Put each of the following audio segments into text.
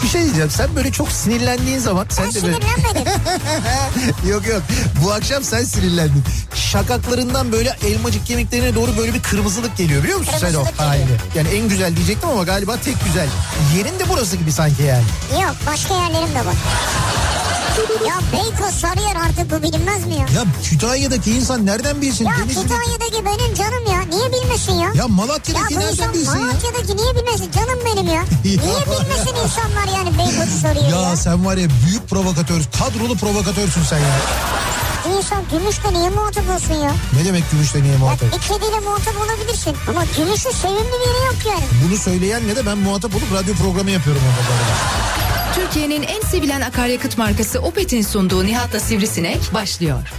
Bir şey diyeceğim, sen böyle çok sinirlendiğin zaman... Ben sen de böyle... sinirlenmedim. Yok bu akşam sen sinirlendin. Şakaklarından böyle elmacık kemiklerine doğru böyle bir kırmızılık geliyor, biliyor musun sen o halini? Yani en güzel diyecektim ama galiba tek güzel. Yerin de burası gibi sanki yani. Yok, başka yerlerim de var. Ya Beykoz, Sarıyer, artık bu bilinmez mi ya? Ya Kütahya'daki insan nereden bilsin? Ya Kütahya'daki benim canım ya. Niye bilmesin ya? Ya Malatya'daki nereden bilsin ya? Malatya'daki niye bilmesin? Canım benim ya. Niye bilmesin insanlar yani Beykoz'u soruyor ya? Ya sen var ya büyük provokatör, kadrolu provokatörsün sen ya. İnsan gümüşle niye muhatap olsun ya? Ne demek gümüşle niye muhatap? Ya bir kediyle muhatap olabilirsin ama gümüşün sevimli bir yeri yok yani. Bunu söyleyen ne de ben muhatap olup radyo programı yapıyorum orada. Türkiye'nin en sevilen akaryakıt markası Opet'in sunduğu Nihat'la Sivrisinek başlıyor.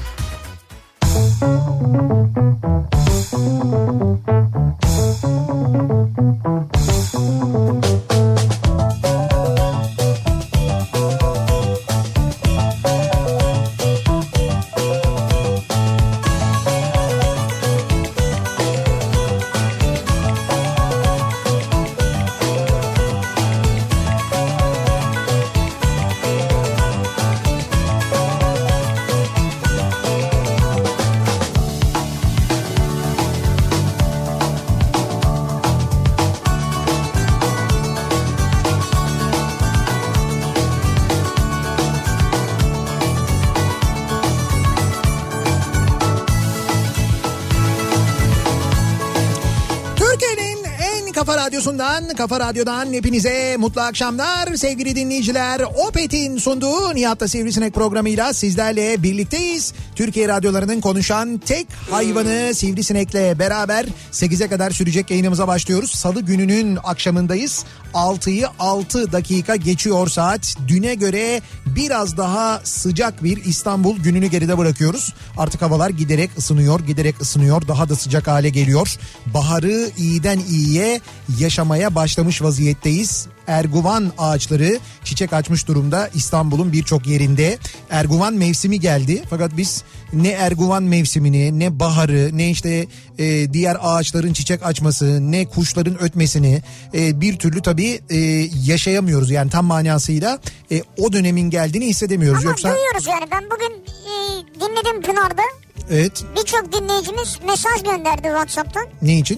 Kafa Radyo'dan hepinize mutlu akşamlar sevgili dinleyiciler. Opet'in sunduğu Nihat'la Sivrisinek programıyla sizlerle birlikteyiz. Türkiye radyolarının konuşan tek hayvanı Sivrisinek'le beraber 8'e kadar sürecek yayınımıza başlıyoruz. Salı gününün akşamındayız. 6'yı 6 dakika geçiyor saat. Düne göre biraz daha sıcak bir İstanbul gününü geride bırakıyoruz. Artık havalar giderek ısınıyor, daha da sıcak hale geliyor. Baharı iyiden iyiye yaşamaya başlamış vaziyetteyiz. Erguvan ağaçları çiçek açmış durumda İstanbul'un birçok yerinde. Erguvan mevsimi geldi fakat biz ne Erguvan mevsimini, ne baharı, ne işte diğer ağaçların çiçek açması, ne kuşların ötmesini bir türlü tabii yaşayamıyoruz. Yani tam manasıyla o dönemin geldiğini hissedemiyoruz. Ama yoksa duyuyoruz yani. Ben bugün dinledim Pınar'da. Evet. Birçok dinleyicimiz mesaj gönderdi WhatsApp'tan. Ne için?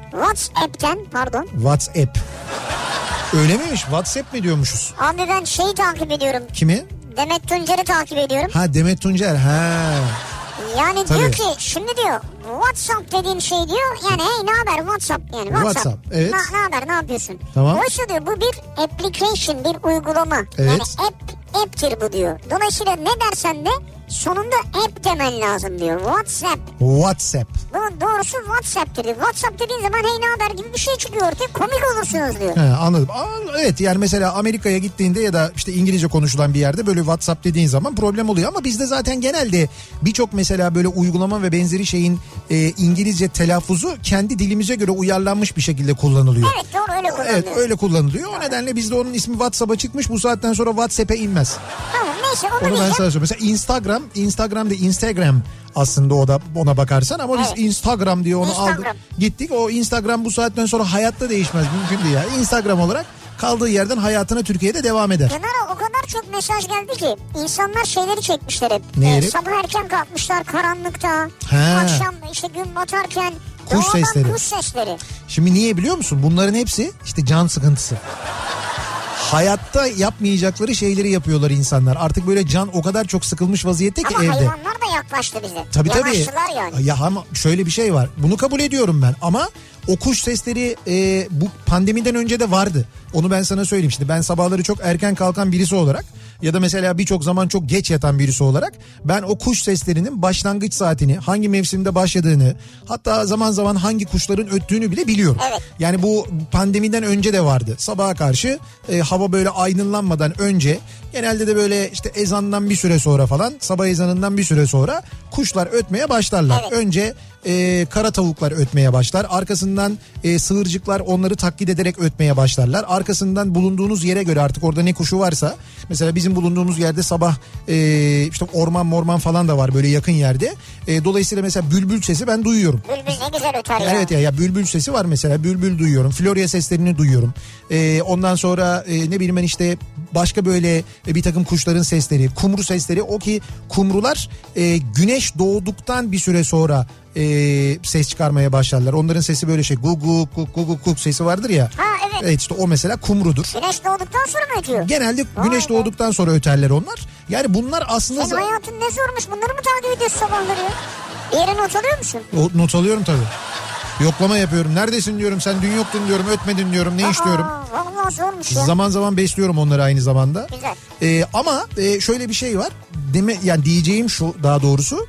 WhatsApp. Öyle miymiş? WhatsApp mi diyormuşuz? Abi ben şeyi takip ediyorum. Kimi? Demet Tuncer'i takip ediyorum. Ha, Demet Tuncer. Ha. Yani Tabii. diyor ki şimdi diyor WhatsApp dediğin şey diyor yani hey ne haber WhatsApp yani WhatsApp. Evet. Ne haber, ne yapıyorsun? Tamam. Oysa diyor bu bir application, bir uygulama. Evet. Yani app'tir bu diyor. Dolayısıyla ne dersen de sonunda app demen lazım diyor. WhatsApp. Bu doğrusu WhatsApp'tir diyor. WhatsApp dediğin zaman hey ne haber gibi bir şey çıkıyor ortaya, komik olursunuz diyor. He, anladım. Evet, yani mesela Amerika'ya gittiğinde ya da işte İngilizce konuşulan bir yerde böyle WhatsApp dediğin zaman problem oluyor ama bizde zaten genelde birçok mesela böyle uygulama ve benzeri şeyin İngilizce telaffuzu kendi dilimize göre uyarlanmış bir şekilde kullanılıyor. Evet, doğru, öyle kullanılıyor. Evet, öyle kullanılıyor. O nedenle bizde onun ismi WhatsApp'a çıkmış. Bu saatten sonra WhatsApp'e inmez. Tamam, neyse onu ben sana söyleyeyim. Mesela Instagram aslında o da ona bakarsan ama biz Instagram diye onu aldık. Gittik. O Instagram bu saatten sonra hayatta değişmez. Mümkün değil ya. Instagram olarak kaldığı yerden hayatına Türkiye'de devam eder. Pınar'a o kadar çok mesaj geldi ki insanlar şeyleri çekmişler hep. Neleri? Sabah erken kalkmışlar karanlıkta. Akşam işte gün batarken kuş sesleri. Şimdi niye biliyor musun? Bunların hepsi işte can sıkıntısı. Hayatta yapmayacakları şeyleri yapıyorlar insanlar. Artık böyle can o kadar çok sıkılmış vaziyette ki ama evde. Ama hayvanlar da yaklaştı bize. Tabii. Yavaştılar yani. Ya ama şöyle bir şey var. Bunu kabul ediyorum ben ama o kuş sesleri bu pandemiden önce de vardı. Onu ben sana söyleyeyim. Şimdi ben sabahları çok erken kalkan birisi olarak ya da mesela birçok zaman çok geç yatan birisi olarak ben o kuş seslerinin başlangıç saatini, hangi mevsimde başladığını, hatta zaman zaman hangi kuşların öttüğünü bile biliyorum. Evet. Yani bu pandemiden önce de vardı. Sabaha karşı hava böyle aydınlanmadan önce, genelde de böyle işte ezandan bir süre sonra falan, sabah ezanından bir süre sonra kuşlar ötmeye başlarlar. Evet. Önce kara tavuklar ötmeye başlar. Arkasından sığırcıklar onları taklit ederek ötmeye başlarlar. Arkasından bulunduğunuz yere göre artık orada ne kuşu varsa, mesela bizim bulunduğumuz yerde sabah işte orman falan da var böyle yakın yerde. Dolayısıyla mesela bülbül sesi ben duyuyorum. Bülbül ne güzel öter ya. Evet ya bülbül sesi var mesela, bülbül duyuyorum. Florya seslerini duyuyorum. Ondan sonra ne bileyim ben işte başka böyle bir takım kuşların sesleri, kumru sesleri. O ki kumrular güneş doğduktan bir süre sonra ses çıkarmaya başlarlar. Onların sesi böyle şey guguk guguk guguk guguk sesi vardır ya. Ha evet. Evet işte o mesela kumrudur. Güneş doğduktan sonra mı ötüyor? Genelde güneş doğduktan sonra öterler onlar. Yani bunlar aslında... Senin hayatın ne zormuş, bunları mı takip ediyorsun sabahları ya? Bir yere not alıyor musun? Not alıyorum tabii. Yoklama yapıyorum. Neredesin diyorum, sen dün yoktun diyorum, ötmedin diyorum, ne iş diyorum. Vallahi zormuş ya. Zaman zaman besliyorum onları aynı zamanda. Güzel. Ama şöyle bir şey var. Yani diyeceğim şu, daha doğrusu.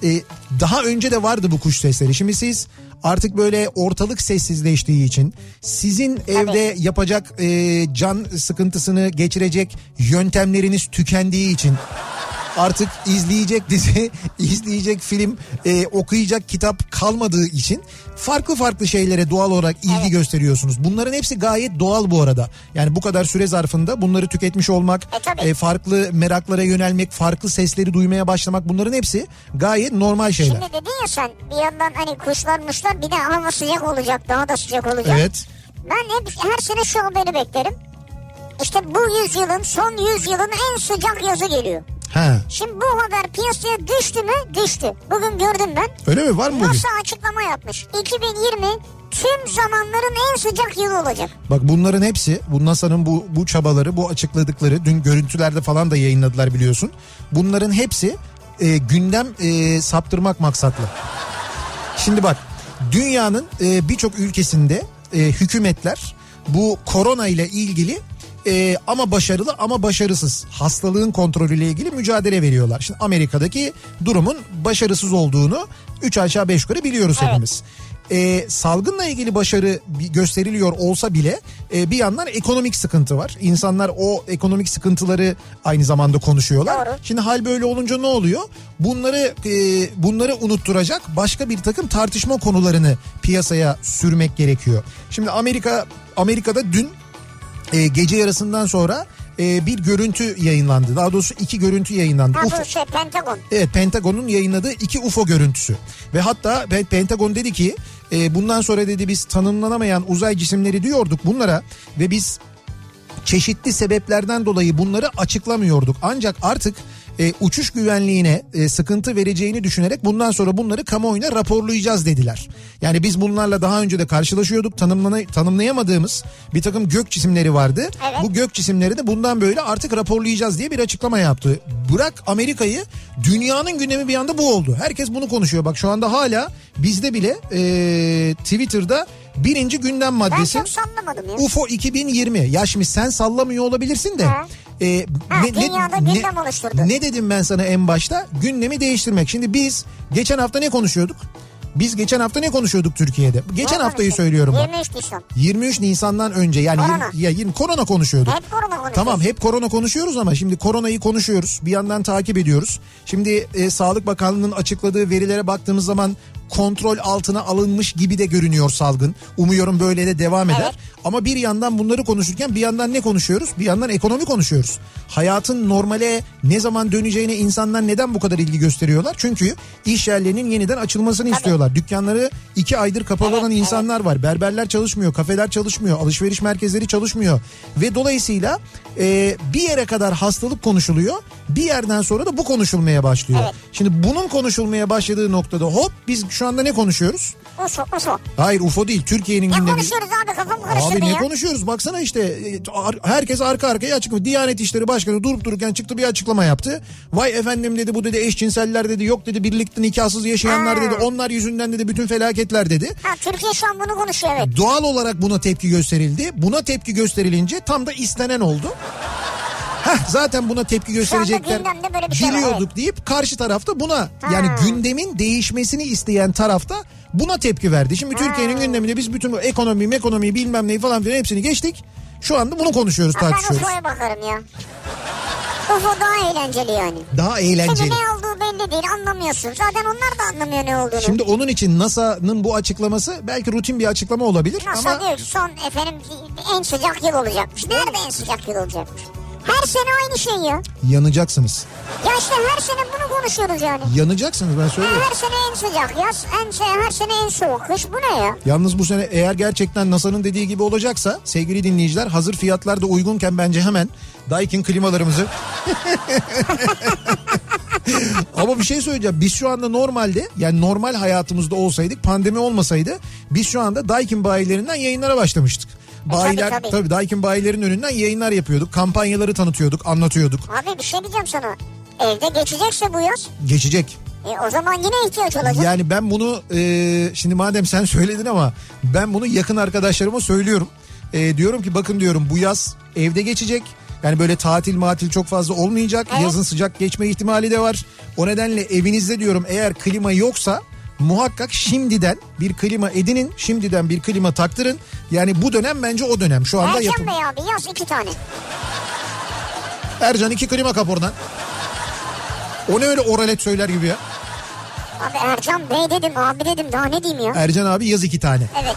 Daha önce de vardı bu kuş sesleri. Şimdi siz artık böyle ortalık sessizleştiği için, sizin evde yapacak can sıkıntısını geçirecek yöntemleriniz tükendiği için, artık izleyecek dizi, izleyecek film, okuyacak kitap kalmadığı için farklı şeylere doğal olarak ilgi gösteriyorsunuz. Bunların hepsi gayet doğal bu arada. Yani bu kadar süre zarfında bunları tüketmiş olmak, farklı meraklara yönelmek, farklı sesleri duymaya başlamak, bunların hepsi gayet normal şeyler. Şimdi dedin ya sen bir yandan hani kuşlar bir de hava sıcak olacak, daha da sıcak olacak. Evet. Ben hep her sene şu haberi beklerim. İşte bu son 100 yılın en sıcak yazı geliyor. Ha. Şimdi bu haber piyasaya düştü mü? Düştü. Bugün gördüm ben. Öyle mi? Var mı bugün? NASA açıklama yapmış. 2020 tüm zamanların en sıcak yılı olacak. Bak bunların hepsi, bu NASA'nın bu çabaları, bu açıkladıkları, dün görüntülerde falan da yayınladılar biliyorsun. Bunların hepsi gündem saptırmak maksatlı. Şimdi bak, dünyanın birçok ülkesinde hükümetler bu korona ile ilgili ama başarılı ama başarısız hastalığın kontrolüyle ilgili mücadele veriyorlar. Şimdi Amerika'daki durumun başarısız olduğunu 3 aşağı 5 yukarı biliyoruz hepimiz. Salgınla ilgili başarı gösteriliyor olsa bile bir yandan ekonomik sıkıntı var. İnsanlar o ekonomik sıkıntıları aynı zamanda konuşuyorlar. Doğru. Şimdi hal böyle olunca ne oluyor? Bunları unutturacak başka bir takım tartışma konularını piyasaya sürmek gerekiyor. Şimdi Amerika'da dün gece yarısından sonra bir görüntü yayınlandı. Daha doğrusu 2 görüntü yayınlandı. Pentagon. Evet, Pentagon'un yayınladığı 2 UFO görüntüsü. Ve hatta Pentagon dedi ki bundan sonra dedi biz tanımlanamayan uzay cisimleri diyorduk bunlara ve biz çeşitli sebeplerden dolayı bunları açıklamıyorduk. Ancak artık uçuş güvenliğine sıkıntı vereceğini düşünerek bundan sonra bunları kamuoyuna raporlayacağız dediler. Yani biz bunlarla daha önce de karşılaşıyorduk. Tanımlayamadığımız bir takım gök cisimleri vardı. Evet. Bu gök cisimleri de bundan böyle artık raporlayacağız diye bir açıklama yaptı. Bırak Amerika'yı, dünyanın gündemi bir anda bu oldu. Herkes bunu konuşuyor. Bak şu anda hala bizde bile Twitter'da birinci gündem maddesi. Ben çok sallamadım ya. UFO 2020. Ya şimdi sen sallamıyor olabilirsin de. Dünyada gündem oluşturdu. Ne dedim ben sana en başta? Gündemi değiştirmek. Şimdi biz geçen hafta ne konuşuyorduk? Türkiye'de? Geçen haftayı söylüyorum bak. 23 Nisan. 23 Nisan'dan önce yani korona konuşuyorduk. Hep korona konuşuyoruz. Tamam, hep korona konuşuyoruz ama şimdi koronayı konuşuyoruz. Bir yandan takip ediyoruz. Şimdi Sağlık Bakanlığı'nın açıkladığı verilere baktığımız zaman kontrol altına alınmış gibi de görünüyor salgın. Umuyorum böyle de devam eder. Evet. Ama bir yandan bunları konuşurken bir yandan ne konuşuyoruz? Bir yandan ekonomi konuşuyoruz. Hayatın normale ne zaman döneceğine insanlar neden bu kadar ilgi gösteriyorlar? Çünkü iş yerlerinin yeniden açılmasını istiyorlar. Dükkanları 2 aydır kapalı olan insanlar var. Berberler çalışmıyor, kafeler çalışmıyor, alışveriş merkezleri çalışmıyor. Ve dolayısıyla bir yere kadar hastalık konuşuluyor. Bir yerden sonra da bu konuşulmaya başlıyor. Evet. Şimdi bunun konuşulmaya başladığı noktada hop biz şu anda ne konuşuyoruz? UFO. Hayır, UFO değil, Türkiye'nin gündemi. Ne konuşuyoruz abi, kafam karıştı. Abi ne konuşuyoruz? Baksana işte herkes arka arkaya açıklama. Diyanet İşleri Başkanı durup dururken çıktı bir açıklama yaptı. Vay efendim dedi, bu dedi eşcinseller dedi, yok dedi birlikte nikahsız yaşayanlar dedi, onlar yüzünden dedi bütün felaketler dedi. Türkiye şu an bunu konuşuyor, evet. Doğal olarak buna tepki gösterildi. Buna tepki gösterilince tam da istenen oldu. Zaten buna tepki gösterecekler biliyorduk deyip karşı tarafta buna yani gündemin değişmesini isteyen tarafta buna tepki verdi. Şimdi Türkiye'nin gündeminde biz bütün bu ekonomi bilmem neyi falan filan hepsini geçtik. Şu anda bunu konuşuyoruz, tartışıyoruz. Ben UFO'ya bakarım ya. UFO daha eğlenceli yani. Daha eğlenceli. Şimdi ne olduğu belli değil, anlamıyorsun. Zaten onlar da anlamıyor ne olduğunu. Şimdi onun için NASA'nın bu açıklaması belki rutin bir açıklama olabilir. NASA ama diyor ki son efendim en sıcak yıl olacakmış. Nerede en sıcak yıl olacakmış? Her sene aynı şey ya. Yanacaksınız. Ya işte her sene bunu konuşuyoruz yani. Yanacaksınız, ben söylüyorum. Her sene en sıcak yaz, her sene en soğuk kış, bu ne ya? Yalnız bu sene eğer gerçekten NASA'nın dediği gibi olacaksa sevgili dinleyiciler, hazır fiyatlar da uygunken bence hemen Daikin klimalarımızı... Ama bir şey söyleyeceğim. Biz şu anda normalde, yani normal hayatımızda olsaydık, pandemi olmasaydı, biz şu anda Daikin bayilerinden yayınlara başlamıştık. Bayiler, tabii Daikin bayilerin önünden yayınlar yapıyorduk. Kampanyaları tanıtıyorduk, anlatıyorduk. Abi bir şey diyeceğim sana. Evde geçecekse bu yaz. Geçecek. O zaman yine ihtiyaç olacak. Yani ben bunu şimdi madem sen söyledin ama ben bunu yakın arkadaşlarıma söylüyorum. Diyorum ki bakın diyorum, bu yaz evde geçecek. Yani böyle tatil çok fazla olmayacak. Evet. Yazın sıcak geçme ihtimali de var. O nedenle evinizde diyorum, eğer klima yoksa muhakkak şimdiden bir klima edinin. Şimdiden bir klima taktırın. Yani bu dönem bence o dönem. Şu anda yapın. Ercan Bey abi yaz 2 tane. Ercan 2 klima kap oradan. O ne öyle oralet söyler gibi ya. Abi Ercan Bey dedim, abi dedim, daha ne diyeyim ya. Ercan abi yaz 2 tane. Evet.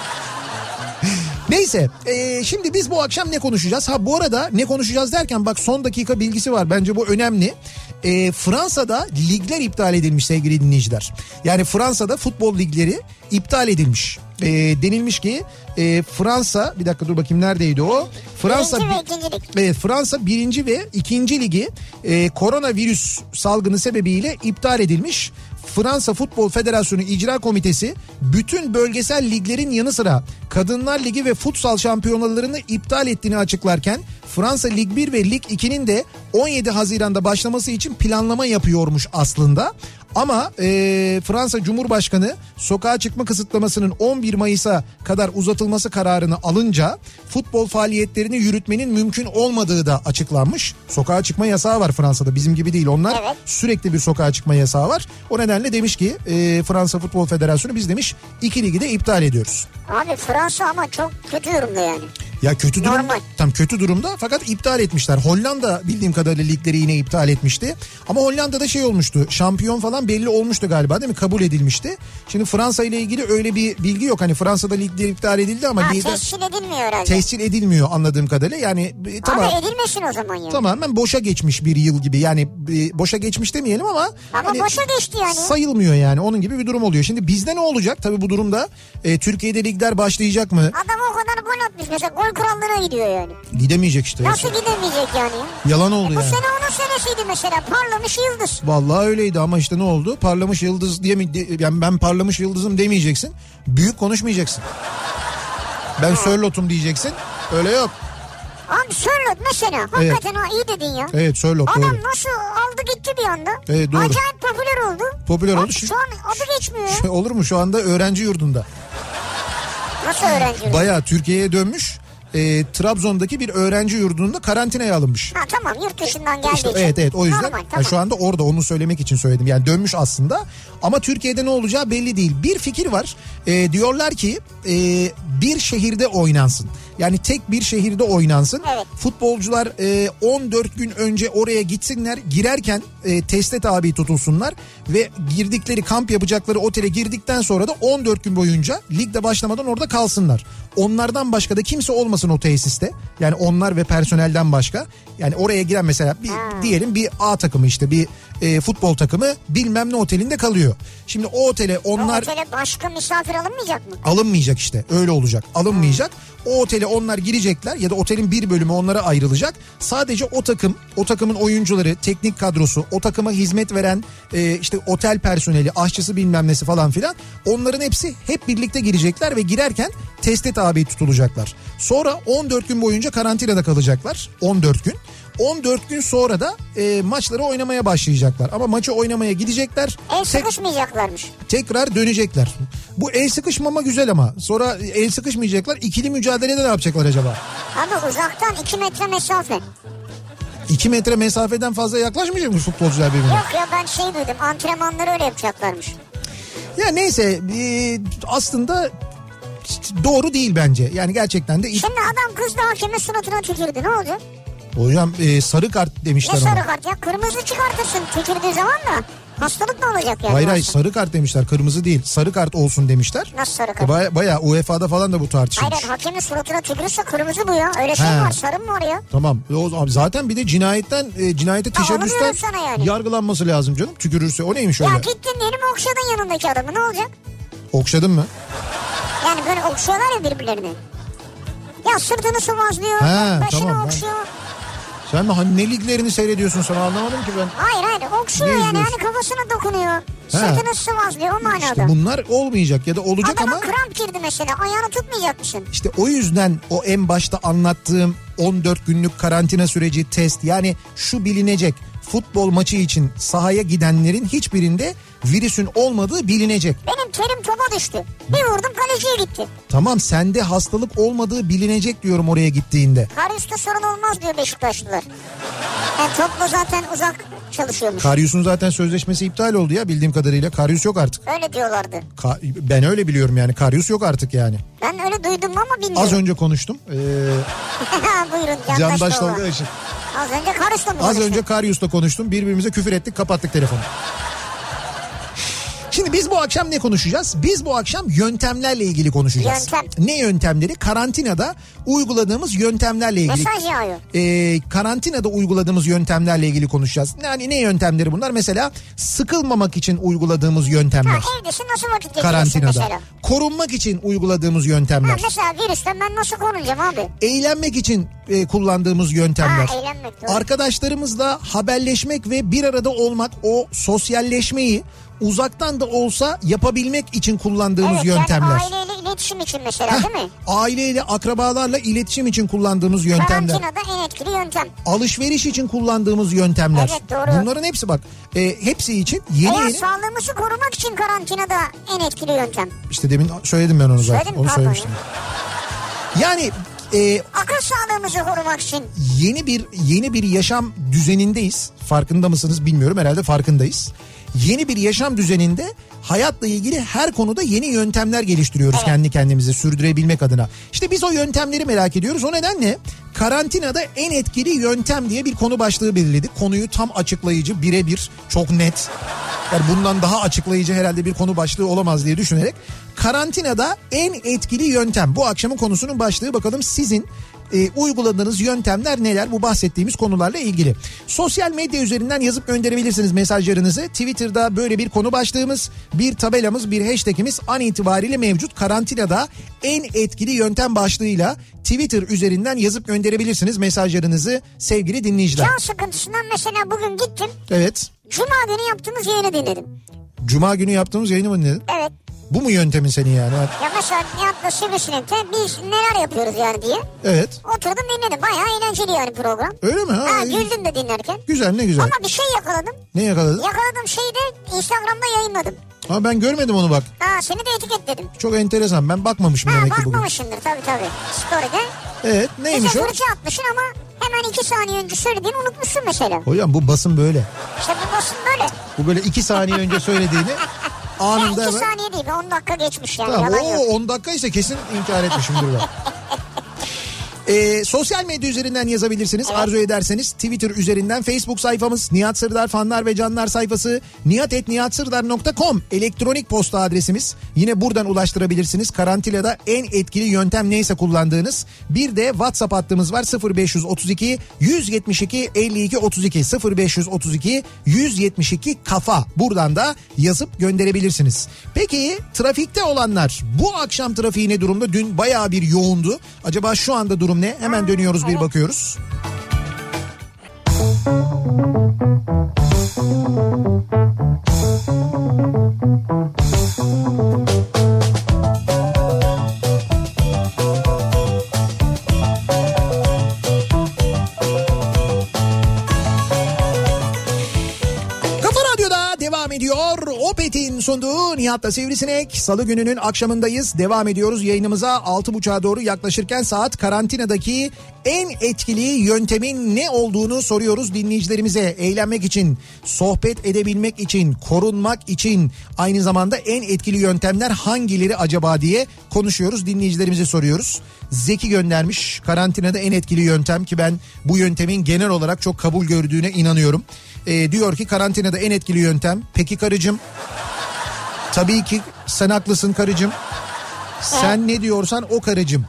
Neyse şimdi biz bu akşam ne konuşacağız? Ha bu arada ne konuşacağız derken bak, son dakika bilgisi var, bence bu önemli. Fransa'da ligler iptal edilmiş sevgili dinleyiciler. Yani Fransa'da futbol ligleri iptal edilmiş. Denilmiş ki Fransa, bir dakika dur bakayım neredeydi o? Fransa birinci ve ikinci lig. Evet, Fransa 1. ve 2. ligi koronavirüs salgını sebebiyle iptal edilmiş. Fransa Futbol Federasyonu İcra Komitesi bütün bölgesel liglerin yanı sıra Kadınlar Ligi ve futsal şampiyonalarını iptal ettiğini açıklarken Fransa Lig 1 ve Lig 2'nin de 17 Haziran'da başlaması için planlama yapıyormuş aslında. Ama Fransa Cumhurbaşkanı sokağa çıkma kısıtlamasının 11 Mayıs'a kadar uzatılması kararını alınca futbol faaliyetlerini yürütmenin mümkün olmadığı da açıklanmış. Sokağa çıkma yasağı var Fransa'da, bizim gibi değil onlar. Evet. Sürekli bir sokağa çıkma yasağı var. O nedenle demiş ki Fransa Futbol Federasyonu, biz demiş 2 ligi de iptal ediyoruz. Abi Fransa ama çok kötü durumda yani. Ya kötü durumda, tam kötü durumda, fakat iptal etmişler. Hollanda bildiğim kadarıyla ligleri yine iptal etmişti. Ama Hollanda'da şey olmuştu, şampiyon falan belli olmuştu galiba, değil mi? Kabul edilmişti. Şimdi Fransa ile ilgili öyle bir bilgi yok. Hani Fransa'da ligler iptal edildi ama... tescil edilmiyor herhalde. Tescil edilmiyor anladığım kadarıyla. Yani tamam. Abi edilmesin o zaman yani. Tamamen boşa geçmiş bir yıl gibi. Yani boşa geçmiş demeyelim ama... Ama hani boşa geçti yani. Sayılmıyor yani. Onun gibi bir durum oluyor. Şimdi bizde ne olacak? Tabii bu durumda Türkiye'de ligler başlayacak mı? Adam o kadar gol atmış mesela, gol krallığına gidiyor yani. Gidemeyecek işte. Nasıl gidemeyecek yani? Yalan oldu bu yani. Bu sene onun senesiydi mesela, parlamış yıldız. Vallahi öyleydi ama işte ne oldu? Parlamış yıldız diye mi? Yani ben parlamış yıldızım demeyeceksin. Büyük konuşmayacaksın. Ben Sörlot'um diyeceksin. Öyle yok. Abi Sörlot mesela. Hakikaten evet. İyi dedin ya. Evet Sörlot adam doğru. Nasıl aldı gitti bir anda. Evet doğru. Acayip popüler oldu. Popüler oldu. Şu an adı geçmiyor. Olur mu? Şu anda öğrenci yurdunda. Nasıl öğrenci yurdu? Bayağı Türkiye'ye dönmüş. Trabzon'daki bir öğrenci yurdunda karantinaya alınmış. Ha tamam, yurt dışından geldiği için. Evet o yüzden normal, tamam. Yani şu anda orada, onu söylemek için söyledim. Yani dönmüş aslında ama Türkiye'de ne olacağı belli değil. Bir fikir var, diyorlar ki bir şehirde oynansın. Yani tek bir şehirde oynansın. Evet. Futbolcular 14 gün önce oraya gitsinler. Girerken teste tabi tutulsunlar. Ve girdikleri, kamp yapacakları otele girdikten sonra da 14 gün boyunca ligde başlamadan orada kalsınlar. Onlardan başka da kimse olmasın o tesiste. Yani onlar ve personelden başka. Yani oraya giren mesela diyelim bir A takımı, işte bir futbol takımı bilmem ne otelinde kalıyor. Şimdi o otele onlar... O otele başka misafir alınmayacak mı? Alınmayacak işte, öyle olacak. Alınmayacak. O otele onlar girecekler ya da otelin bir bölümü onlara ayrılacak. Sadece o takım, o takımın oyuncuları, teknik kadrosu, o takıma hizmet veren işte otel personeli, aşçısı bilmem nesi falan filan, onların hepsi hep birlikte girecekler ve girerken teste tabi tutulacaklar. Sonra 14 gün boyunca karantinada kalacaklar. 14 gün. 14 gün sonra da maçları oynamaya başlayacaklar. Ama maçı oynamaya gidecekler. El sıkışmayacaklarmış. Tekrar dönecekler. Bu el sıkışmama güzel ama sonra el sıkışmayacaklar. İkili mücadelede ne yapacaklar acaba? Abi uzaktan 2 metre mesafe. 2 metre mesafeden fazla yaklaşmayacak mı futbolcular birbirine? Yok ya, ben şey duydum, antrenmanları öyle yapacaklarmış. Ya neyse aslında doğru değil bence. Yani gerçekten de... Şimdi adam kızdı, hakeme suratına tükürdü, ne olacak? Hocam sarı kart demişler ona. Ne sarı kart ya? Kırmızı çıkartırsın tükürdüğü zaman da. Hastalık mı olacak yani? Hayır sarı kart demişler, kırmızı değil. Sarı kart olsun demişler. Nasıl sarı kart? Bayağı UEFA'da falan da bu tartışılmış. Hayır, hakemin suratına tükürürse kırmızı bu ya. Öyle şey var, sarı mı var ya? Tamam. Zaten bir de cinayete teşebbüsten yani yargılanması lazım canım. Tükürürse o neymiş öyle? Ya gittin diyelim okşadın yanındaki adamı, ne olacak? Okşadın mı? Yani böyle okşuyorlar ya birbirlerini. Ya sırtını sıvazlıyor, başını okşuyor. Sen mi ne liglerini seyrediyorsun, sana anlamadım ki ben. Hayır okşuyor yani, hani kafasına dokunuyor. Sırtını sıvazlıyor, o manada. İşte bunlar olmayacak ya da olacak adama ama. kramp girdi mesela, ayağını tutmayacak mısın? İşte o yüzden o en başta anlattığım 14 günlük karantina süreci, test, yani şu bilinecek: futbol maçı için sahaya gidenlerin hiçbirinde virüsün olmadığı bilinecek. Benim terim topa düştü. Bir vurdum, kaleciye gitti. Tamam, sende hastalık olmadığı bilinecek diyorum oraya gittiğinde. Karius'ta sorun olmaz diyor Beşiktaşlılar. Yani topla zaten uzak çalışıyormuş. Karius'un zaten sözleşmesi iptal oldu ya bildiğim kadarıyla. Karius yok artık. Öyle diyorlardı. Ben öyle biliyorum yani, Karius yok artık yani. Ben öyle duydum ama bilmiyorum. Az önce konuştum. Buyurun Candaş Tolga Işık. Az önce Karius'la mı konuştun? Az önce Karius'la konuştum. Birbirimize küfür ettik, kapattık telefonu. Şimdi biz bu akşam ne konuşacağız? Biz bu akşam yöntemlerle ilgili konuşacağız. Ne yöntemleri? Karantinada uyguladığımız yöntemlerle ilgili. Mesaj yağıyor. Karantinada uyguladığımız yöntemlerle ilgili konuşacağız. Yani ne yöntemleri bunlar? Mesela sıkılmamak için uyguladığımız yöntemler. Evdesin, nasıl vakit geçiriyorsun karantinada mesela? Korunmak için uyguladığımız yöntemler. Mesela virüsten ben nasıl korunacağım abi? Eğlenmek için kullandığımız yöntemler. Eğlenmek, doğru. Arkadaşlarımızla haberleşmek ve bir arada olmak, o sosyalleşmeyi uzaktan da olsa yapabilmek için kullandığımız yöntemler. Yani aileyle iletişim için mesela, değil mi? Aileyle, akrabalarla iletişim için kullandığımız yöntemler. Karantinada en etkili yöntem. Alışveriş için kullandığımız yöntemler. Evet, doğru. Bunların hepsi bak. Hepsi için yeni. Sağlığımızı korumak için karantinada en etkili yöntem. İşte demin söyledim ben onu zaten. Onu söylemiştim. Yani akıl sağlığımızı korumak için yeni bir yaşam düzenindeyiz. Farkında mısınız bilmiyorum, herhalde farkındayız. Yeni bir yaşam düzeninde hayatla ilgili her konuda yeni yöntemler geliştiriyoruz, kendi kendimize sürdürebilmek adına. İşte biz o yöntemleri merak ediyoruz. O nedenle karantinada en etkili yöntem diye bir konu başlığı belirledik. Konuyu tam açıklayıcı, birebir, çok net. Yani bundan daha açıklayıcı herhalde bir konu başlığı olamaz diye düşünerek karantinada en etkili yöntem. Bu akşamın konusunun başlığı. Bakalım sizin uyguladığınız yöntemler neler, bu bahsettiğimiz konularla ilgili. Sosyal medya üzerinden yazıp gönderebilirsiniz mesajlarınızı. Twitter'da böyle bir konu başlığımız, bir tabelamız, bir hashtagimiz an itibariyle mevcut. Karantinada en etkili yöntem başlığıyla Twitter üzerinden yazıp gönderebilirsiniz mesajlarınızı sevgili dinleyiciler. Can sıkıntısından mesela bugün gittim. Evet. Cuma günü yaptığımız yayını dinledim. Cuma günü yaptığımız yayını mı dinledin? Evet. Bu mu yöntemin senin yani? Ya mesela Nihat'la Sivrisinek'te biz neler yapıyoruz yani diye. Evet. Oturdum dinledim. Bayağı eğlenceli yani program. Öyle mi? Güldüm de dinlerken. Güzel, ne güzel. Ama bir şey yakaladım. Ne yakaladın? Yakaladığım şeyi de Instagram'da yayınladım. Ama ben görmedim onu bak. Seni de etiketledim. Çok enteresan, ben bakmamışım demek ki bugün. Bakmamışsındır tabii. Story'de. Evet, neymiş mesela o? fırça atmışsın ama hemen 2 saniye önce söylediğini unutmuşsun mesela. Hocam bu basın böyle. İşte bu basın böyle. Bu böyle 2 saniye önce söylediğini anında ya 2 hemen. saniye değil, 10 dakika geçmiş yani. Tamam, yalan yok. 10 dakika ise kesin inkar etmişimdir ben. Sosyal medya üzerinden yazabilirsiniz. Evet. Arzu ederseniz Twitter üzerinden, Facebook sayfamız Nihat Sırdar fanlar ve canlar sayfası, nihat@nihatsırdar.com elektronik posta adresimiz. Yine buradan ulaştırabilirsiniz. Karantinada en etkili yöntem neyse kullandığınız. Bir de WhatsApp hattımız var, 0532 172 52 32 0532 172 kafa. Buradan da yazıp gönderebilirsiniz. Peki trafikte olanlar, bu akşam trafiği ne durumda? Dün bayağı bir yoğundu. Acaba şu anda durum ne? Hemen dönüyoruz, bir bakıyoruz. Kafa Radyo'da devam ediyor. Opet'in sunduğu Nihat'la Sivrisinek. Salı gününün akşamındayız. Devam ediyoruz yayınımıza. 6.30'a doğru yaklaşırken saat, karantinadaki en etkili yöntemin ne olduğunu soruyoruz dinleyicilerimize. Eğlenmek için, sohbet edebilmek için, korunmak için aynı zamanda en etkili yöntemler hangileri acaba diye konuşuyoruz. Dinleyicilerimize soruyoruz. Zeki göndermiş, karantinada en etkili yöntem, ki ben bu yöntemin genel olarak çok kabul gördüğüne inanıyorum. Diyor ki karantinada en etkili yöntem. Peki karıcığım? Tabii ki sen haklısın karıcığım. Sen ne diyorsan o karıcığım.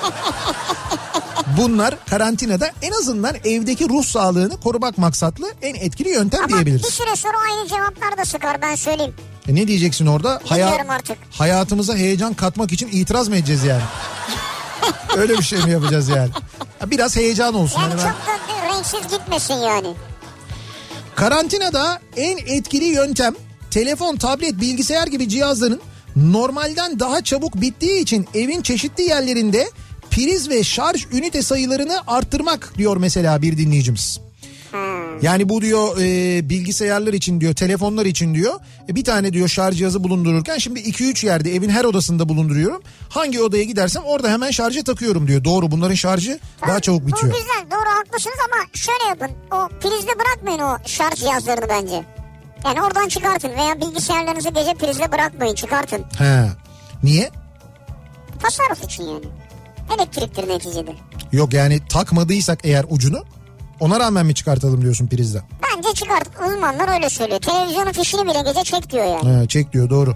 Bunlar karantinada en azından evdeki ruh sağlığını korumak maksatlı en etkili yöntem diyebiliriz. Ama bir süre sonra aynı cevaplar da sıkar, ben söyleyeyim. Ne diyeceksin orada? Bilmiyorum artık. Hayatımıza heyecan katmak için itiraz mı edeceğiz yani? Öyle bir şey mi yapacağız yani? Biraz heyecan olsun. Yani çok da renksiz gitmesin yani. Karantinada en etkili yöntem, telefon, tablet, bilgisayar gibi cihazların normalden daha çabuk bittiği için evin çeşitli yerlerinde priz ve şarj ünite sayılarını arttırmak diyor mesela bir dinleyicimiz. Yani bu diyor bilgisayarlar için diyor, telefonlar için diyor bir tane diyor şarj cihazı bulundururken şimdi 2-3 yerde evin her odasında bulunduruyorum. Hangi odaya gidersem orada hemen şarja takıyorum diyor. Doğru, bunların şarjı daha çabuk bitiyor. Bu güzel, doğru, haklısınız ama şöyle yapın, o prizde bırakmayın o şarj cihazlarını bence. Yani oradan çıkartın veya bilgisayarlarınızı gece prizde bırakmayın, çıkartın. He. Niye? Tasarruf için yani. Elektriktir neticede. Yok yani takmadıysak eğer ucunu, ona rağmen mi çıkartalım diyorsun prizden? Bence çıkart. Uzmanlar öyle söylüyor. Televizyonun fişini bile gece çek diyor yani. He, çek diyor, doğru.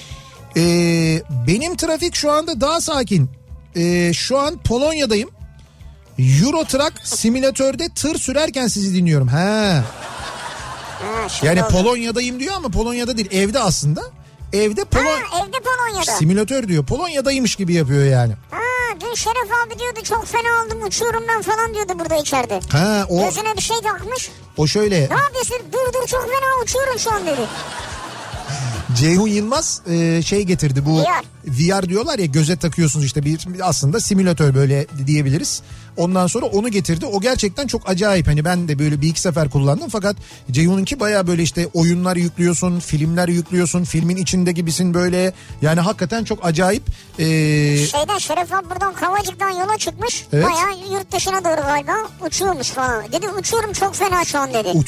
Benim trafik şu anda daha sakin. Şu an Polonya'dayım. Euro Truck simülatörde tır sürerken sizi dinliyorum. He. Yani oldu. Polonya'dayım diyor ama Polonya'da değil, evde aslında. Evde Polonya'da. Simülatör diyor. Polonya'daymış gibi yapıyor yani. Dün Şeref abi diyordu çok fena oldum, uçuyorum ben falan diyordu burada içeride. Gözüne bir şey takmış. O şöyle. Ne yapıyorsun? Dur çok fena uçuyorum şu an dedi. Ceyhun Yılmaz şey getirdi, bu VR diyorlar ya, göze takıyorsunuz işte, bir aslında simülatör böyle diyebiliriz. Ondan sonra onu getirdi. O gerçekten çok acayip. Hani ben de böyle bir iki sefer kullandım fakat Ceyhun'unki baya böyle işte oyunlar yüklüyorsun, filmler yüklüyorsun, filmin içinde gibisin böyle. Yani hakikaten çok acayip. Şeref abi buradan Kavacık'tan yola çıkmış. Evet. Baya yurt dışına doğru galiba uçuyormuş falan. Dedi uçuyorum çok fena şu an dedi.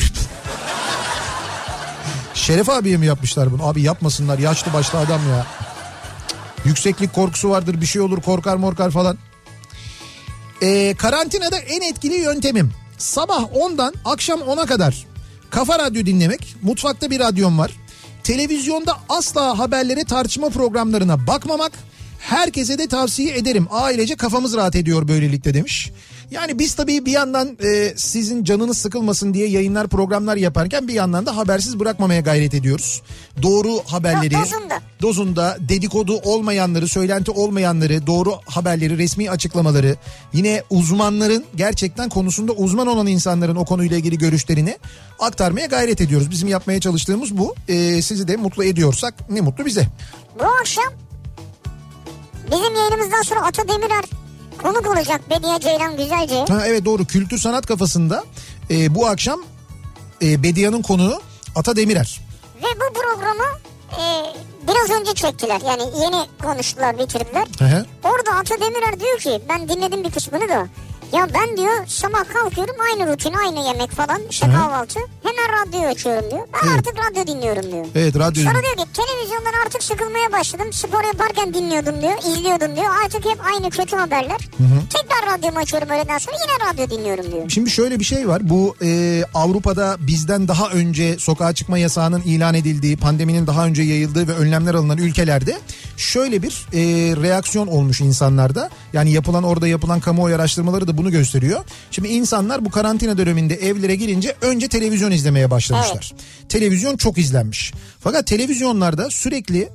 Şeref abiye mi yapmışlar bunu? Abi yapmasınlar, yaşlı başlı adam ya. Yükseklik korkusu vardır, bir şey olur, korkar falan. Karantinada en etkili yöntemim sabah 10'dan akşam 10'a kadar Kafa Radyo dinlemek. Mutfakta bir radyom var. Televizyonda asla haberlere, tartışma programlarına bakmamak. Herkese de tavsiye ederim. Ailece kafamız rahat ediyor böylelikle demiş. Yani biz tabii bir yandan sizin canınız sıkılmasın diye yayınlar, programlar yaparken bir yandan da habersiz bırakmamaya gayret ediyoruz. Doğru haberleri, dozunda dedikodu olmayanları, söylenti olmayanları, doğru haberleri, resmi açıklamaları, yine uzmanların, gerçekten konusunda uzman olan insanların o konuyla ilgili görüşlerini aktarmaya gayret ediyoruz. Bizim yapmaya çalıştığımız bu. Sizi de mutlu ediyorsak ne mutlu bize. Bu akşam bizim yayınımızdan sonra Ata Demirer konuk olacak, Bediye Ceylan Güzelce. Evet doğru, Kültür Sanat Kafası'nda bu akşam Bediye'nin konuğu Ata Demirer. Ve bu programı biraz önce çektiler, yani yeni konuştular, bitirdiler. Orada Ata Demirer diyor ki, ben dinledim bir kısmını da. Ya ben diyor sabah kalkıyorum, aynı rutin, aynı yemek falan, işte kahvaltı. Hemen radyoyu açıyorum diyor. Ben artık radyo dinliyorum diyor. Evet, radyo. Sonra diyor ki televizyondan artık sıkılmaya başladım. Spor yaparken dinliyordum diyor, izliyordum diyor. Artık hep aynı kötü haberler. Tekrar radyomu açıyorum öğleden sonra, yine radyo dinliyorum diyor. Şimdi şöyle bir şey var. Bu Avrupa'da bizden daha önce sokağa çıkma yasağının ilan edildiği, pandeminin daha önce yayıldığı ve önlemler alınan ülkelerde şöyle bir reaksiyon olmuş insanlarda. Yani orada yapılan kamuoyu araştırmaları da bunu gösteriyor. Şimdi insanlar bu karantina döneminde evlere girince önce televizyon izlemeye başlamışlar. Evet. Televizyon çok izlenmiş. Fakat televizyonlarda sürekli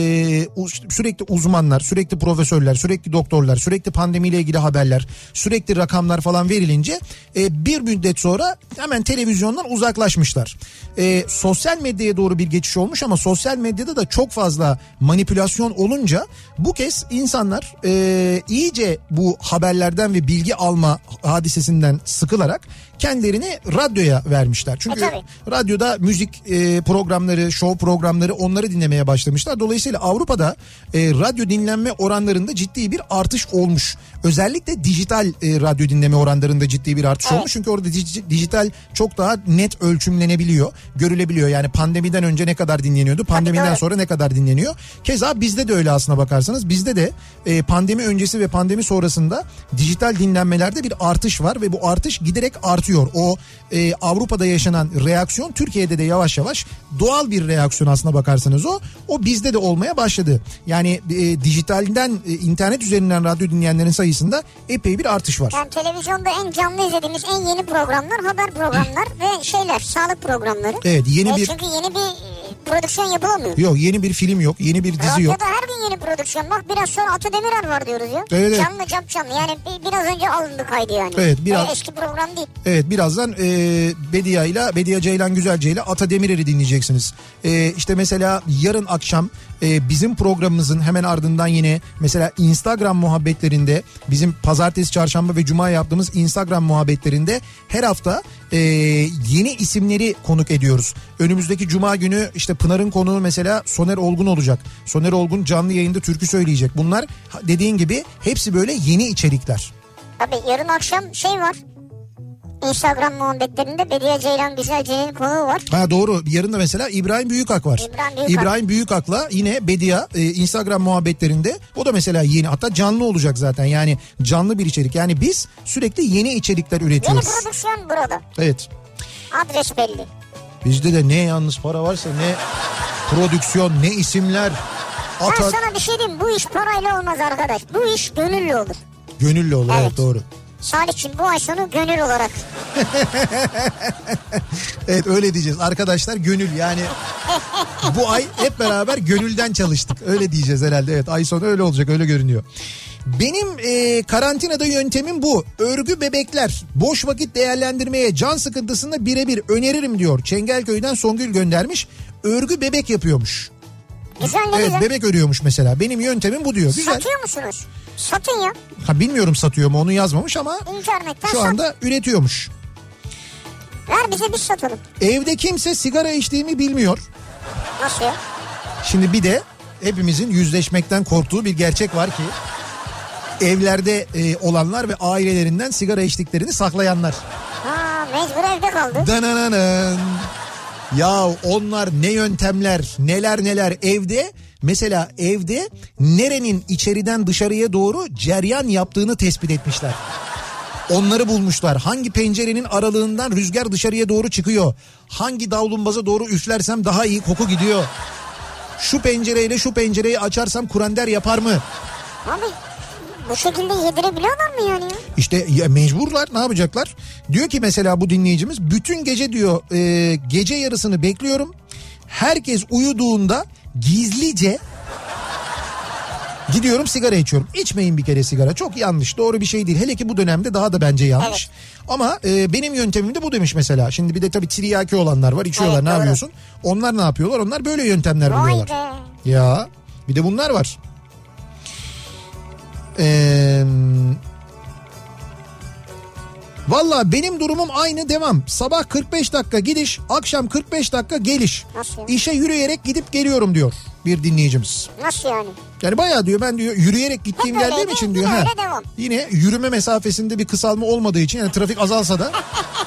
uzmanlar, sürekli profesörler, sürekli doktorlar, sürekli pandemiyle ilgili haberler, sürekli rakamlar falan verilince bir müddet sonra hemen televizyondan uzaklaşmışlar. Sosyal medyaya doğru bir geçiş olmuş ama sosyal medyada da çok fazla manipülasyon olunca bu kez insanlar iyice bu haberlerden ve bilgi alma hadisesinden sıkılarak kendilerini radyoya vermişler. Çünkü radyoda müzik programları, show programları, onları dinlemeye başlamışlar. Dolayısıyla Avrupa'da radyo dinlenme oranlarında ciddi bir artış olmuş. Özellikle dijital radyo dinleme oranlarında ciddi bir artış olmuş. Çünkü orada dijital çok daha net ölçümlenebiliyor, görülebiliyor. Yani pandemiden önce ne kadar dinleniyordu, pandemiden sonra ne kadar dinleniyor. Keza bizde de öyle aslına bakarsanız. Bizde de pandemi öncesi ve pandemi sonrasında dijital dinlenmelerde bir artış var ve bu artış giderek artıyor. O Avrupa'da yaşanan reaksiyon Türkiye'de de yavaş yavaş doğal bir reaksiyon aslına bakarsanız o bizde de olmaya başladı. Yani dijitalden internet üzerinden radyo dinleyenlerin sayısında epey bir artış var. Yani televizyonda en canlı izlediğimiz en yeni programlar haber programlar ve sağlık programları. Evet, çünkü yeni bir prodüksiyon yapılamıyor. Yok, yeni bir film yok, yeni bir dizi yok. Radyoda her gün yeni prodüksiyon. Bak biraz sonra Ata Demirer var diyoruz ya. Evet. Canlı canlı yani biraz önce alındı kaydı yani. Evet, biraz. Eski program değil. Evet, birazdan Bediye Ceylan Güzelce ile Ata Demirer'i dinleyeceksiniz. İşte mesela yarın akşam bizim programımızın hemen ardından yine mesela Instagram muhabbetlerinde, bizim pazartesi, çarşamba ve cuma yaptığımız Instagram muhabbetlerinde her hafta yeni isimleri konuk ediyoruz. Önümüzdeki cuma günü işte Pınar'ın konuğu mesela Soner Olgun olacak. Soner Olgun canlı yayında türkü söyleyecek. Bunlar dediğin gibi hepsi böyle yeni içerikler. Tabii yarın akşam var. Instagram muhabbetlerinde Bediye Ceylan Güzelce'nin konuğu var. Ha doğru, yarın da mesela İbrahim Büyükak var. İbrahim Büyükak'la yine Bediye Instagram muhabbetlerinde, o da mesela yeni, hatta canlı olacak zaten, yani canlı bir içerik. Yani biz sürekli yeni içerikler üretiyoruz. Yeni prodüksiyon burada. Evet. Adres belli. Bizde de ne yalnız para varsa, ne prodüksiyon, ne isimler. Ben sana bir şey diyeyim, bu iş parayla olmaz arkadaş. Bu iş gönüllü olur. Gönüllü olur, evet doğru. Salih'cim bu ay sonu gönül olarak. Evet, öyle diyeceğiz arkadaşlar, gönül yani. Bu ay hep beraber gönülden çalıştık, öyle diyeceğiz herhalde. Evet, ay sonu öyle olacak, öyle görünüyor. Benim karantinada yöntemim bu. Örgü bebekler. Boş vakit değerlendirmeye, can sıkıntısında birebir öneririm diyor. Çengelköy'den Songül göndermiş. Örgü bebek yapıyormuş. Güzel, ne evet, güzel. Bebek örüyormuş mesela. Benim yöntemim bu diyor. Güzel. Satıyor musunuz? Satın ya. Bilmiyorum satıyor mu, onu yazmamış ama İnternetten şu anda üretiyormuş. Ver bize, biz satalım. Evde kimse sigara içtiğimi bilmiyor. Nasıl ya? Şimdi bir de hepimizin yüzleşmekten korktuğu bir gerçek var ki evlerde olanlar ve ailelerinden sigara içtiklerini saklayanlar. Ha, mecbur evde kaldı. Danananın. Ya onlar ne yöntemler, neler evde. Mesela evde nerenin içeriden dışarıya doğru ceryan yaptığını tespit etmişler. Onları bulmuşlar. Hangi pencerenin aralığından rüzgar dışarıya doğru çıkıyor? Hangi davlumbaza doğru üflersem daha iyi koku gidiyor? Şu pencereyle şu pencereyi açarsam kurender yapar mı? Abi bu şekilde yedirebiliyorlar mı yani? İşte ya mecburlar, ne yapacaklar? Diyor ki mesela bu dinleyicimiz, bütün gece diyor gece yarısını bekliyorum. Herkes uyuduğunda gizlice gidiyorum sigara içiyorum. İçmeyin bir kere sigara, çok yanlış, doğru bir şey değil. Hele ki bu dönemde daha da bence yanlış. Evet. Ama benim yöntemim de bu demiş mesela. Şimdi bir de tabii tiryaki olanlar var, içiyorlar, evet, ne yapıyorsun? Onlar ne yapıyorlar? Onlar böyle yöntemler buluyorlar. Ya bir de bunlar var. Valla benim durumum aynı, devam. Sabah 45 dakika gidiş, akşam 45 dakika geliş. Nasıl? İşe yürüyerek gidip geliyorum diyor bir dinleyicimiz. Nasıl yani? Yani bayağı diyor, ben diyor yürüyerek gittiğim geldiğim için diyor. Yine yürüme mesafesinde bir kısalma olmadığı için, yani trafik azalsa da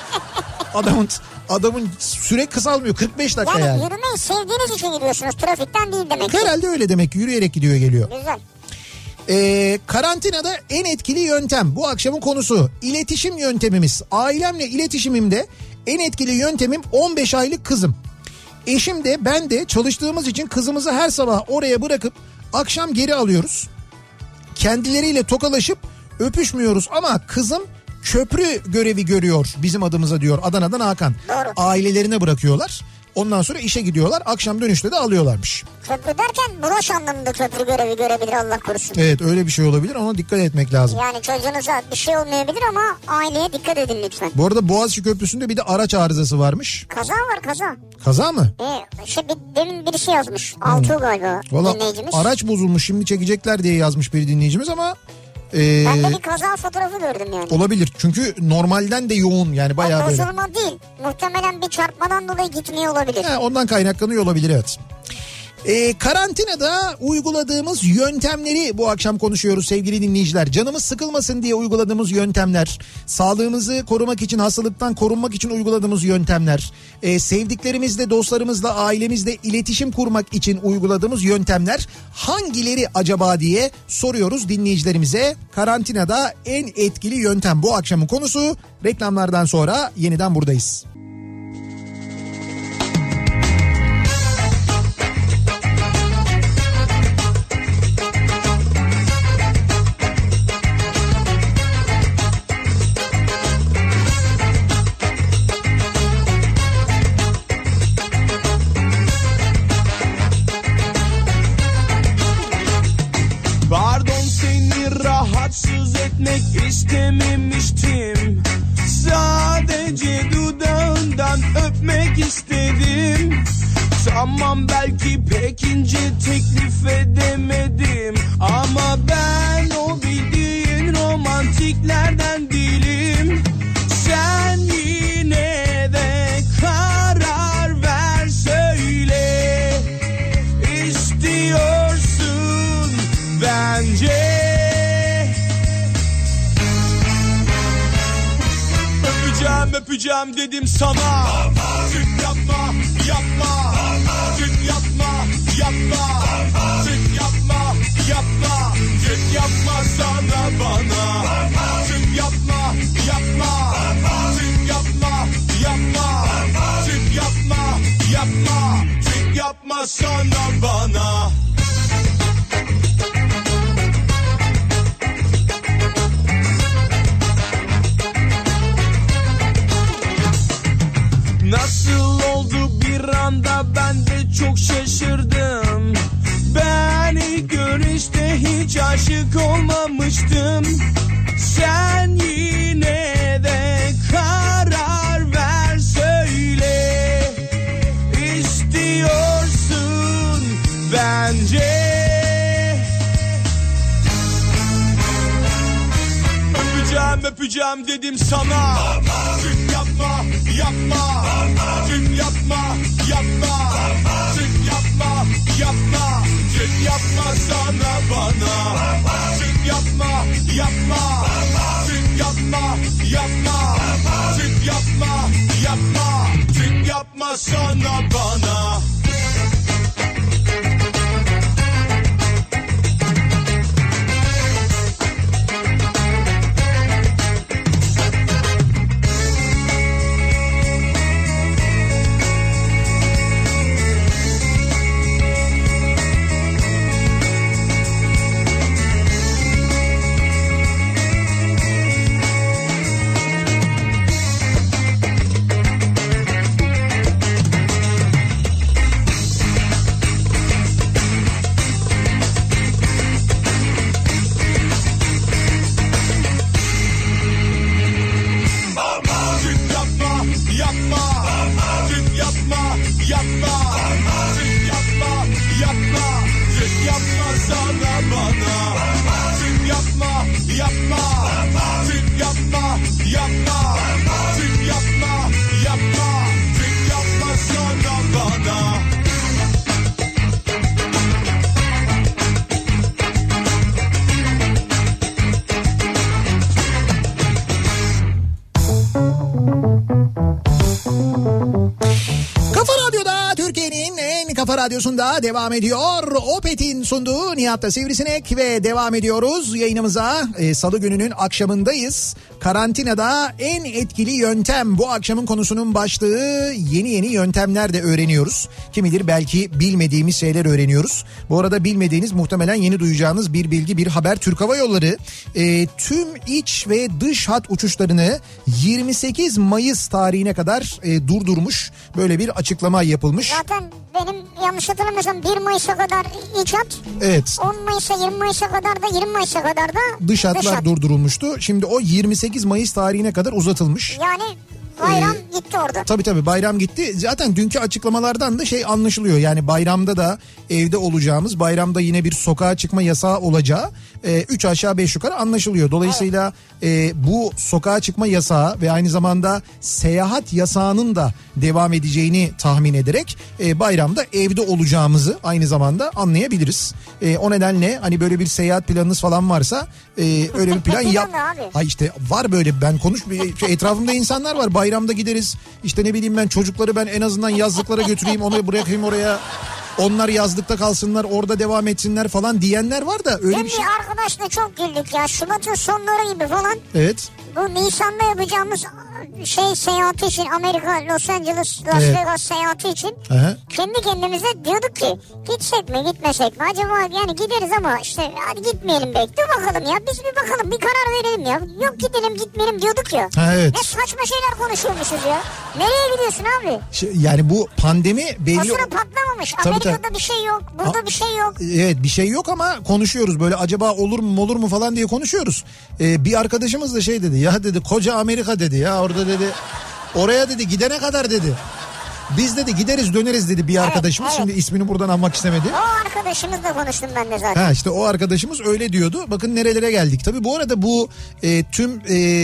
adamın süre kısalmıyor, 45 dakika yani. Yani yürümeyi sevdiğiniz için yürüyorsunuz, trafikten değil demek ki. Herhalde öyle demek ki, yürüyerek gidiyor geliyor. Güzel. Karantinada en etkili yöntem, bu akşamın konusu. İletişim yöntemimiz. Ailemle iletişimimde en etkili yöntemim 15 aylık kızım. Eşim de ben de çalıştığımız için kızımızı her sabah oraya bırakıp akşam geri alıyoruz. Kendileriyle tokalaşıp öpüşmüyoruz ama kızım köprü görevi görüyor bizim adımıza diyor Adana'dan Hakan. Doğru. Ailelerine bırakıyorlar. Ondan sonra işe gidiyorlar. Akşam dönüşte de alıyorlarmış. Köprü derken bulaş anlamında köprü görevi görebilir, Allah korusun. Evet, öyle bir şey olabilir, ona dikkat etmek lazım. Yani çocuğunuza bir şey olmayabilir ama aileye dikkat edin lütfen. Bu arada Boğaziçi Köprüsü'nde bir de araç arızası varmış. Kaza var, kaza. Kaza mı? Demin birisi yazmış. Altuğ galiba dinleyicimiz. Araç bozulmuş, şimdi çekecekler diye yazmış bir dinleyicimiz ama Ben de bir kaza fotoğrafı gördüm yani. Olabilir çünkü normalden de yoğun yani bayağı böyle. Bozulma değil, muhtemelen bir çarpmadan dolayı gitmiyor olabilir. Ondan kaynaklanıyor olabilir, evet. Karantinada uyguladığımız yöntemleri bu akşam konuşuyoruz sevgili dinleyiciler. Canımız sıkılmasın diye uyguladığımız yöntemler, sağlığımızı korumak için, hastalıktan korunmak için uyguladığımız yöntemler, sevdiklerimizle, dostlarımızla, ailemizle iletişim kurmak için uyguladığımız yöntemler hangileri acaba diye soruyoruz dinleyicilerimize. Karantinada en etkili yöntem bu akşamın konusu. Reklamlardan sonra yeniden buradayız. Rahatsız etmek istememiştim. Sadece dudağından öpmek istedim. Tamam belki pek ince teklif edemedim. Ama ben o bildiğin romantiklerden değilim. Sen yine de karar ver, söyle. İstiyorsun bence. Öpeceğim dedim sana. Çık yapma, yapma. Çık yapma, yapma. Çık yapma, yapma. Çık yapma sana bana. Çık yapma, yapma. Çık yapma, yapma. Çık yapma, yapma. Çık yapma sana bana. Nasıl oldu bir anda, ben de çok şaşırdım. Ben ilk görüşte hiç aşık olmamıştım. Sen yine de karar ver, söyle. İstiyorsun bence. Öpeceğim dedim sana. Çık yapma, yapma. Çık yapma, yapma. Çık yapma, yapma. Çık yapma sana bana. Çık yapma, yapma. Çık yapma, yapma. Çık yapma, yapma. Çık yapma sana bana. Radyosu'nda devam ediyor. Opet'in sunduğu Nihat'ta Sivrisinek ve devam ediyoruz yayınımıza. Salı gününün akşamındayız. Karantinada en etkili yöntem bu akşamın konusunun başlığı. Yeni yöntemler de öğreniyoruz. Kim bilir belki bilmediğimiz şeyler öğreniyoruz. Bu arada bilmediğiniz, muhtemelen yeni duyacağınız bir bilgi, bir haber. Türk Hava Yolları tüm iç ve dış hat uçuşlarını 28 Mayıs tarihine kadar durdurmuş. Böyle bir açıklama yapılmış. Zaten benim yanlış hatırlamıyorsam 1 Mayıs'a kadar iç hat. Evet. 10 Mayıs'a 20 Mayıs'a kadar da 20 Mayıs'a kadar da dış hatlar durdurulmuştu. Şimdi o 28 Mayıs tarihine kadar uzatılmış. Yani bayram gitti orada. Tabii bayram gitti. Zaten dünkü açıklamalardan da şey anlaşılıyor. Yani bayramda da evde olacağımız, bayramda yine bir sokağa çıkma yasağı olacağı 3 aşağı 5 yukarı anlaşılıyor. Dolayısıyla bu sokağa çıkma yasağı ve aynı zamanda seyahat yasağının da devam edeceğini tahmin ederek bayramda evde olacağımızı aynı zamanda anlayabiliriz. O nedenle hani böyle bir seyahat planınız falan varsa öyle bir plan yap. Ay işte var böyle, ben etrafımda insanlar var, bayramda gideriz işte ne bileyim ben, çocukları ben en azından yazlıklara götüreyim, onu bırakayım oraya. Onlar yazlıkta kalsınlar, orada devam etsinler falan diyenler var da öyle bir şey. Bir arkadaşla çok güldük ya, Şubat'ın sonları gibi falan. Evet. Bu Nisan'da yapacağımız seyahati için, Amerika, Los Angeles, Las Vegas seyahati için kendi kendimize diyorduk ki gitsek mi gitmesek mi acaba, yani gideriz ama işte hadi gitmeyelim belki, dur bakalım ya, biz bir bakalım, bir karar verelim ya, yok gidelim gitmeyelim diyorduk ya. Evet. Ne saçma şeyler konuşuyormuşuz ya, nereye gidiyorsun abi? Yani bu pandemi belli. Aslında patlamamış, Amerika'da bir şey yok, burada bir şey yok. Evet, bir şey yok ama konuşuyoruz böyle, acaba olur mu falan diye konuşuyoruz. Bir arkadaşımız da şey dedi ya, dedi koca Amerika dedi ya, orada dedi oraya dedi gidene kadar dedi. Biz dedi gideriz döneriz dedi bir arkadaşımız. Evet. Şimdi ismini buradan almak istemedi. O arkadaşımızla konuştum ben de zaten. İşte o arkadaşımız öyle diyordu. Bakın nerelere geldik. Tabii bu arada bu tüm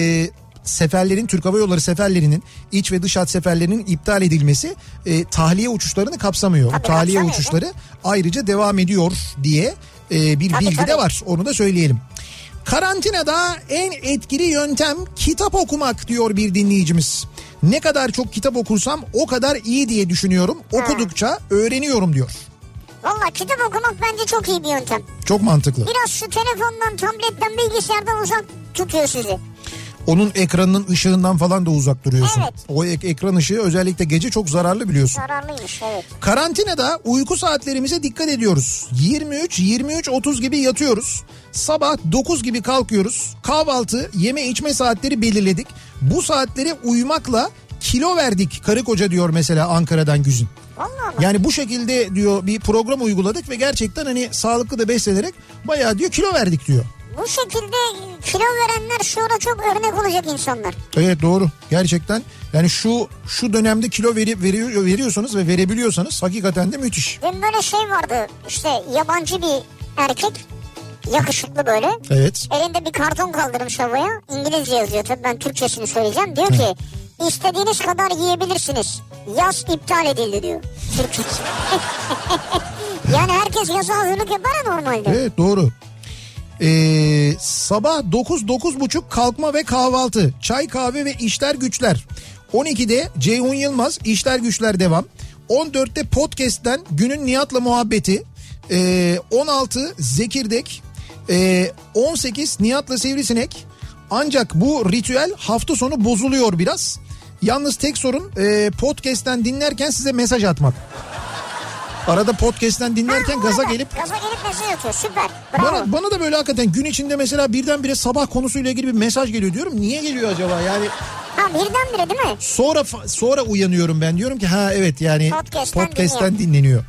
seferlerin, Türk Hava Yolları seferlerinin, iç ve dış hat seferlerinin iptal edilmesi tahliye uçuşlarını kapsamıyor. Tabii, tahliye uçuşları ayrıca devam ediyor diye bir bilgi de var. Onu da söyleyelim. Karantinada en etkili yöntem kitap okumak diyor bir dinleyicimiz. Ne kadar çok kitap okursam o kadar iyi diye düşünüyorum. Okudukça öğreniyorum diyor. Valla kitap okumak bence çok iyi bir yöntem. Çok mantıklı. Biraz şu telefondan, tabletten, bilgisayardan uzak tutuyor sizi. Onun ekranının ışığından falan da uzak duruyorsun. Evet. O ekran ışığı özellikle gece çok zararlı biliyorsun. Zararlıymış, evet. Karantinada uyku saatlerimize dikkat ediyoruz. 23-23-30 gibi yatıyoruz. Sabah 9 gibi kalkıyoruz. Kahvaltı, yeme içme saatleri belirledik. Bu saatlere uyumakla kilo verdik karı koca diyor mesela Ankara'dan Güzin. Vallahi. Yani bu şekilde diyor bir program uyguladık ve gerçekten hani sağlıklı da beslenerek bayağı diyor kilo verdik diyor. Bu şekilde kilo verenler şu ara çok örnek olacak insanlar. Evet, doğru. Gerçekten yani şu dönemde kilo veriyorsanız ve verebiliyorsanız hakikaten de müthiş. Dün böyle şey vardı, işte yabancı bir erkek, yakışıklı böyle. Evet. Elinde bir karton kaldırmış havaya, İngilizce yazıyor tabii, ben Türkçesini söyleyeceğim. Diyor ki istediğiniz kadar yiyebilirsiniz, yaz iptal edildi diyor. Türkçesi. Yani herkes yaza hazırlık yapar ya normalde. Evet, doğru. Sabah 9-9.30 kalkma ve kahvaltı, çay kahve ve işler güçler. 12'de Ceyhun Yılmaz işler güçler devam. 14'te podcast'ten günün Nihat'la muhabbeti. 16 Zekirdek. 18 Nihat'la Sivrisinek. Ancak bu ritüel hafta sonu bozuluyor biraz. Yalnız tek sorun podcast'ten dinlerken size mesaj atmak. Arada podcast'ten dinlerken gaza gelip mesaj atıyor, süper. Bana da böyle hakikaten gün içinde mesela birdenbire sabah konusuyla ilgili bir mesaj geliyor, diyorum niye geliyor acaba yani. Birdenbire değil mi? Sonra uyanıyorum ben, diyorum ki evet yani podcast'ten dinleniyor.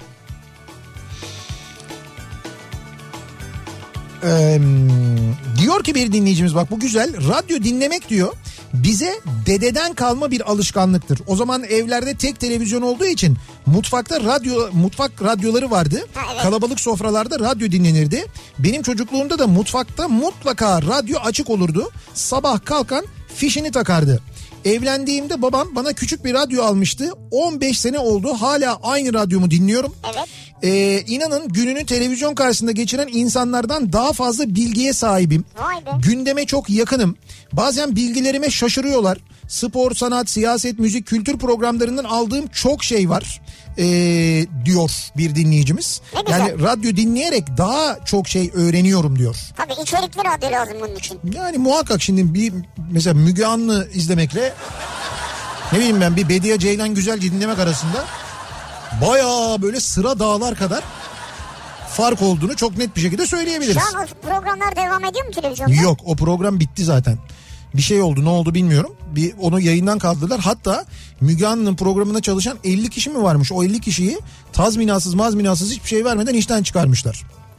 Diyor ki bir dinleyicimiz, bak bu güzel, radyo dinlemek diyor bize dededen kalma bir alışkanlıktır. O zaman evlerde tek televizyon olduğu için mutfak radyoları vardı. Evet. Kalabalık sofralarda radyo dinlenirdi. Benim çocukluğumda da mutfakta mutlaka radyo açık olurdu. Sabah kalkan fişini takardı. Evlendiğimde babam bana küçük bir radyo almıştı. 15 sene oldu, hala aynı radyomu dinliyorum. Evet. İnanın gününü televizyon karşısında geçiren insanlardan daha fazla bilgiye sahibim. Vay be. Gündeme çok yakınım. Bazen bilgilerime şaşırıyorlar. Spor, sanat, siyaset, müzik, kültür programlarından aldığım çok şey var diyor bir dinleyicimiz. Yani radyo dinleyerek daha çok şey öğreniyorum diyor. Tabii içerikli radyo lazım bunun için. Yani muhakkak şimdi bir mesela Müge Anlı izlemekle ne bileyim ben bir Bediye Ceylan Güzelce dinlemek arasında bayağı böyle sıra dağlar kadar fark olduğunu çok net bir şekilde söyleyebiliriz. Şu an o programlar devam ediyor mu televizyonda? Yok, o program bitti zaten. Bir şey oldu, ne oldu bilmiyorum. Onu yayından kaldırdılar. Hatta Müge Anlı'nın programında çalışan 50 kişi mi varmış? O 50 kişiyi tazminatsız hiçbir şey vermeden işten çıkarmışlar.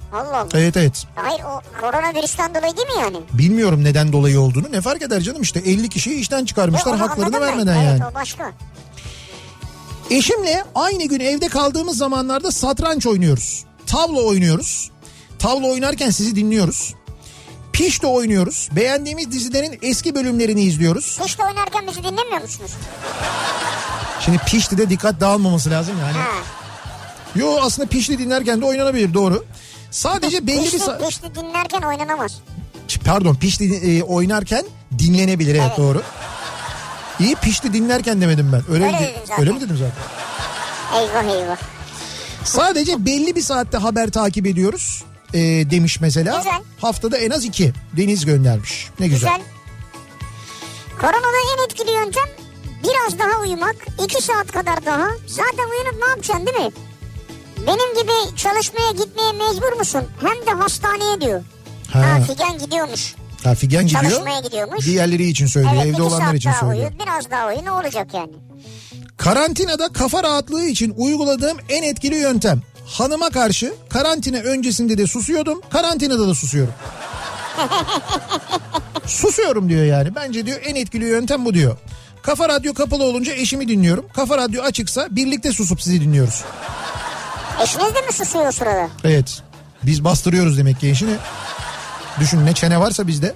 Allah Allah. Evet. Hayır, o koronavirüsten dolayı değil mi yani? Bilmiyorum neden dolayı olduğunu. Ne fark eder canım, işte 50 kişiyi işten çıkarmışlar haklarını vermeden yani. Evet, o başka. Eşimle aynı gün evde kaldığımız zamanlarda satranç oynuyoruz. Tavla oynuyoruz. Tavla oynarken sizi dinliyoruz. Pişti oynuyoruz. Beğendiğimiz dizilerin eski bölümlerini izliyoruz. Pişti oynarken bizi dinlemiyor musunuz? Şimdi Pişti'de dikkat dağılmaması lazım yani. Yo, aslında Pişti dinlerken de oynanabilir, doğru. Sadece belli bir Pişti dinlerken oynanamaz. Pardon, Pişti oynarken dinlenebilir, evet doğru. İyi, Pişti dinlerken demedim ben. Öyle mi dedim zaten? Eyvah. Sadece belli bir saatte haber takip ediyoruz demiş mesela. Güzel. Haftada en az 2. Deniz göndermiş. Ne güzel. Koronada en etkili yöntem biraz daha uyumak. 2 saat kadar daha. Zaten uyanıp ne yapacaksın değil mi? Benim gibi çalışmaya gitmeye mecbur musun? Hem de hastaneye diyor. Figen gidiyormuş. Figen gidiyor. Çalışmaya gidiyormuş. Diğerleri için söylüyor. Evet, evde olanlar için söylüyor. Biraz daha uyu, ne olacak yani? Karantinada kafa rahatlığı için uyguladığım en etkili yöntem. Hanıma karşı karantina öncesinde de susuyordum. Karantinada da susuyorum. Susuyorum diyor yani. Bence diyor en etkili yöntem bu diyor. Kafa radyo kapalı olunca eşimi dinliyorum. Kafa radyo açıksa birlikte susup sizi dinliyoruz. Eşiniz de mi susuyor o sırada? Evet. Biz bastırıyoruz demek ki eşini. Düşün ne çene varsa bizde.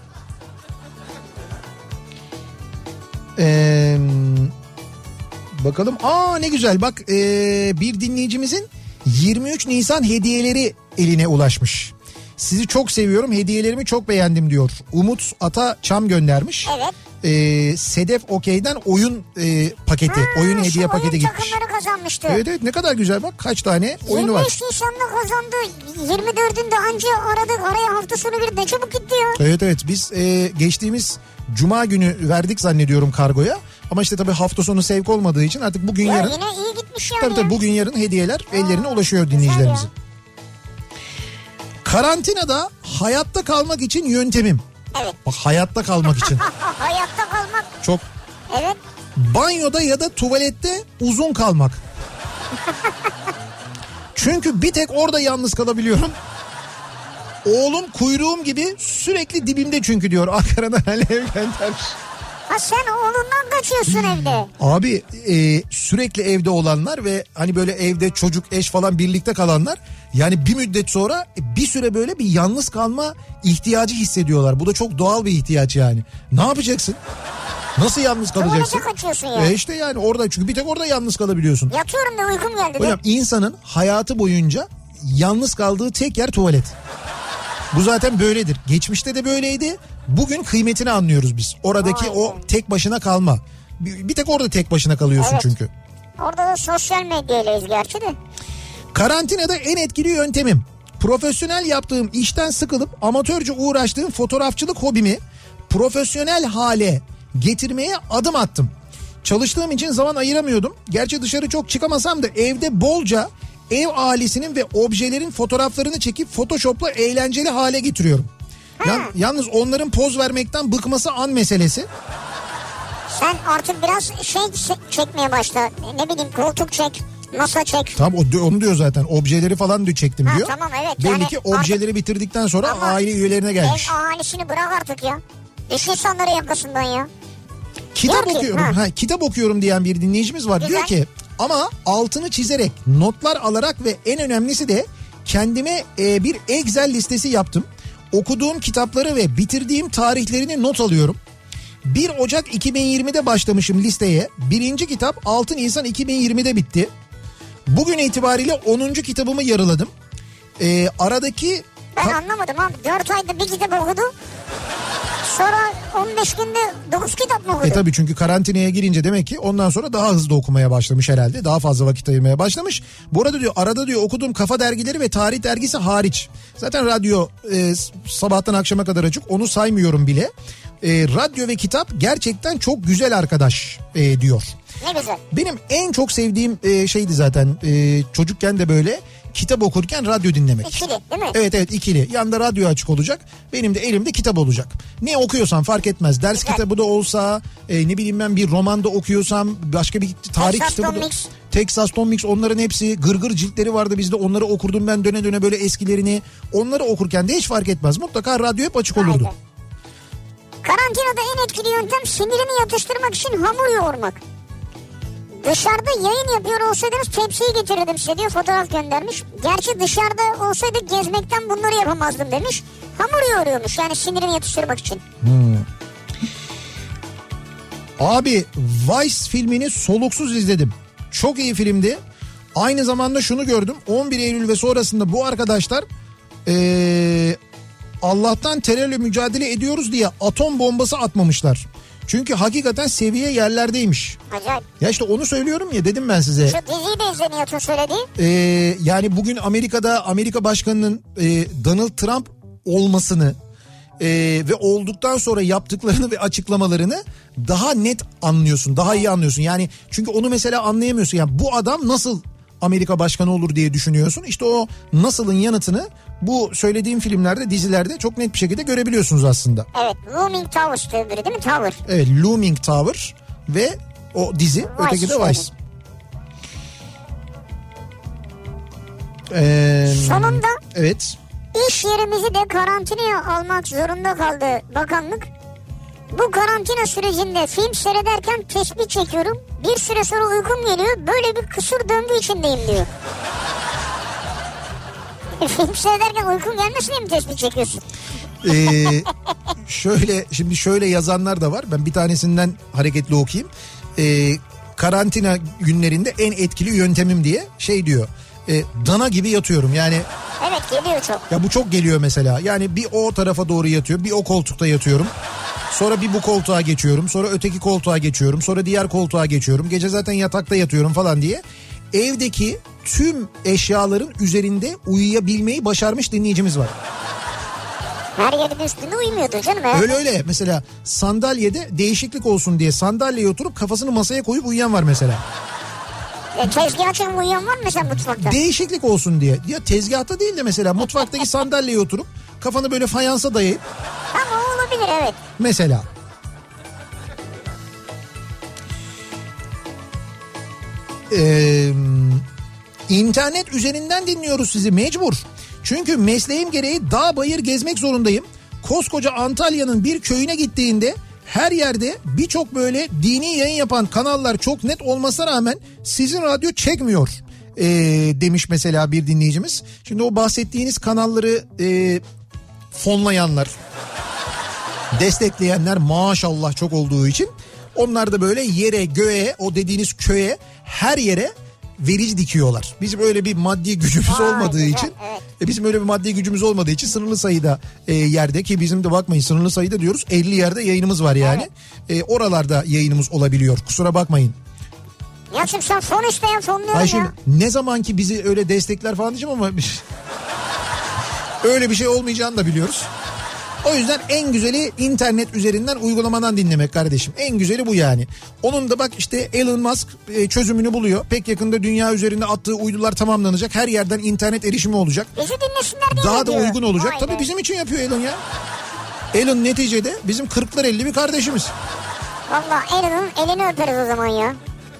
Bakalım. Ne güzel bak, bir dinleyicimizin 23 Nisan hediyeleri eline ulaşmış. Sizi çok seviyorum, hediyelerimi çok beğendim diyor. Umut Ata Çam göndermiş. Evet. Sedef Okey'den oyun paketi, oyun hediye paketi gitmiş. Oyun takımları kazanmıştı. Evet ne kadar güzel bak, kaç tane oyunu var. 23 Nisan'da kazandı. 24'ünde anca aradık, araya hafta sonu bir ne çabuk gitti ya. Evet biz geçtiğimiz Cuma günü verdik zannediyorum kargoya. Ama işte tabii hafta sonu sevk olmadığı için artık bugün yarın. Yine iyi gitmiş yani. Tabii bugün yarın hediyeler ellerine ulaşıyor dinleyicilerimizin. Karantinada hayatta kalmak için yöntemim. Evet. Bak, hayatta kalmak için. Hayatta kalmak. Çok. Evet. Banyoda ya da tuvalette uzun kalmak. Çünkü bir tek orada yalnız kalabiliyorum. Oğlum kuyruğum gibi sürekli dibimde çünkü diyor. Ankara'dan Alev göndermiş. Ha sen oğlundan kaçıyorsun evde. Abi sürekli evde olanlar ve hani böyle evde çocuk, eş falan birlikte kalanlar yani bir müddet sonra bir süre böyle bir yalnız kalma ihtiyacı hissediyorlar. Bu da çok doğal bir ihtiyaç yani. Ne yapacaksın? Nasıl yalnız kalacaksın? Tuvalete kaçıyorsun ya. İşte yani orada, çünkü bir tek orada yalnız kalabiliyorsun. Yatıyorum da uykum geldi. Hocam insanın hayatı boyunca yalnız kaldığı tek yer tuvalet. Bu zaten böyledir. Geçmişte de böyleydi. Bugün kıymetini anlıyoruz biz. Oradaki o tek başına kalma. Bir tek orada tek başına kalıyorsun çünkü. Orada da sosyal medyayleyiz gerçi de. Karantinada en etkili yöntemim. Profesyonel yaptığım işten sıkılıp amatörce uğraştığım fotoğrafçılık hobimi profesyonel hale getirmeye adım attım. Çalıştığım için zaman ayıramıyordum. Gerçi dışarı çok çıkamasam da evde bolca ev ailesinin ve objelerin fotoğraflarını çekip Photoshop'la eğlenceli hale getiriyorum. Yalnız onların poz vermekten bıkması an meselesi. Sen artık biraz çekmeye başla. Ne bileyim, koltuk çek, masa çek. Tamam, onu diyor zaten. Objeleri falan da çektim diyor. Tamam, evet. Belli yani ki objeleri artık bitirdikten sonra aile üyelerine gelmiş. Ev ahalisini bırak artık ya. Düş insanları yakasından ya. Kitap okuyorum diyen bir dinleyicimiz var. Güzel. Diyor ki ama altını çizerek, notlar alarak ve en önemlisi de kendime bir Excel listesi yaptım. Okuduğum kitapları ve bitirdiğim tarihlerini not alıyorum. 1 Ocak 2020'de başlamışım listeye. Birinci kitap 6 Nisan 2020'de bitti. Bugün itibariyle 10. kitabımı yarıladım. Aradaki... Ben anlamadım abi. 4 ayda bir kitap okudu. Sonra 15 günde 9 kitap mı okudu? Tabii, çünkü karantinaya girince demek ki ondan sonra daha hızlı okumaya başlamış herhalde. Daha fazla vakit ayırmaya başlamış. Bu arada diyor, arada diyor okuduğum Kafa dergileri ve Tarih dergisi hariç. Zaten radyo sabahtan akşama kadar açık, onu saymıyorum bile. Radyo ve kitap gerçekten çok güzel arkadaş diyor. Ne güzel. Benim en çok sevdiğim şeydi zaten çocukken de böyle kitap okurken radyo dinlemek. İkili değil mi? Evet ikili. Yanında radyo açık olacak. Benim de elimde kitap olacak. Ne okuyorsan fark etmez. Ders Güzel. kitabı da olsa ne bileyim ben bir romanda okuyorsam başka bir tarih Texas kitabı da. Tom Mix. Texas Tom Mix onların hepsi gırgır ciltleri vardı bizde, onları okurdum ben döne döne böyle eskilerini. Onları okurken de hiç fark etmez. Mutlaka radyo hep açık olurdu. Aynen. Karantinada en etkili yöntem sinirini yatıştırmak için hamur yoğurmak. Dışarıda yayın yapıyor olsaydınız tepsiyi getirirdim size diyor, fotoğraf göndermiş. Gerçi dışarıda olsaydık gezmekten bunları yapamazdım demiş. Hamur yoğuruyormuş yani sinirini yatıştırmak için. Abi Vice filmini soluksuz izledim. Çok iyi filmdi. Aynı zamanda şunu gördüm. 11 Eylül ve sonrasında bu arkadaşlar Allah'tan terörle mücadele ediyoruz diye atom bombası atmamışlar. Çünkü hakikaten seviye yerlerdeymiş. Acayip. Ya işte onu söylüyorum ya, dedim ben size. Şu diziyi de izleniyordu söylediği. Yani bugün Amerika Başkanı'nın Donald Trump olmasını ve olduktan sonra yaptıklarını ve açıklamalarını daha net anlıyorsun. Daha iyi anlıyorsun. Yani çünkü onu mesela anlayamıyorsun. Yani bu adam nasıl Amerika Başkanı olur diye düşünüyorsun. İşte o nasılın yanıtını bu söylediğim filmlerde, dizilerde çok net bir şekilde görebiliyorsunuz aslında. Evet, Looming Towers diyor biri değil mi? Tower. Evet, Looming Tower ve o dizi, Vice öteki de Vice. Sonunda evet. iş yerimizi de karantinaya almak zorunda kaldı bakanlık. Bu karantina sürecinde film seyrederken tespih çekiyorum. Bir süre sonra uykum geliyor. Böyle bir kısır döngü içindeyim diyor. Film seyrederken uykun gelmesin diye mi tespih çekiyorsun? Şöyle yazanlar da var. Ben bir tanesinden hareketli okuyayım. Karantina günlerinde en etkili yöntemim diye şey diyor. Dana gibi yatıyorum yani. Evet, geliyor çok. Ya bu çok geliyor mesela. Yani bir o tarafa doğru yatıyor, bir o koltukta yatıyorum. Sonra bir bu koltuğa geçiyorum. Sonra öteki koltuğa geçiyorum. Sonra diğer koltuğa geçiyorum. Gece zaten yatakta yatıyorum falan diye. Evdeki tüm eşyaların üzerinde uyuyabilmeyi başarmış dinleyicimiz var. Her yerin üstünde uyumuyordu canım. Öyle. Mesela sandalyede değişiklik olsun diye sandalyeye oturup kafasını masaya koyup uyuyan var mesela. Tezgah açıp uyuyan var mı mesela mutfakta? Değişiklik olsun diye. Ya tezgahta değil de mesela mutfaktaki sandalyeye oturup kafanı böyle fayansa dayayıp. Ama olabilir, evet. Mesela. İnternet üzerinden dinliyoruz sizi mecbur. Çünkü mesleğim gereği dağ bayır gezmek zorundayım. Koskoca Antalya'nın bir köyüne gittiğinde her yerde birçok böyle dini yayın yapan kanallar çok net olmasına rağmen sizin radyo çekmiyor demiş mesela bir dinleyicimiz. Şimdi o bahsettiğiniz kanalları fonlayanlar, destekleyenler maşallah çok olduğu için onlar da böyle yere göğe, o dediğiniz köye, her yere verici dikiyorlar. Bizim öyle bir maddi gücümüz olmadığı güzel, için evet. bizim öyle bir maddi gücümüz olmadığı için sınırlı sayıda yerde, ki bizim de bakmayın sınırlı sayıda diyoruz, 50 yerde yayınımız var yani. Evet. Oralarda yayınımız olabiliyor, kusura bakmayın. Ya çünkü sen fon isteyen fonluyorsun ya. Şimdi ne zaman ki bizi öyle destekler falan diyeceğim ama öyle bir şey olmayacağını da biliyoruz. O yüzden en güzeli internet üzerinden, uygulamadan dinlemek kardeşim. En güzeli bu yani. Onun da bak işte Elon Musk çözümünü buluyor. Pek yakında dünya üzerinde attığı uydular tamamlanacak. Her yerden internet erişimi olacak. Bizi dinlesinler diye daha da diyor. uygun olacak. Vay Tabii be. bizim için yapıyor Elon ya. Elon neticede bizim 40'lar 50 bir kardeşimiz. Valla Elon'un elini öperiz o zaman ya.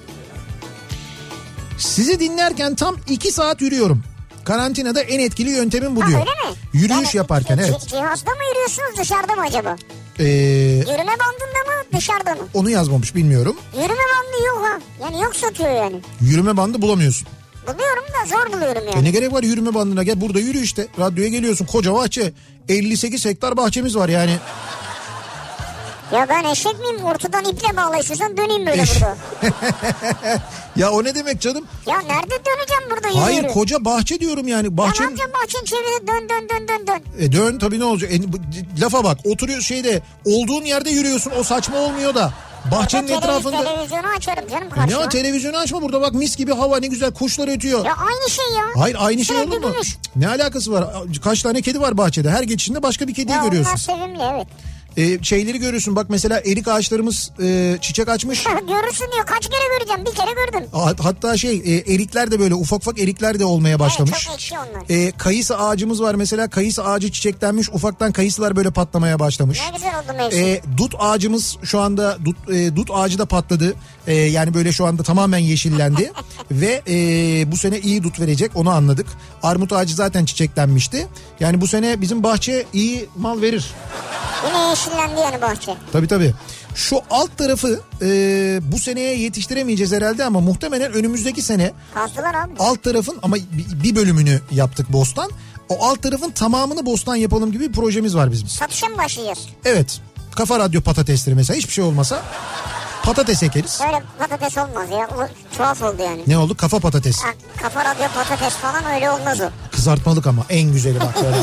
Sizi dinlerken tam 2 saat yürüyorum. Karantinada en etkili yöntemim bu diyor. Öyle mi? Yürüyüş yani, yaparken evet. Cihazda mı yürüyorsunuz, dışarıda mı acaba? Yürüme bandında mı, dışarıda mı? Onu yazmamış, bilmiyorum. Yürüme bandı yok ha. Yani yok satıyor yani. Yürüme bandı bulamıyorsun. Buluyorum da zor buluyorum yani. Ne gerek var yürüme bandına, gel burada yürü işte. Radyoya geliyorsun, koca bahçe. 58 hektar bahçemiz var yani. Ya ben eşek miyim, ortadan iple bağlayışırsan döneyim böyle burada. Ya o ne demek canım? Ya nerede döneceğim burada yürü. Hayır, koca bahçe diyorum yani. Bahçem... Ya ne yapacağım, bahçenin çevrede dön. Dön tabii, ne olacak? Lafa bak, oturuyor şeyde, olduğun yerde yürüyorsun, o saçma olmuyor da. Bahçenin etrafında. Televizyonu açarım canım karşıma. Ne o, televizyonu açma, burada bak mis gibi hava, ne güzel kuşlar ötüyor. Ya aynı şey ya. Hayır, aynı şey Sürekli olur mu? gümüş. Ne alakası var? Kaç tane kedi var bahçede? Her geçişinde başka bir kediyi görüyorsun. Onlar sevimli, evet. Şeyleri görüyorsun bak mesela erik ağaçlarımız çiçek açmış. Görürsün diyor, kaç kere göreceğim, bir kere gördüm. Hatta erikler de böyle ufak erikler de olmaya başlamış. Evet, çok ekşi onlar. Kayısı ağacımız var mesela, kayısı ağacı çiçeklenmiş, ufaktan kayısılar böyle patlamaya başlamış. Ne güzel oldu mevsim. Dut ağacımız şu anda dut ağacı da patladı. Yani böyle şu anda tamamen yeşillendi ve bu sene iyi dut verecek, onu anladık. Armut ağacı zaten çiçeklenmişti. Yani bu sene bizim bahçe iyi mal verir. Yine yeşillendi yani bahçe. Tabii. Şu alt tarafı bu seneye yetiştiremeyeceğiz herhalde ama muhtemelen önümüzdeki sene kazdılar abi. Alt tarafın ama bir bölümünü yaptık bostan. O alt tarafın tamamını bostan yapalım gibi bir projemiz var bizim. Satışa mı başlayacağız? Evet. Kafa Radyo patatesleri mesela, hiçbir şey olmasa patates ekeriz. Öyle patates olmaz ya. O tuhaf oldu yani. Ne oldu? Kafa patates. Kafa Radyo patates falan öyle olmaz o. Kızartmalık ama en güzeli bak böyle.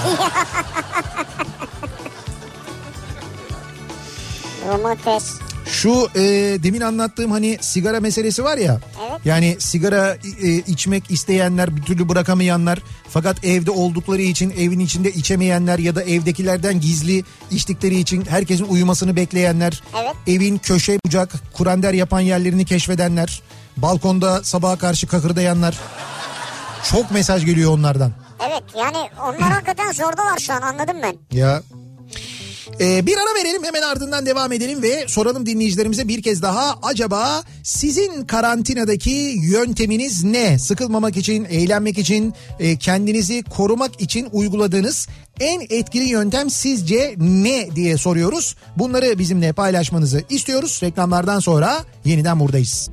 Domates. Şu demin anlattığım hani sigara meselesi var ya. Evet. Yani sigara içmek isteyenler, bir türlü bırakamayanlar, fakat evde oldukları için evin içinde içemeyenler ya da evdekilerden gizli içtikleri için herkesin uyumasını bekleyenler. Evet. Evin köşe bucak kurender yapan yerlerini keşfedenler, balkonda sabaha karşı kakırdayanlar. Çok mesaj geliyor onlardan. Evet, yani onlar hakikaten zordalar şu an, anladım ben. Ya. Bir ara verelim, hemen ardından devam edelim ve soralım dinleyicilerimize bir kez daha, acaba sizin karantinadaki yönteminiz ne? Sıkılmamak için, eğlenmek için, kendinizi korumak için uyguladığınız en etkili yöntem sizce ne diye soruyoruz. Bunları bizimle paylaşmanızı istiyoruz. Reklamlardan sonra yeniden buradayız.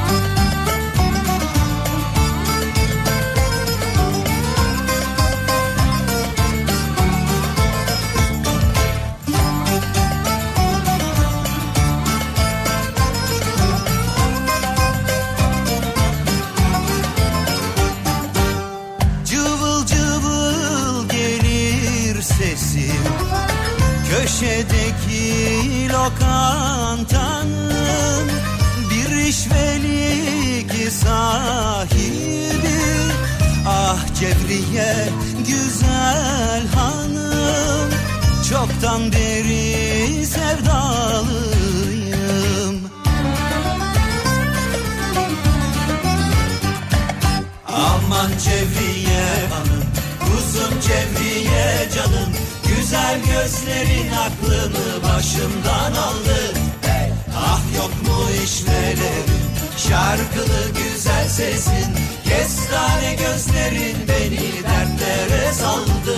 Köşedeki lokantanın bir işvelik sahibi, ah Cevriye güzel hanım, çoktan beri sevdalıyım. Aman Cevriye hanım, kuzum Cevriye canım, güzel gözlerin aklımı başımdan aldı. Hey! Ah yok mu işvelerin, şarkılı güzel sesin, kestane gözlerin beni dertlere saldı.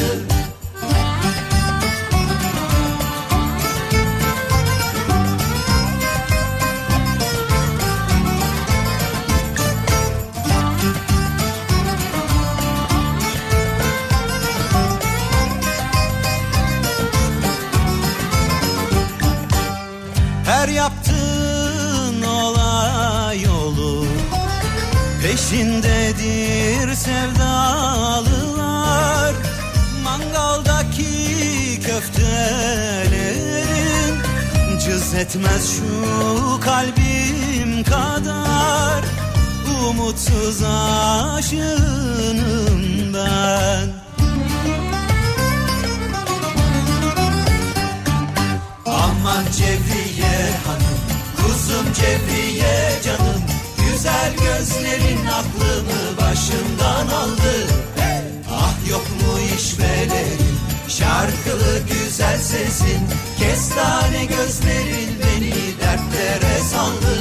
Her yaptığın olay olur, peşindedir sevdalılar. Mangaldaki köftelerin cız etmez şu kalbim kadar. Umutsuz aşığım ben. Aman Cevriye hanım, kuzum Cevriye canım, güzel gözlerin aklımı başımdan aldı. Hey! Ah yok mu işvelerin, şarkılı güzel sesin, kestane gözlerin beni dertlere saldı.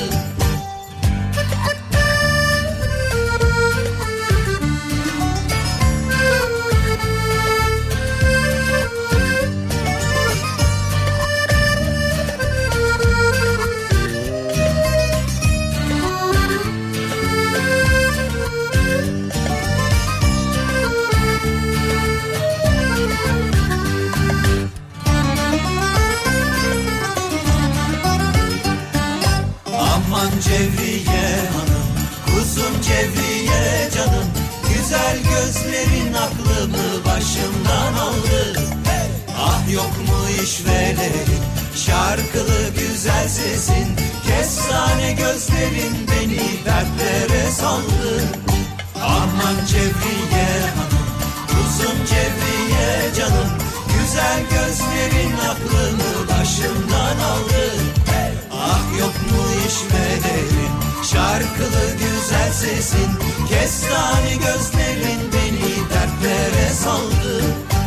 Cevriye hanım, kuzum Cevriye canım, güzel gözlerin aklımı başımdan aldı. Hey! Ah yok mu işvelerin, şarkılı güzel sesin, kestane gözlerin beni dertlere saldı. Aman Cevriye hanım, kuzum Cevriye canım, Güzel gözlerin aklımı başımdan aldı. Ah yok mu işvelerin, şarkılı güzel sesin, kestane gözlerin beni dertlere saldı.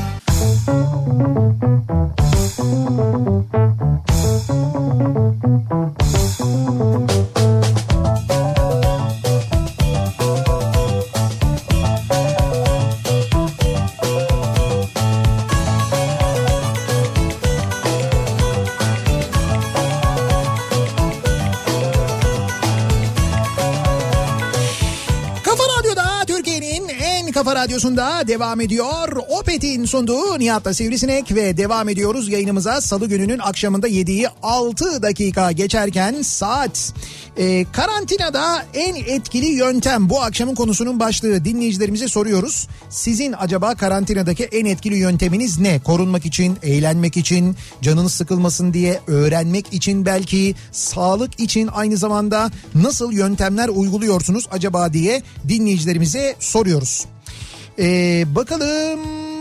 Kafa Radyosu'nda devam ediyor. Opet'in sunduğu Nihat'la Sivrisinek ve devam ediyoruz yayınımıza. Salı gününün akşamında 7'yi 6 dakika geçerken saat. Karantinada en etkili yöntem, bu akşamın konusunun başlığı. Dinleyicilerimize soruyoruz. Sizin acaba karantinadaki en etkili yönteminiz ne? Korunmak için, eğlenmek için, canınız sıkılmasın diye, öğrenmek için, belki sağlık için aynı zamanda nasıl yöntemler uyguluyorsunuz acaba diye dinleyicilerimize soruyoruz. Bakalım,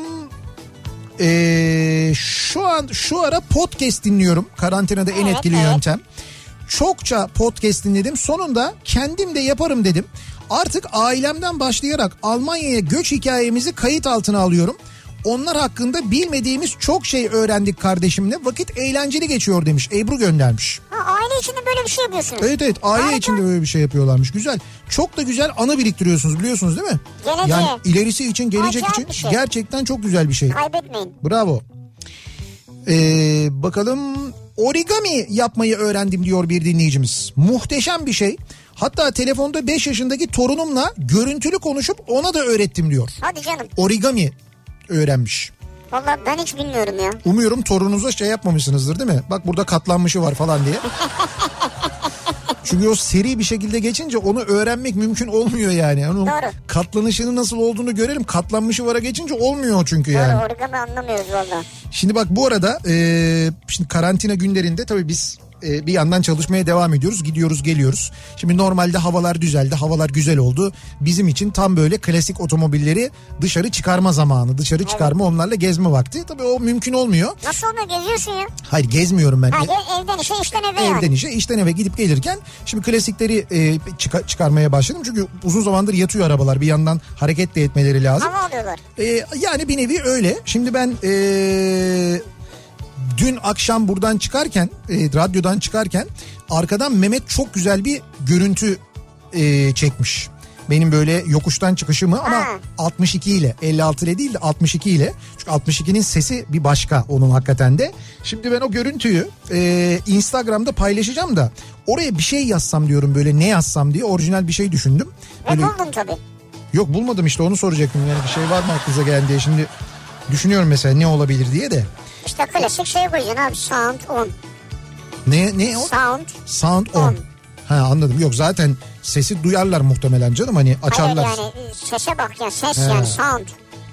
şu ara podcast dinliyorum. Karantinada en etkili yöntem. Çokça podcast dinledim. Sonunda kendim de yaparım dedim. Artık ailemden başlayarak Almanya'ya göç hikayemizi kayıt altına alıyorum. Onlar hakkında bilmediğimiz çok şey öğrendik kardeşimle. Vakit eğlenceli geçiyor demiş. Ebru göndermiş. Aile içinde böyle bir şey yapıyorsunuz. Evet, aile içinde böyle bir şey yapıyorlarmış. Güzel. Çok da güzel anı biriktiriyorsunuz, biliyorsunuz değil mi? Geleceğe. Yani ilerisi için, gelecek acayip için şey. Gerçekten çok güzel bir şey. Kaybetmeyin. Bravo. Bakalım, origami yapmayı öğrendim diyor bir dinleyicimiz. Muhteşem bir şey. Hatta telefonda 5 yaşındaki torunumla görüntülü konuşup ona da öğrettim diyor. Hadi canım. Origami öğrenmiş. Vallahi ben hiç bilmiyorum ya. Umuyorum torununuza şey yapmamışsınızdır değil mi? Bak burada katlanmışı var falan diye. Çünkü o seri bir şekilde geçince onu öğrenmek mümkün olmuyor yani. Onun doğru. Katlanışının nasıl olduğunu görelim. Katlanmışı vara geçince olmuyor çünkü yani. Doğru, origami anlamıyoruz valla. Şimdi bak bu arada şimdi karantina günlerinde tabii biz bir yandan çalışmaya devam ediyoruz. Gidiyoruz geliyoruz. Şimdi normalde havalar düzeldi. Havalar güzel oldu. Bizim için tam böyle klasik otomobilleri dışarı çıkarma zamanı. Dışarı çıkarma, onlarla gezme vakti. Tabii o mümkün olmuyor. Nasıl oluyor, geziyorsun ya? Hayır, gezmiyorum ben. Evden işe, işten eve yani. Evden işe, işten eve gidip gelirken şimdi klasikleri çıkarmaya başladım. Çünkü uzun zamandır yatıyor arabalar. Bir yandan hareket de etmeleri lazım. Hava alıyorlar. Yani bir nevi öyle. Şimdi ben dün akşam buradan çıkarken, radyodan çıkarken arkadan Mehmet çok güzel bir görüntü çekmiş. Benim böyle yokuştan çıkışımı ama 62 ile, 56 ile değil de 62 ile. Çünkü 62'nin sesi bir başka onun hakikaten de. Şimdi ben o görüntüyü Instagram'da paylaşacağım da oraya bir şey yazsam diyorum, böyle ne yazsam diye orijinal bir şey düşündüm. Ve buldun tabii. Yok, bulmadım, işte onu soracaktım. Yani bir şey var mı aklınıza gelen diye şimdi düşünüyorum mesela ne olabilir diye de. İşte klasik şey koyacaksın abi, sound on. Ne o? Sound on. Ha, anladım. Yok, zaten sesi duyarlar muhtemelen canım, hani açarlar. Hayır yani sese bak ya, ses yani sound.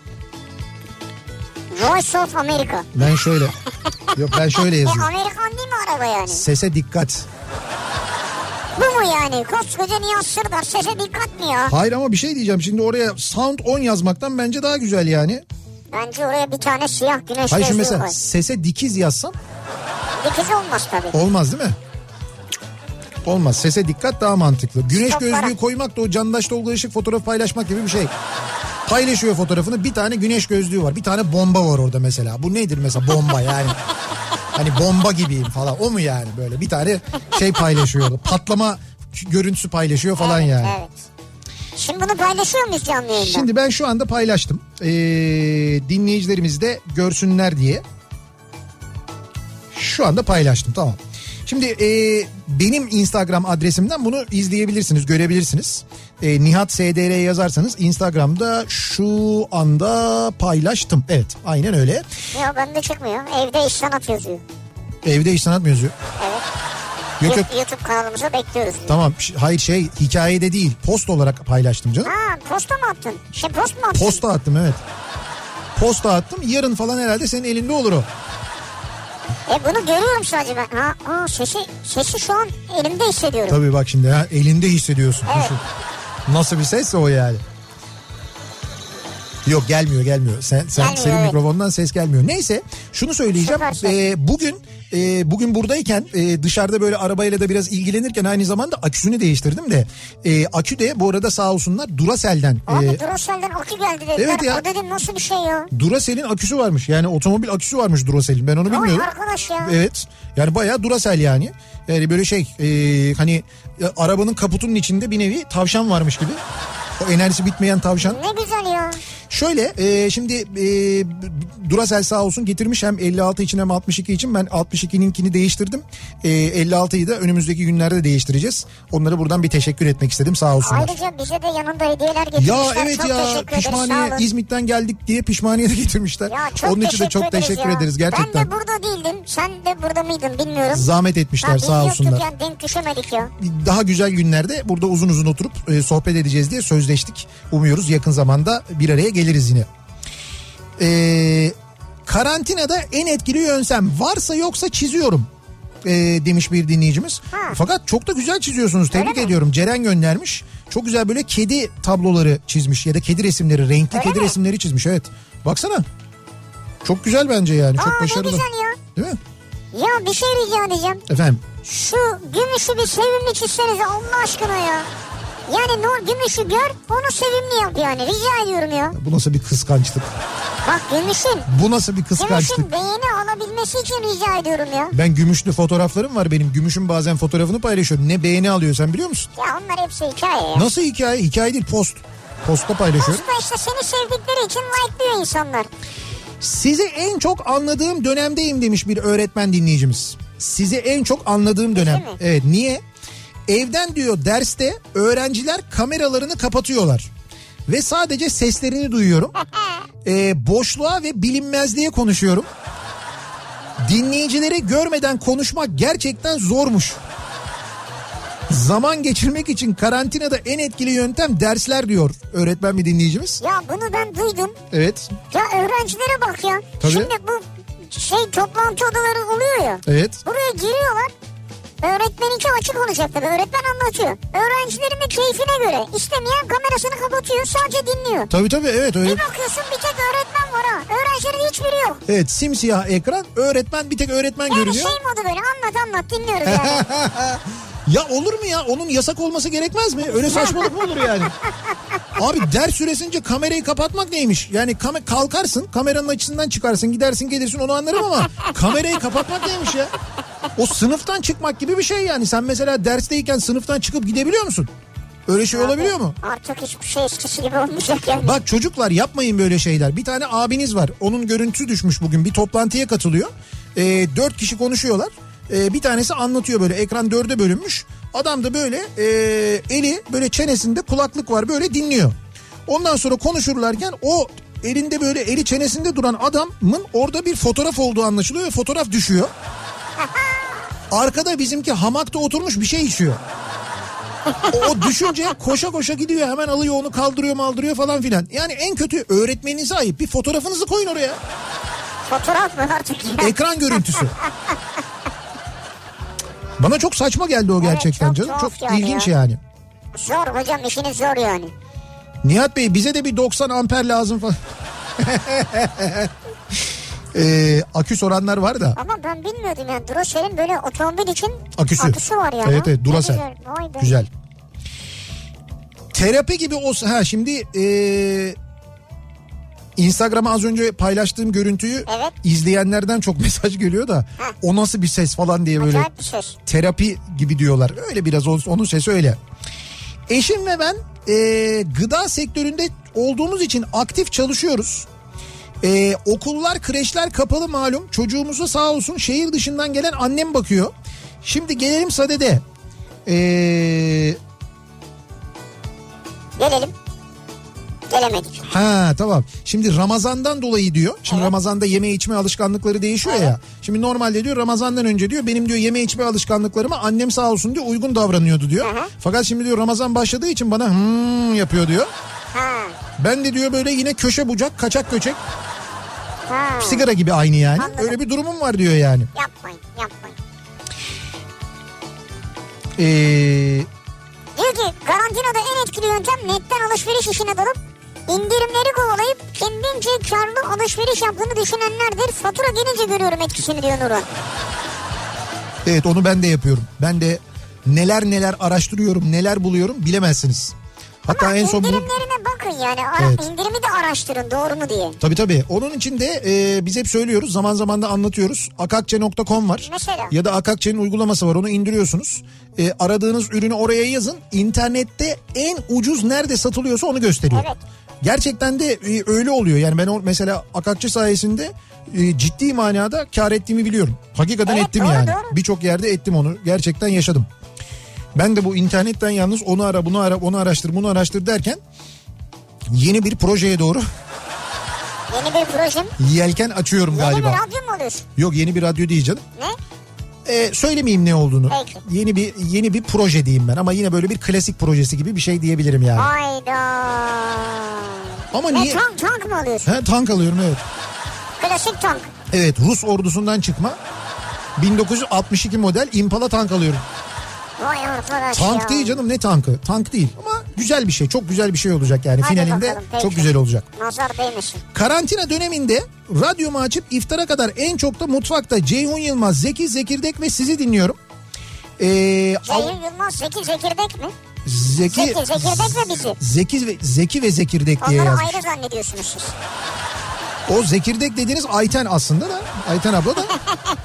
Voice of America. Ben şöyle. Yok, ben şöyle yazıyorum. Amerikan değil mi araba yani? Sese dikkat. Bu mu yani? Koskoca Nihat Sırdar, sese dikkat mi ya? Hayır ama bir şey diyeceğim. Şimdi oraya sound on yazmaktan bence daha güzel yani. Bence oraya bir tane siyah güneş gözlüğü Hayır, şimdi mesela koy. sese dikiz yazsan. Dikiz olmaz tabii. Olmaz değil mi? Olmaz. Sese dikkat daha mantıklı. Güneş gözlüğü koymak da o Candaş Tolga Işık fotoğraf paylaşmak gibi bir şey. Paylaşıyor fotoğrafını, bir tane güneş gözlüğü var. Bir tane bomba var orada mesela. Bu nedir mesela, bomba yani? Hani bomba gibiyim falan. O mu yani böyle? Bir tane şey paylaşıyor. Patlama görüntüsü paylaşıyor falan yani. Evet. Şimdi bunu paylaşıyor muyuz canlı yayında? Şimdi ben şu anda paylaştım. Dinleyicilerimiz de görsünler diye. Şu anda paylaştım, tamam. Şimdi benim Instagram adresimden bunu izleyebilirsiniz, görebilirsiniz. Nihat SDR yazarsanız Instagram'da şu anda paylaştım. Evet, aynen öyle. Ya bende çıkmıyor. Evde iş sanat yazıyor. Evde iş sanat mı yazıyor? Evet. Yok. YouTube kanalımıza bekliyoruz. Tamam, hayır hikayede değil, post olarak paylaştım canım. Ha, posta mı attın? Post mu attın? Posta attım, evet. Posta attım, yarın falan herhalde senin elinde olur o. Bunu görüyorum sadece ben. Sesi şu an elimde hissediyorum. Tabii bak şimdi elinde hissediyorsun. Evet. Düşün. Nasıl bir ses o yani. Yok gelmiyor. Senin evet. mikrofondan ses gelmiyor. Neyse şunu söyleyeceğim. Bugün buradayken dışarıda böyle arabayla da biraz ilgilenirken aynı zamanda aküsünü değiştirdim de. Akü de bu arada sağ olsunlar Duracell'den. Abi Duracell'den akü geldi dediler. Evet ya. O dedim nasıl bir şey ya? Duracell'in aküsü varmış. Yani otomobil aküsü varmış Duracell'in. Ben onu bilmiyordum. Vay arkadaş ya. Evet. Yani bayağı Duracell yani. Yani böyle hani arabanın kaputunun içinde bir nevi tavşan varmış gibi. O enerjisi bitmeyen tavşan. Ne güzel ya. Şöyle şimdi Duracell sağ olsun getirmiş hem 56 için hem 62 için. Ben 62'ninkini değiştirdim. 56'yı da önümüzdeki günlerde değiştireceğiz. Onlara buradan bir teşekkür etmek istedim sağ olsunlar. Ayrıca bize de yanında hediyeler getirmişler. Ya evet çok ya pişmaniye İzmit'ten geldik diye pişmaniye de getirmişler. Ya çok onun için de çok teşekkür ederiz gerçekten. Ben de burada değildim. Sen de burada mıydın bilmiyorum. Zahmet etmişler sağ olsunlar. Biz yoktuk yani denk düşemedik ya. Daha güzel günlerde burada uzun uzun oturup sohbet edeceğiz diye sözleştik. Umuyoruz yakın zamanda bir araya geliriz yine. Karantinada en etkili yöntem varsa yoksa çiziyorum demiş bir dinleyicimiz. Fakat çok da güzel çiziyorsunuz, tebrik ediyorum. Ceren göndermiş. Çok güzel böyle kedi tabloları çizmiş ya da kedi resimleri, renkli kedi resimleri çizmiş. Evet baksana çok güzel bence yani. Çok başarılı. Ne güzel ya. Değil mi? Ya bir şey rica edeceğim. Efendim? Şu Gümüş'ü bir sevimli çizsenize Allah aşkına ya. Yani Gümüş'ü gör onu sevimli yap yani rica ediyorum ya. Bu nasıl bir kıskançlık? Bak Gümüş'ün. Bu nasıl bir kıskançlık? Gümüş'ün beğeni alabilmesi için rica ediyorum ya. Ben Gümüşlü fotoğraflarım var benim. Gümüş'ün bazen fotoğrafını paylaşıyorum. Ne beğeni alıyor sen biliyor musun? Ya onlar hepsi hikaye ya. Nasıl hikaye? Hikaye değil post. Postta paylaşıyorum. Postta işte seni sevdikleri için like'lıyor insanlar. Sizi en çok anladığım dönemdeyim demiş bir öğretmen dinleyicimiz. Sizi en çok anladığım dönem. Evet niye? Evden diyor derste öğrenciler kameralarını kapatıyorlar. Ve sadece seslerini duyuyorum. Boşluğa ve bilinmezliğe konuşuyorum. Dinleyicileri görmeden konuşmak gerçekten zormuş. Zaman geçirmek için karantinada en etkili yöntem dersler diyor öğretmen bir dinleyicimiz. Ya bunu ben duydum. Evet. Ya öğrencilere bak ya. Tabii. Şimdi bu toplantı odaları oluyor ya. Evet. Buraya giriyorlar. Öğretmeninki açık olacak tabii. Öğretmen anlatıyor. Öğrencilerin de keyfine göre istemeyen kamerasını kapatıyor. Sadece dinliyor. Tabii evet öyle. Bir bakıyorsun bir tek öğretmen var ha. Öğrencilerin hiçbiri yok. Evet simsiyah ekran. Öğretmen bir tek öğretmen yani görünüyor. Yani modu böyle anlat dinliyoruz yani. Ya olur mu ya? Onun yasak olması gerekmez mi? Öyle saçmalık mı olur yani? Abi ders süresince kamerayı kapatmak neymiş? Yani kalkarsın, kameranın açısından çıkarsın, gidersin gelirsin onu anlarım ama kamerayı kapatmak neymiş ya? O sınıftan çıkmak gibi bir şey yani. Sen mesela dersteyken sınıftan çıkıp gidebiliyor musun? Öyle şey olabiliyor mu? Artık hiçbir şey eskisi gibi olmayacak yani. Bak çocuklar yapmayın böyle şeyler. Bir tane abiniz var. Onun görüntüsü düşmüş bugün. Bir toplantıya katılıyor. 4 kişi konuşuyorlar. Bir tanesi anlatıyor böyle ekran 4'e bölünmüş. Adam da böyle eli böyle çenesinde kulaklık var böyle dinliyor. Ondan sonra konuşurlarken o elinde böyle eli çenesinde duran adamın orada bir fotoğraf olduğu anlaşılıyor ve fotoğraf düşüyor. Arkada bizimki hamakta oturmuş bir şey içiyor. O düşünce koşa koşa gidiyor hemen alıyor onu kaldırıyor falan filan. Yani en kötü öğretmeninize ayıp bir fotoğrafınızı koyun oraya. Fotoğraf mı artık ya? Ekran görüntüsü. Bana çok saçma geldi o gerçekten çok canım. Çok yani ilginç ya. yani. Zor hocam işiniz zor yani. Nihat Bey bize de bir 90 amper lazım falan. Akü soranlar var da. Ama ben bilmiyordum yani Duracell'in böyle otomobil için aküsü var yani. Evet Duracell. Güzel. Terapi gibi olsa şimdi Instagram'a az önce paylaştığım görüntüyü izleyenlerden çok mesaj geliyor da o nasıl bir ses falan diye böyle terapi gibi diyorlar. Öyle biraz onun sesi öyle. Eşim ve ben gıda sektöründe olduğumuz için aktif çalışıyoruz. Okullar, kreşler kapalı malum. Çocuğumuza sağ olsun şehir dışından gelen annem bakıyor. Şimdi gelelim sadede. Gelelim. Gelemedik. Ha tamam. Şimdi Ramazan'dan dolayı diyor. Şimdi Ramazan'da yeme içme alışkanlıkları değişiyor ya. Şimdi normalde diyor Ramazan'dan önce diyor benim diyor yeme içme alışkanlıklarıma annem sağ olsun diyor uygun davranıyordu diyor. Fakat şimdi diyor Ramazan başladığı için bana yapıyor diyor. Ben de diyor böyle yine köşe bucak kaçak göçek. Sigara gibi aynı yani. Anladım. Öyle bir durumum var diyor yani. Yapmayın. Ee, Diyor ki karantinada en etkili yöntem netten alışveriş işine dalıp İndirimleri kovalayıp kendince karlı alışveriş yaptığını düşünenlerdir. Fatura gelince görüyorum etkisini diyor Nurhan. Evet, onu ben de yapıyorum. Ben de neler araştırıyorum, neler buluyorum bilemezsiniz. Hatta ama en son indirimlerine bakın yani. Evet. İndirimi de araştırın, doğru mu diye. Tabii. Onun için de biz hep söylüyoruz, zaman zaman da anlatıyoruz. Akakçe.com var. Mesela. Ya da Akakçe'nin uygulaması var, onu indiriyorsunuz. Aradığınız ürünü oraya yazın. İnternette en ucuz nerede satılıyorsa onu gösteriyor. Evet. Gerçekten de öyle oluyor. Yani ben mesela Akakçe sayesinde ciddi manada kar ettiğimi biliyorum. Hakikaten evet, ettim doğru, yani. Doğru. Birçok yerde ettim onu. Gerçekten yaşadım. Ben de bu internetten yalnız onu ara, bunu ara, onu araştır, bunu araştır derken yeni bir projeye doğru Yeni bir projem. yelken açıyorum galiba. Yeni bir radyo mu oluyorsun? Yok, yeni bir radyo değil canım. Ne? Söylemeyeyim ne olduğunu. Peki. Yeni bir proje diyeyim ben, ama yine böyle bir klasik projesi gibi bir şey diyebilirim yani. Hayda. Ama ne niye? tank mı alıyorsun? Tank alıyorum, evet. Klasik tank. Evet, Rus ordusundan çıkma 1962 model Impala tank alıyorum. Vay arkadaş Tank ya. değil canım, ne tankı? Tank değil ama güzel bir şey, çok güzel bir şey olacak yani. Hadi Finalinde bakalım, peki. çok güzel olacak. Nazar değmesin. Karantina döneminde radyomu açıp iftara kadar en çok da mutfakta Ceyhun Yılmaz, Zeki Zekirdek ve sizi dinliyorum. Ceyhun Yılmaz, Zeki Zekirdek mi? Zeki Zekirdek ve bizi. Zeki ve Zekirdek diye onları yazmış. ayrı zannediyorsunuz siz. O Zekirdek dediğiniz Ayten aslında da. Ayten abla da.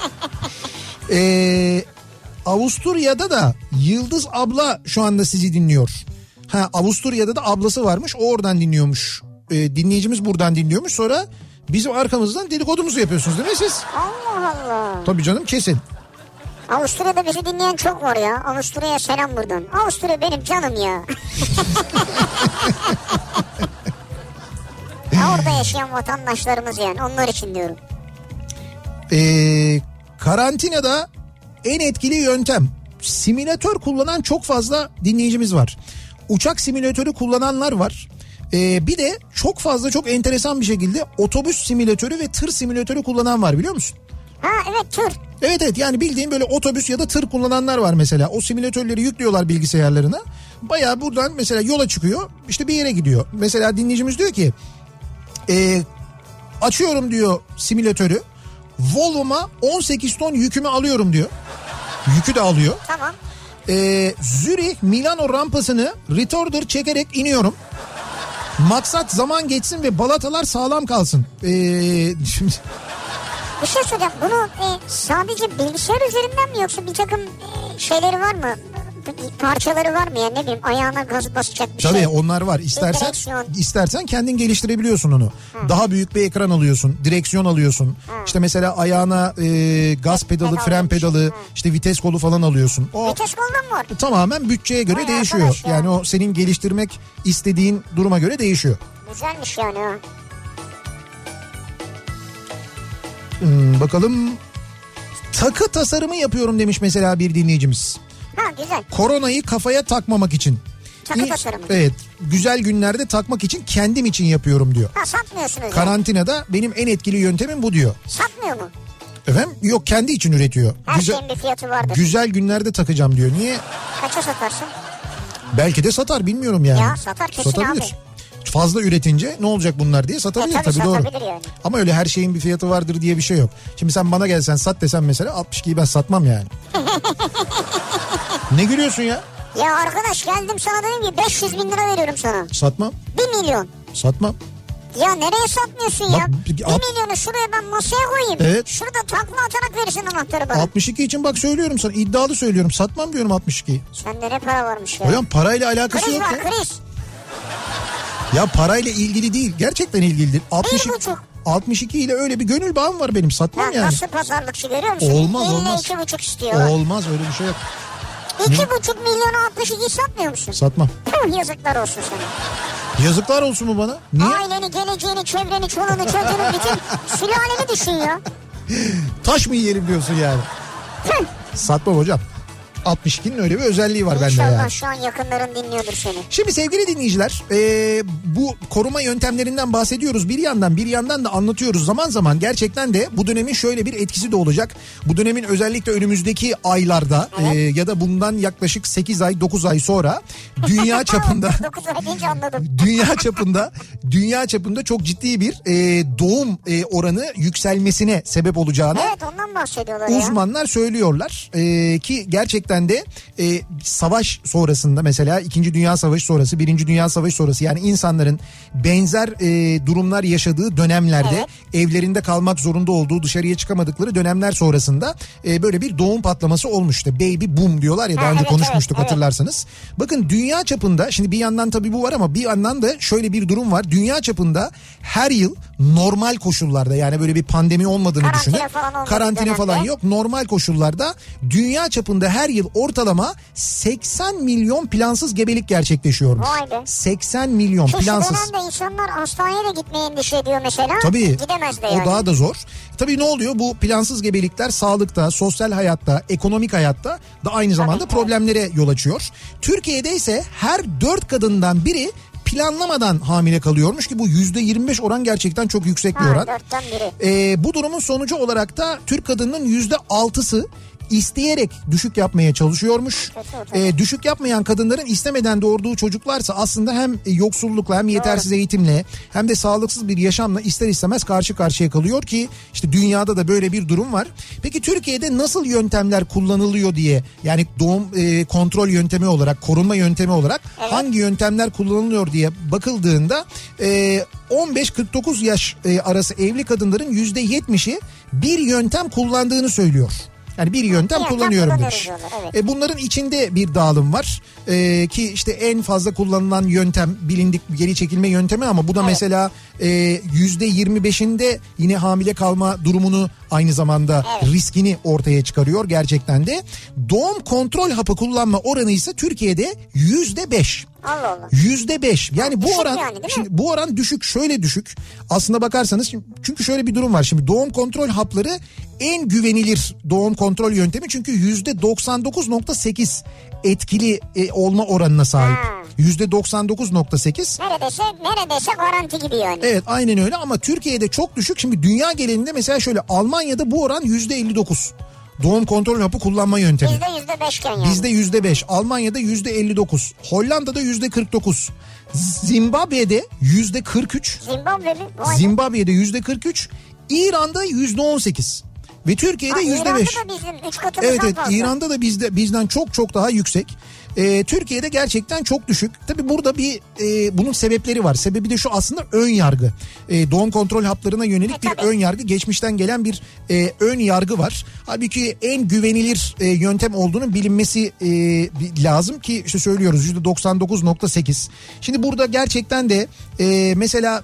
Avusturya'da da Yıldız abla şu anda sizi dinliyor. Avusturya'da da ablası varmış, o oradan dinliyormuş. Dinleyicimiz buradan dinliyormuş, sonra bizim arkamızdan dedikodumuzu yapıyorsunuz değil mi siz? Allah Allah. Tabii canım, kesin. Avusturya'da bizi dinleyen çok var ya. Avusturya'ya selam buradan. Avusturya benim canım ya. Ya orada yaşayan vatandaşlarımız yani, onlar için diyorum. Karantinada en etkili yöntem, simülatör kullanan çok fazla dinleyicimiz var. Uçak simülatörü kullananlar var. Bir de çok fazla, çok enteresan bir şekilde otobüs simülatörü ve tır simülatörü kullanan var, biliyor musun? Ha evet, tır. Evet yani bildiğin böyle otobüs ya da tır kullananlar var mesela. O simülatörleri yüklüyorlar bilgisayarlarına. Bayağı buradan mesela yola çıkıyor, işte bir yere gidiyor. Mesela dinleyicimiz diyor ki açıyorum diyor simülatörü. Volvo'ma 18 ton yükümü alıyorum diyor. Yükü de alıyor. Tamam. Zürih Milano rampasını retarder çekerek iniyorum. Maksat zaman geçsin ve balatalar sağlam kalsın. Şimdi... Bir şey soracağım. Bunu sadece bilgisayar üzerinden mi, yoksa bir takım şeyleri var mı? Parçaları var mı ya, ne bileyim, ayağına gaz basacak bir Tabii şey. Tabii onlar var. İstersen kendin geliştirebiliyorsun onu. Daha büyük bir ekran alıyorsun, direksiyon alıyorsun. İşte mesela ayağına gaz pedalı, fren pedalı, işte vites kolu falan alıyorsun. O vites koldan mı var? Tamamen bütçeye göre Vay değişiyor. ya. Yani o senin geliştirmek istediğin duruma göre değişiyor. Güzelmiş yani ha. Bakalım. Takı tasarımı yapıyorum demiş mesela bir dinleyicimiz. Ha, güzel. Koronayı kafaya takmamak için. Takı tasarımı. Evet, güzel günlerde takmak için, kendim için yapıyorum diyor. Ha, satmıyorsunuz. Karantinada benim en etkili yöntemim bu diyor. Satmıyor mu? Efendim, yok, kendi için üretiyor. Her şeyin bir fiyatı vardır. Güzel günlerde takacağım diyor. Niye? Kaça satarsın? Belki de satar, bilmiyorum yani. Ya satar kesin Satabilir. abi. Fazla üretince ne olacak bunlar diye satabilir tabii doğru. Yani. Ama öyle her şeyin bir fiyatı vardır diye bir şey yok. Şimdi sen bana gelsen sat desen mesela 62'yi ben satmam yani. Ne gülüyorsun ya? Ya arkadaş, geldim sana dedim ki 500 bin lira veriyorum sana. Satmam. 1 milyon. Satmam. Ya nereye satmıyorsun Bak, ya? 1 milyonu şuraya ben masaya koyayım. Evet. Şurada takla atarak verirsin anahtarı bana. 62 için bak söylüyorum sana, iddialı söylüyorum, satmam diyorum 62'yi. Sende ne para varmış ya? Hocam parayla alakası kriz yok var, ya. kriz. Ya parayla ilgili değil, gerçekten ilgili değil. 1,5. 62 ile öyle bir gönül bağım var benim, satmam yani. Nasıl pazarlıkçı, görüyor musun? Olmaz olmaz. 2,5 istiyorlar. Olmaz, öyle bir şey yok. 2,5 milyonu 62 satmıyor musun? Satmam. Yazıklar olsun sana. Yazıklar olsun mu bana? Niye? Aileni, geleceğini, çevreni, çoluğunu, çocuğunu, bütün sülaleni düşün ya. Taş mı yiyelim diyorsun yani? Satmam hocam. 62'nin öyle bir özelliği var bende İnşallah yani. şu an yakınların dinliyordur seni. Şimdi sevgili dinleyiciler, bu koruma yöntemlerinden bahsediyoruz bir yandan da anlatıyoruz. Zaman zaman gerçekten de bu dönemin şöyle bir etkisi de olacak. Bu dönemin özellikle önümüzdeki aylarda ya da bundan yaklaşık 8 ay 9 ay sonra dünya çapında 9 ay deyince anladım. dünya çapında çok ciddi bir doğum oranı yükselmesine sebep olacağını ondan bahsediyorlar uzmanlar söylüyorlar. Ki gerçekten de savaş sonrasında, mesela 2. Dünya Savaşı sonrası, 1. Dünya Savaşı sonrası, yani insanların benzer durumlar yaşadığı dönemlerde evlerinde kalmak zorunda olduğu, dışarıya çıkamadıkları dönemler sonrasında böyle bir doğum patlaması olmuştu. Baby boom diyorlar ya, daha önce konuşmuştuk hatırlarsanız. Bakın dünya çapında, şimdi bir yandan tabii bu var ama bir yandan da şöyle bir durum var. Dünya çapında her yıl normal koşullarda, yani böyle bir pandemi olmadığını düşünün. Karantina falan yok. Normal koşullarda dünya çapında her yıl ortalama 80 milyon plansız gebelik gerçekleşiyormuş. 80 milyon plansız. Şu dönemde insanlar hastaneye de gitmeyi endişe ediyor mesela. Tabii. Gidemez de yani. O daha da zor. Tabii ne oluyor? Bu plansız gebelikler sağlıkta, sosyal hayatta, ekonomik hayatta da aynı zamanda problemlere yol açıyor. Türkiye'de ise her 4 kadından biri planlamadan hamile kalıyormuş ki bu %25 oran gerçekten çok yüksek bir oran. 4'ten biri. Bu durumun sonucu olarak da Türk kadının %6'sı isteyerek düşük yapmaya çalışıyormuş. Düşük yapmayan kadınların istemeden doğurduğu çocuklarsa aslında hem yoksullukla, hem yetersiz eğitimle, hem de sağlıksız bir yaşamla ister istemez karşı karşıya kalıyor ki işte dünyada da böyle bir durum var. Peki Türkiye'de nasıl yöntemler kullanılıyor diye, yani doğum kontrol yöntemi olarak, korunma yöntemi olarak hangi yöntemler kullanılıyor diye bakıldığında 15-49 yaş arası evli kadınların %70'i bir yöntem kullandığını söylüyor. Yani bir yöntem kullanıyorum demiş. Bunların içinde bir dağılım var. Ki işte en fazla kullanılan yöntem bilindik geri çekilme yöntemi, ama bu da mesela %25'inde yine hamile kalma durumunu, aynı zamanda riskini ortaya çıkarıyor gerçekten de. Doğum kontrol hapı kullanma oranı ise Türkiye'de %5. Allah Allah. %5. Yani bu düşük oran, yani, şimdi bu oran düşük, şöyle düşük. Aslında bakarsanız, çünkü şöyle bir durum var. Şimdi doğum kontrol hapları en güvenilir doğum kontrol yöntemi, çünkü %99.8 etkili olma oranına sahip. %99.8. Neredeyse garanti gibi yani. Evet, aynen öyle, ama Türkiye'de çok düşük. Şimdi dünya genelinde mesela şöyle, Almanya'da bu oran %59. Doğum kontrol hapı kullanma yöntemi. Bizde %5'ken yani. Bizde %5. Almanya'da %59. Hollanda'da %49. Zimbabwe'de %43. Zimbabwe mi? Zimbabwe'de %43. İran'da %18. Ve Türkiye'de %5. İran'da da bizim 3 katımızdan evet, fazla. İran'da da bizden çok daha yüksek. Türkiye'de gerçekten çok düşük. Tabii burada bir bunun sebepleri var. Sebebi de şu, aslında ön yargı. Doğum kontrol haplarına yönelik bir ön yargı, geçmişten gelen bir ön yargı var. Halbuki en güvenilir yöntem olduğunu bilinmesi lazım ki işte söylüyoruz %99.8. Şimdi burada gerçekten de mesela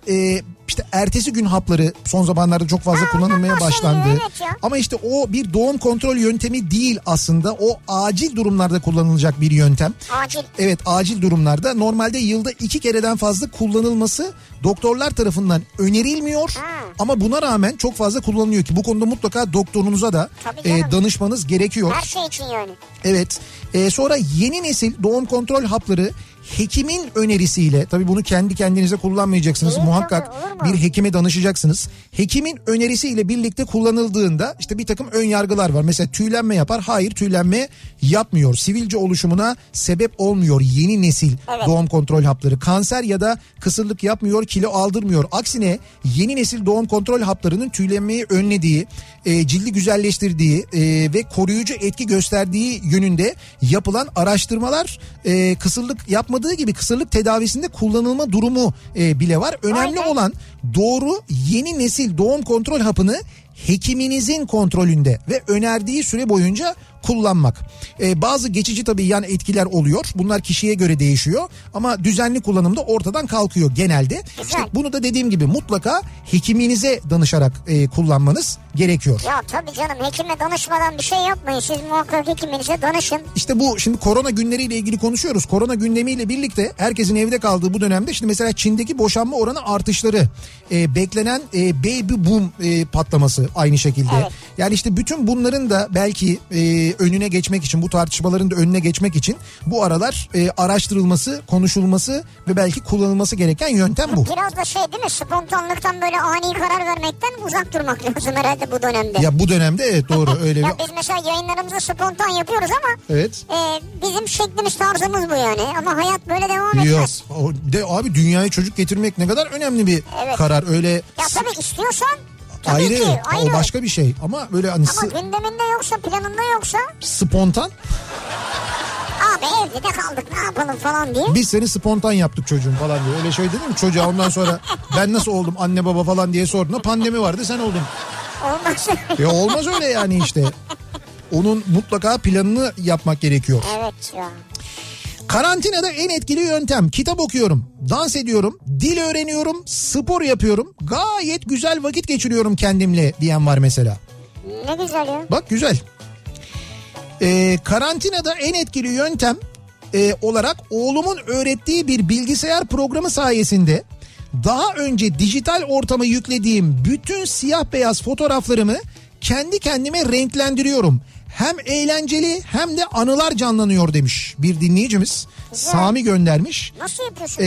işte ertesi gün hapları son zamanlarda çok fazla kullanılmaya başlandı. Ama işte o bir doğum kontrol yöntemi değil aslında. O acil durumlarda kullanılacak bir yöntem. Acil. Evet, acil durumlarda. Normalde yılda 2 kereden fazla kullanılması doktorlar tarafından önerilmiyor. Ama buna rağmen çok fazla kullanılıyor ki bu konuda mutlaka doktorunuza da danışmanız gerekiyor. Her şey için yani. Evet. Sonra yeni nesil doğum kontrol hapları hekimin önerisiyle, tabii bunu kendi kendinize kullanmayacaksınız, muhakkak bir hekime danışacaksınız. Hekimin önerisiyle birlikte kullanıldığında işte bir takım ön yargılar var. Mesela tüylenme yapar. Hayır, tüylenme yapmıyor. Sivilce oluşumuna sebep olmuyor yeni nesil doğum kontrol hapları. Kanser ya da kısırlık yapmıyor, kilo aldırmıyor. Aksine yeni nesil doğum kontrol haplarının tüylenmeyi önlediği, cildi güzelleştirdiği ve koruyucu etki gösterdiği yönünde yapılan araştırmalar kısırlık yapmadığı gibi kısırlık tedavisinde kullanılma durumu bile var. Önemli olan doğru yeni nesil doğum kontrol hapını hekiminizin kontrolünde ve önerdiği süre boyunca kullanmak. Bazı geçici tabii yan etkiler oluyor. Bunlar kişiye göre değişiyor. Ama düzenli kullanımda ortadan kalkıyor genelde. İşte bunu da dediğim gibi mutlaka hekiminize danışarak kullanmanız gerekiyor. Ya tabii canım, hekime danışmadan bir şey yapmayın. Siz muhakkak hekiminize danışın. İşte bu şimdi korona günleriyle ilgili konuşuyoruz. Korona gündemiyle birlikte herkesin evde kaldığı bu dönemde şimdi mesela Çin'deki boşanma oranı artışları, beklenen baby boom patlaması aynı şekilde. Yani işte bütün bunların da belki önüne geçmek için, bu tartışmaların da önüne geçmek için bu aralar araştırılması, konuşulması ve belki kullanılması gereken yöntem bu. Biraz da şey değil mi, spontanlıktan böyle ani karar vermekten uzak durmak lazım herhalde bu dönemde. Ya bu dönemde evet, doğru öyle ya biz mesela yayınlarımızı spontan yapıyoruz ama evet. Bizim şeklimiz, tarzımız bu yani, ama hayat böyle devam etmez. Yok de abi, dünyaya çocuk getirmek ne kadar önemli bir karar, öyle. Ya tabii istiyorsan tabii ayrı, ki ayrı. O başka bir şey ama böyle hani ama gündeminde yoksa, planında yoksa. Spontan. Abi evde de kaldık, ne yapalım falan diye. Biz seni spontan yaptık çocuğum falan diye. Öyle şey dedim mi çocuğa, ondan sonra ben nasıl oldum anne baba falan diye sorduğunda pandemi vardı sen oldun. Olmaz. Olmaz öyle yani işte. Onun mutlaka planını yapmak gerekiyor. Evet ya. Karantinada en etkili yöntem: kitap okuyorum, dans ediyorum, dil öğreniyorum, spor yapıyorum. Gayet güzel vakit geçiriyorum kendimle diyen var mesela. Ne güzel ya. Bak güzel. Karantinada en etkili yöntem olarak oğlumun öğrettiği bir bilgisayar programı sayesinde daha önce dijital ortama yüklediğim bütün siyah beyaz fotoğraflarımı kendi kendime renklendiriyorum. Hem eğlenceli hem de anılar canlanıyor demiş bir dinleyicimiz. Güzel. Sami göndermiş. Nasıl yapıyorsun?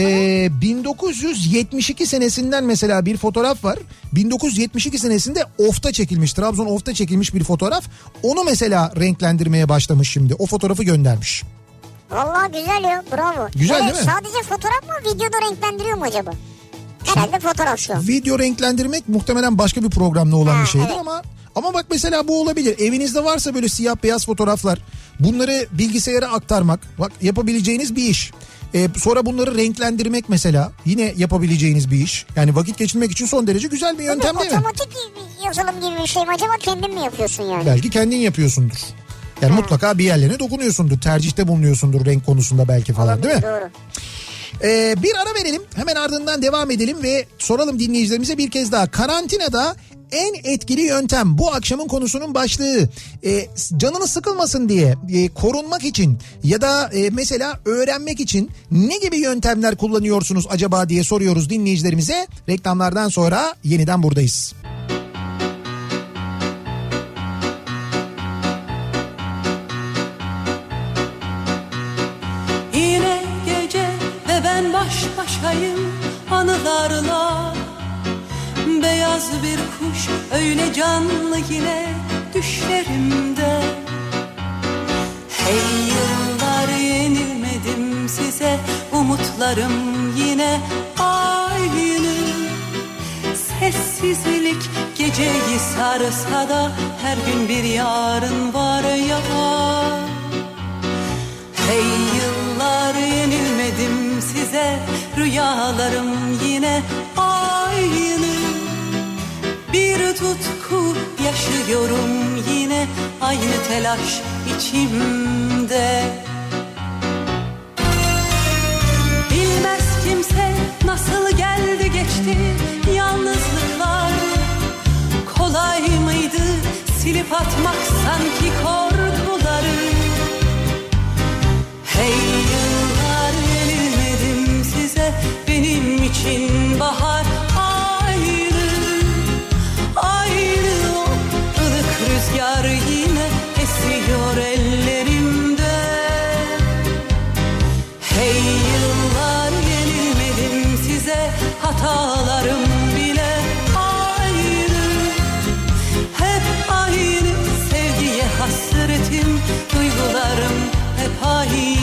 1972 senesinden mesela bir fotoğraf var. 1972 senesinde Of'ta çekilmiş, Trabzon Of'ta çekilmiş bir fotoğraf. Onu mesela renklendirmeye başlamış şimdi. O fotoğrafı göndermiş. Vallahi güzel ya, bravo. Güzel değil mi? Sadece fotoğraf mı, videoda renklendiriyor mu acaba? Herhalde fotoğraf şu. Video renklendirmek muhtemelen başka bir programda olan bir şeydir, evet. Ama bak mesela bu olabilir. Evinizde varsa böyle siyah beyaz fotoğraflar, bunları bilgisayara aktarmak, bak yapabileceğiniz bir iş. Sonra bunları renklendirmek mesela yine yapabileceğiniz bir iş. Yani vakit geçirmek için son derece güzel bir yöntem değil mi? Otomatik yazılım gibi bir şey mi acaba, kendin mi yapıyorsun yani? Belki kendin yapıyorsundur. Yani mutlaka bir yerlerine dokunuyorsundur, tercihte bulunuyorsundur renk konusunda belki falan. Olabilir, değil mi? Doğru. Bir ara verelim, hemen ardından devam edelim ve soralım dinleyicilerimize bir kez daha. Karantinada en etkili yöntem, bu akşamın konusunun başlığı. Canınız sıkılmasın diye, korunmak için ya da mesela öğrenmek için ne gibi yöntemler kullanıyorsunuz acaba diye soruyoruz dinleyicilerimize. Reklamlardan sonra yeniden buradayız. Yine gece ve ben baş başayım anılarla. Beyaz bir kuş öyle canlı yine düşlerimde. Hey yıllar, yenilmedim size, umutlarım yine aynı. Sessizlik geceyi sarsa da her gün bir yarın var ya. Hey yıllar, yenilmedim size, rüyalarım yine aynı. Bir tutku yaşıyorum yine, aynı telaş içimde. Bilmez kimse nasıl geldi geçti yalnızlıklar. Kolay mıydı silip atmak sanki korkuları? Hey yıllar, yenilmedim size, benim için bahar aynı. Aynı o ılık rüzgar yine esiyor ellerimde. Hey yıllar, yenilmedim size, hatalarım bile aynı. Hep aynı, sevgiye hasretim, duygularım hep aynı.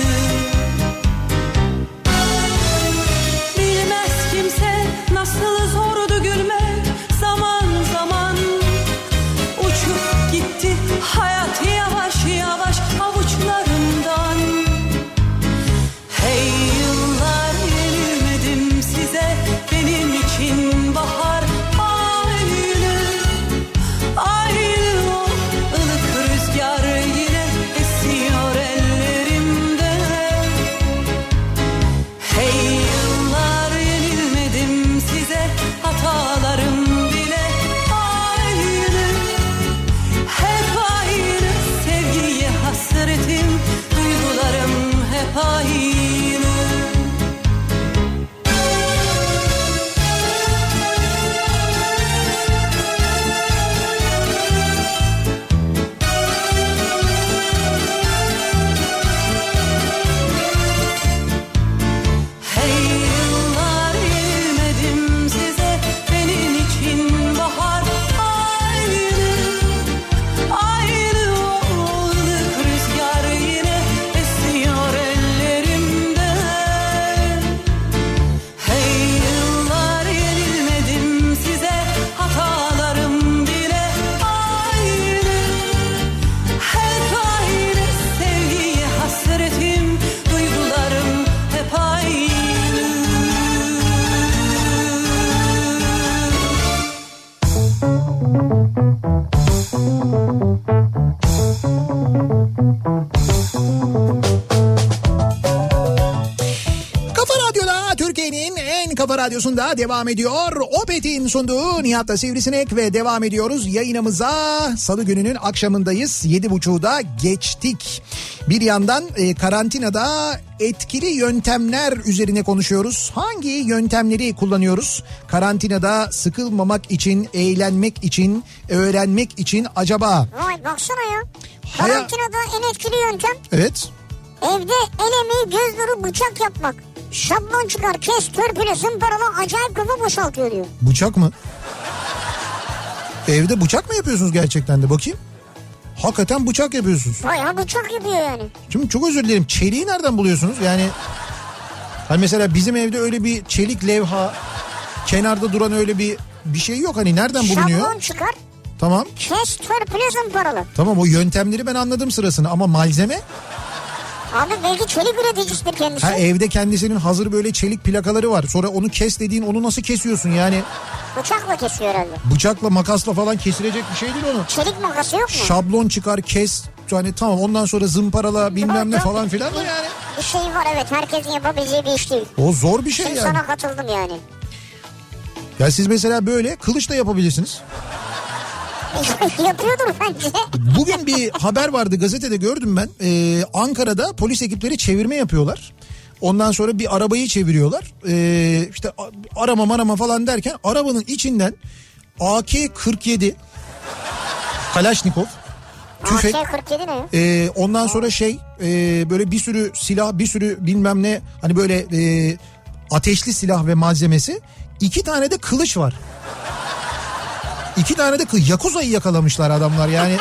Bilmez kimse nasıl zordu gülmek, zaman zaman uçup gitti hayat yavaş yavaş avuçlarımdan. Hey yıllar, yenilmedim size, benim için Kafa Radyosu'nda devam ediyor. Opet'in sunduğu Nihat'la Sivrisinek ve devam ediyoruz yayınımıza. Salı gününün akşamındayız. 7.30'da geçtik. Bir yandan karantinada etkili yöntemler üzerine konuşuyoruz. Hangi yöntemleri kullanıyoruz? Karantinada sıkılmamak için, eğlenmek için, öğrenmek için acaba? Vay baksana ya. Karantinada en etkili yöntem. Evet. Evde el emeği, göz nuru, bıçak yapmak. Şablon çıkar, kes, törpüle, zımparala, acayip kafa boşaltıyor diyor. Bıçak mı? Evde bıçak mı yapıyorsunuz gerçekten de? Bakayım. Hakikaten bıçak yapıyorsunuz. Bayağı bıçak yapıyor yani. Şimdi çok özür dilerim. Çeliği nereden buluyorsunuz? Yani hani mesela bizim evde öyle bir çelik levha, kenarda duran öyle bir şey yok. Hani nereden bulunuyor? Şablon çıkar. Tamam. Kes, törpüle, zımparalı. Tamam, o yöntemleri ben anladım sırasını ama malzeme? Abi belki çelik üreticisidir kendisi. Ha, evde kendisinin hazır böyle çelik plakaları var. Sonra onu kes dediğin, onu nasıl kesiyorsun yani? Bıçakla kesiyor herhalde. Bıçakla, makasla falan kesilecek bir şey değil onu. Çelik makası yok mu? Şablon çıkar, kes. Yani tamam, ondan sonra zımparala bilmem ne falan filan da yani. Bir şey var, evet, herkesin yapabileceği bir iş değil. O zor bir şey Şimdi yani. sana katıldım yani. Ya siz mesela böyle kılıç da yapabilirsiniz. Yapıyordur bence. Bugün bir haber vardı, gazetede gördüm ben. Ankara'da polis ekipleri çevirme yapıyorlar. Ondan sonra bir arabayı çeviriyorlar. İşte arama falan derken arabanın içinden AK-47 Kalaşnikov tüfek. AK-47 ne? Ondan sonra böyle bir sürü silah, bir sürü bilmem ne, hani böyle ateşli silah ve malzemesi. 2 tane de kılıç var. 2 tane de Yakuza'yı yakalamışlar adamlar yani.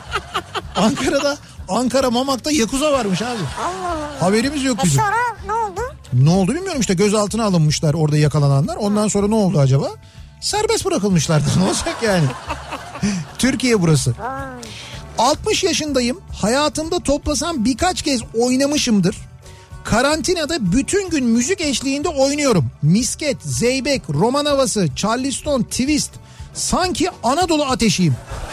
Ankara Mamak'ta Yakuza varmış abi. Allah. Haberimiz yok bizim. Sonra ne oldu? Ne oldu bilmiyorum, işte gözaltına alınmışlar orada yakalananlar. Ondan sonra ne oldu acaba? Serbest bırakılmışlardır, ne olacak yani? Türkiye burası. 60 yaşındayım. Hayatımda toplasam birkaç kez oynamışımdır. Karantinada bütün gün müzik eşliğinde oynuyorum. Misket, zeybek, roman havası, charleston, twist. Sanki Anadolu ateşiyim.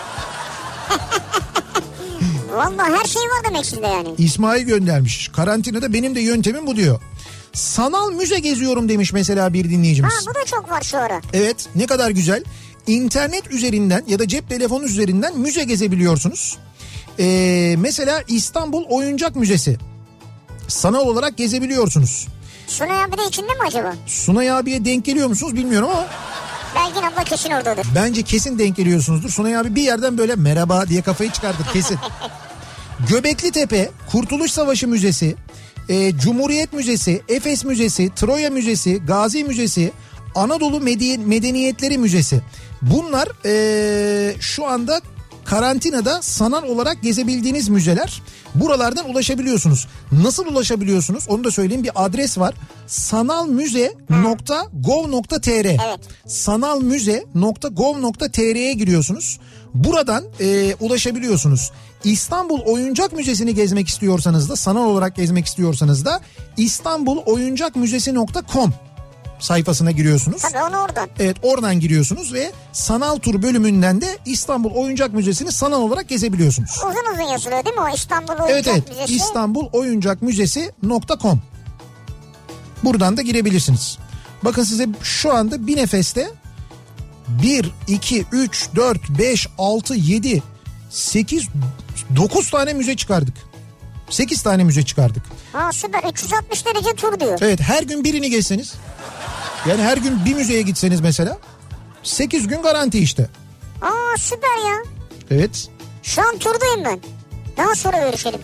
Vallahi her şey var demek sizde yani. İsmail göndermiş. Karantinada benim de yöntemim bu diyor. Sanal müze geziyorum demiş mesela bir dinleyicimiz. Ha, bu da çok var şu ara. Evet, ne kadar güzel. İnternet üzerinden ya da cep telefonu üzerinden müze gezebiliyorsunuz. Mesela İstanbul Oyuncak Müzesi. Sanal olarak gezebiliyorsunuz. Sunay abi de içinde mi acaba? Sunay abiye denk geliyor musunuz bilmiyorum ama. Belgin abla kesin oradadır. Bence kesin denk geliyorsunuzdur. Sunay abi bir yerden böyle merhaba diye kafayı çıkardır kesin. Göbekli Tepe, Kurtuluş Savaşı Müzesi, Cumhuriyet Müzesi, Efes Müzesi, Troya Müzesi, Gazi Müzesi, Anadolu Medeniyetleri Müzesi. Bunlar şu anda karantinada sanal olarak gezebildiğiniz müzeler. Buralardan ulaşabiliyorsunuz. Nasıl ulaşabiliyorsunuz? Onu da söyleyeyim. Bir adres var. sanalmuze.gov.tr. Evet. sanalmuze.gov.tr'ye giriyorsunuz. Buradan ulaşabiliyorsunuz. İstanbul Oyuncak Müzesi'ni gezmek istiyorsanız da, sanal olarak gezmek istiyorsanız da istanbuloyuncakmüzesi.com sayfasına giriyorsunuz. Tabii, onu oradan. Evet, oradan giriyorsunuz ve sanal tur bölümünden de İstanbul Oyuncak Müzesi'ni sanal olarak gezebiliyorsunuz. Uzun yazılıyor değil mi o İstanbul Oyuncak Evet, Müzesi? istanbuloyuncakmüzesi.com. Buradan da girebilirsiniz. Bakın size şu anda bir nefeste 1, 2, 3, 4, 5, 6, 7, 8, 9 tane müze çıkardık. 8 tane müze çıkardık. Ha, süper, 360 derece tur diyor. Evet, her gün birini geçseniz, yani her gün bir müzeye gitseniz mesela 8 gün garanti işte. Aa, süper ya. Evet. Şu an turdayım ben. Daha sonra görüşelim.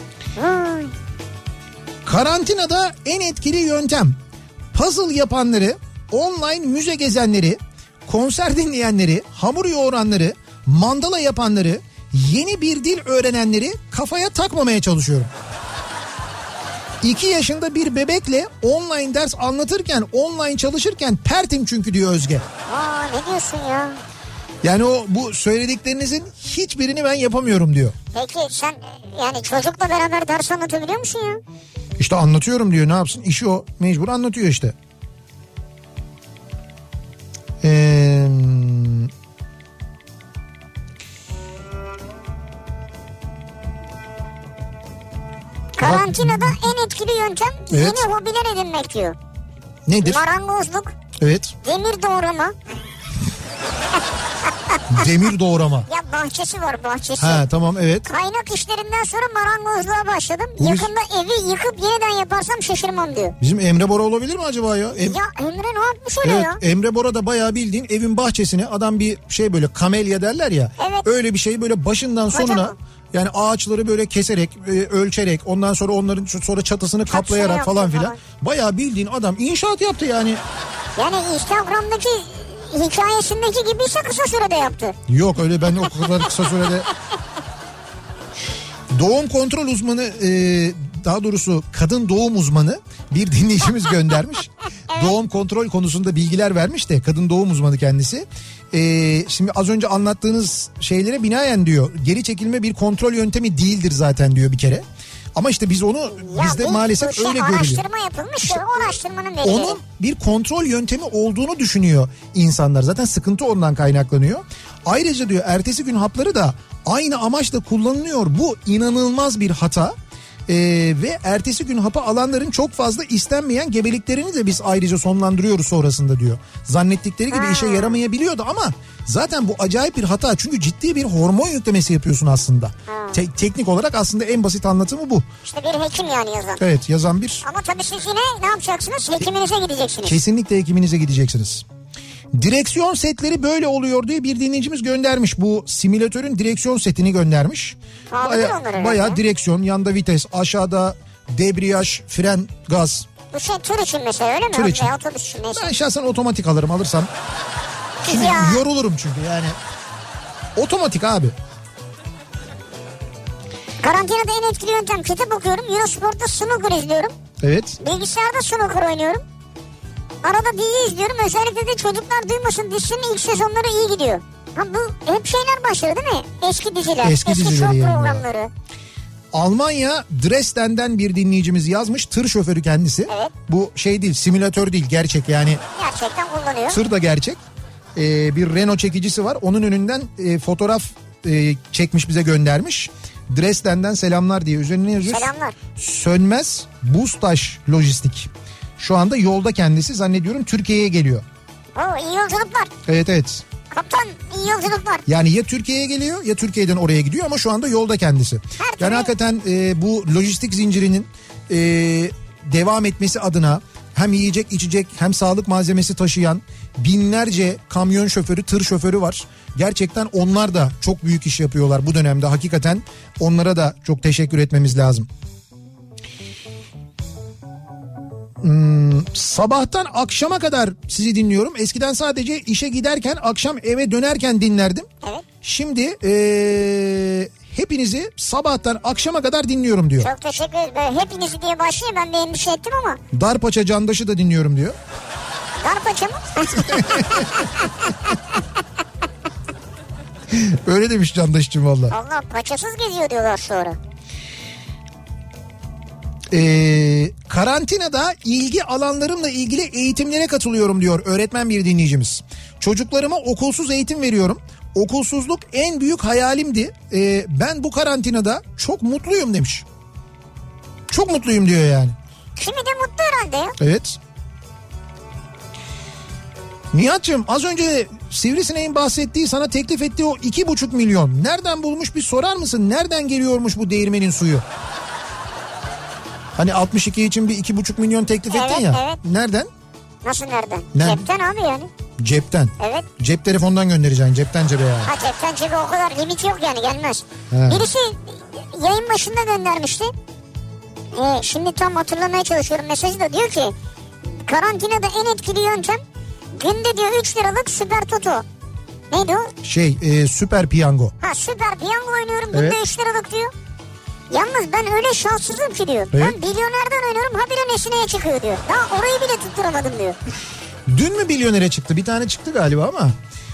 Karantinada en etkili yöntem: puzzle yapanları, online müze gezenleri, konser dinleyenleri, hamur yoğuranları, mandala yapanları, yeni bir dil öğrenenleri kafaya takmamaya çalışıyorum. 2 yaşında bir bebekle online ders anlatırken, online çalışırken pertim çünkü diyor Özge. Aa, ne diyorsun ya? Yani bu söylediklerinizin hiçbirini ben yapamıyorum diyor. Peki sen yani çocukla beraber ders anlatabiliyor musun ya? İşte anlatıyorum diyor, ne yapsın? İşi o, mecbur anlatıyor işte. Karantinada en etkili yöntem yeni hobiler edinmek diyor. Nedir? Marangozluk. Evet. Demir doğrama. Demir doğrama. Ya bahçesi var, bahçesi. Ha tamam, evet. Kaynak işlerinden sonra marangozluğa başladım. Yakında evi yıkıp yeniden yaparsam şaşırmam diyor. Bizim Emre Bora olabilir mi acaba ya? Ya Emre ne yapmış öyle evet, ya? Emre Bora da bayağı bildiğin evin bahçesine adam bir şey böyle kamelya derler ya. Evet. Öyle bir şey böyle başından sonuna yani ağaçları böyle keserek, ölçerek, ondan sonra onların sonra çatısını kaplayarak falan filan. Bayağı bildiğin adam inşaat yaptı yani. Yani Instagram'daki hikayesindeki gibiyse kısa sürede yaptı. Yok öyle, ben o kadar kısa sürede. Doğum kontrol uzmanı, daha doğrusu kadın doğum uzmanı bir dinleyicimiz göndermiş. Evet. Doğum kontrol konusunda bilgiler vermiş de kadın doğum uzmanı kendisi. Şimdi az önce anlattığınız şeylere binaen diyor, geri çekilme bir kontrol yöntemi değildir zaten diyor bir kere. Ama işte biz onu bizde maalesef öyle görülüyor. Araştırma yapılmış işte, o araştırmanın verileri. Onun bir kontrol yöntemi olduğunu düşünüyor insanlar. Zaten sıkıntı ondan kaynaklanıyor. Ayrıca diyor ertesi gün hapları da aynı amaçla kullanılıyor. Bu inanılmaz bir hata. Ve ertesi gün hapı alanların çok fazla istenmeyen gebeliklerini de biz ayrıca sonlandırıyoruz sonrasında diyor. Zannettikleri gibi işe yaramayabiliyordu ama zaten bu acayip bir hata. Çünkü ciddi bir hormon yüklemesi yapıyorsun aslında. Teknik olarak aslında en basit anlatımı bu. İşte bir hekim yani yazan. Evet, yazan bir. Ama tabii siz yine ne yapacaksınız? Hekiminize gideceksiniz. Kesinlikle hekiminize gideceksiniz. Direksiyon setleri böyle oluyor diye bir dinleyicimiz göndermiş. Bu simülatörün direksiyon setini göndermiş. Bayağı direksiyon, yanda vites, aşağıda debriyaj, fren, gaz. Bu şey tur için mesela öyle mi? Tur için. Otobüs için neyse. Ben şahsen otomatik alırım, alırsam. Şimdi yorulurum çünkü yani. Otomatik abi. Karantinada en etkili yöntem, kitap okuyorum. Eurosport'ta snooker izliyorum. Evet. Bilgisayarda snooker oynuyorum. Arada dizi izliyorum. Özellikle de Çocuklar Duymasın dizisinin ilk sezonları iyi gidiyor. Ha, bu hep şeyler başladı değil mi? Eski diziler. Eski show programları. Almanya Dresden'den bir dinleyicimiz yazmış. Tır şoförü kendisi. Evet. Bu şey değil, simülatör değil, gerçek yani. Gerçekten kullanıyor. Tır da gerçek. Bir Renault çekicisi var. Onun önünden fotoğraf çekmiş, bize göndermiş. Dresden'den selamlar diye üzerine yazıyor. Selamlar. Sönmez Bustaş Lojistik. Şu anda yolda kendisi, zannediyorum Türkiye'ye geliyor. Oo, iyi yolculuklar. Evet. Kaptan iyi yolculuklar. Yani ya Türkiye'ye geliyor ya Türkiye'den oraya gidiyor ama şu anda yolda kendisi. Yani hakikaten bu lojistik zincirinin devam etmesi adına hem yiyecek içecek hem sağlık malzemesi taşıyan binlerce kamyon şoförü, tır şoförü var. Gerçekten onlar da çok büyük iş yapıyorlar bu dönemde. Hakikaten onlara da çok teşekkür etmemiz lazım. Sabahtan akşama kadar sizi dinliyorum. Eskiden sadece işe giderken, akşam eve dönerken dinlerdim. Evet. Şimdi hepinizi sabahtan akşama kadar dinliyorum diyor. Çok teşekkür ederim. Böyle hepinizi diye başlıyor, ben bir endişe ettim ama. Darpaça Candaş'ı da dinliyorum diyor. Darpaça mı? Öyle demiş Candaş için valla. Allah, paçasız geziyor diyorlar sonra. Karantinada ilgi alanlarımla ilgili eğitimlere katılıyorum diyor öğretmen bir dinleyicimiz. Çocuklarıma okulsuz eğitim veriyorum. Okulsuzluk en büyük hayalimdi. Ben bu karantinada çok mutluyum demiş. Çok mutluyum diyor yani. Kimi de mutlu herhalde ya. Evet. Nihat'cığım az önce Sivrisinek'in bahsettiği, sana teklif ettiği o 2,5 milyon nereden bulmuş bir sorar mısın? Nereden geliyormuş bu değirmenin suyu? Hani 62 için bir 2,5 milyon teklif ettin ya. Evet. Nereden? Nasıl nereden? Nereden? Cepten abi yani. Cepten. Evet. Cep telefondan göndereceksin, cepten cebe yani. Ha, cepten cebe o kadar limit yok yani, gelmez. He. Birisi yayın başında göndermişti. Şimdi tam hatırlamaya çalışıyorum mesajı da, diyor ki karantinada en etkili yöntem günde diyor 3 liralık süper toto. Neydi o? Süper piyango. Ha, süper piyango oynuyorum günde 3 liralık diyor. Yalnız ben öyle şanssızım ki diyor. Evet. Ben milyonerden oynuyorum, habire Nesine'ye çıkıyor diyor. Daha orayı bile tutturamadım diyor. Dün mü milyonere çıktı? Bir tane çıktı galiba ama.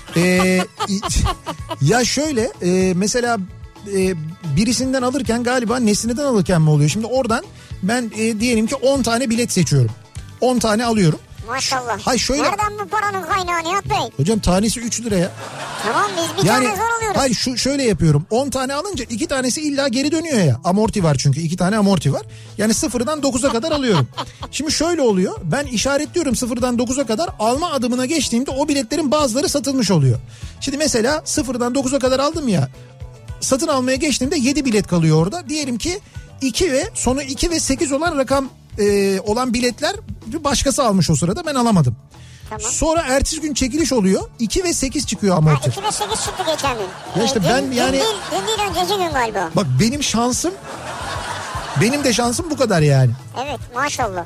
Ya şöyle mesela birisinden alırken galiba Nesine'den alırken mi oluyor? Şimdi oradan ben diyelim ki 10 tane bilet seçiyorum. 10 tane alıyorum. Maşallah. Hayır şöyle. Nereden bu paranın kaynağı Nihat Bey? Hocam tanesi 3 lira ya. Tamam biz bir tane zor alıyoruz. Hayır şöyle yapıyorum. 10 tane alınca 2 tanesi illa geri dönüyor ya. Amorti var çünkü 2 tane amorti var. Yani 0'dan 9'a kadar alıyorum. Şimdi şöyle oluyor. Ben işaretliyorum 0'dan 9'a kadar. Alma adımına geçtiğimde o biletlerin bazıları satılmış oluyor. Şimdi mesela 0'dan 9'a kadar aldım ya. Satın almaya geçtiğimde 7 bilet kalıyor orada. Diyelim ki 2 ve sonu 2 ve 8 olan rakam olan biletler bir başkası almış o sırada, ben alamadım. Tamam. Sonra ertesi gün çekiliş oluyor. 2 ve 8 çıkıyor amorti. 2 ve 8 çıktı geçen gün. Ya işte ben yani... Dün değil önceki gün galiba. Bak benim de şansım bu kadar yani. Evet maşallah.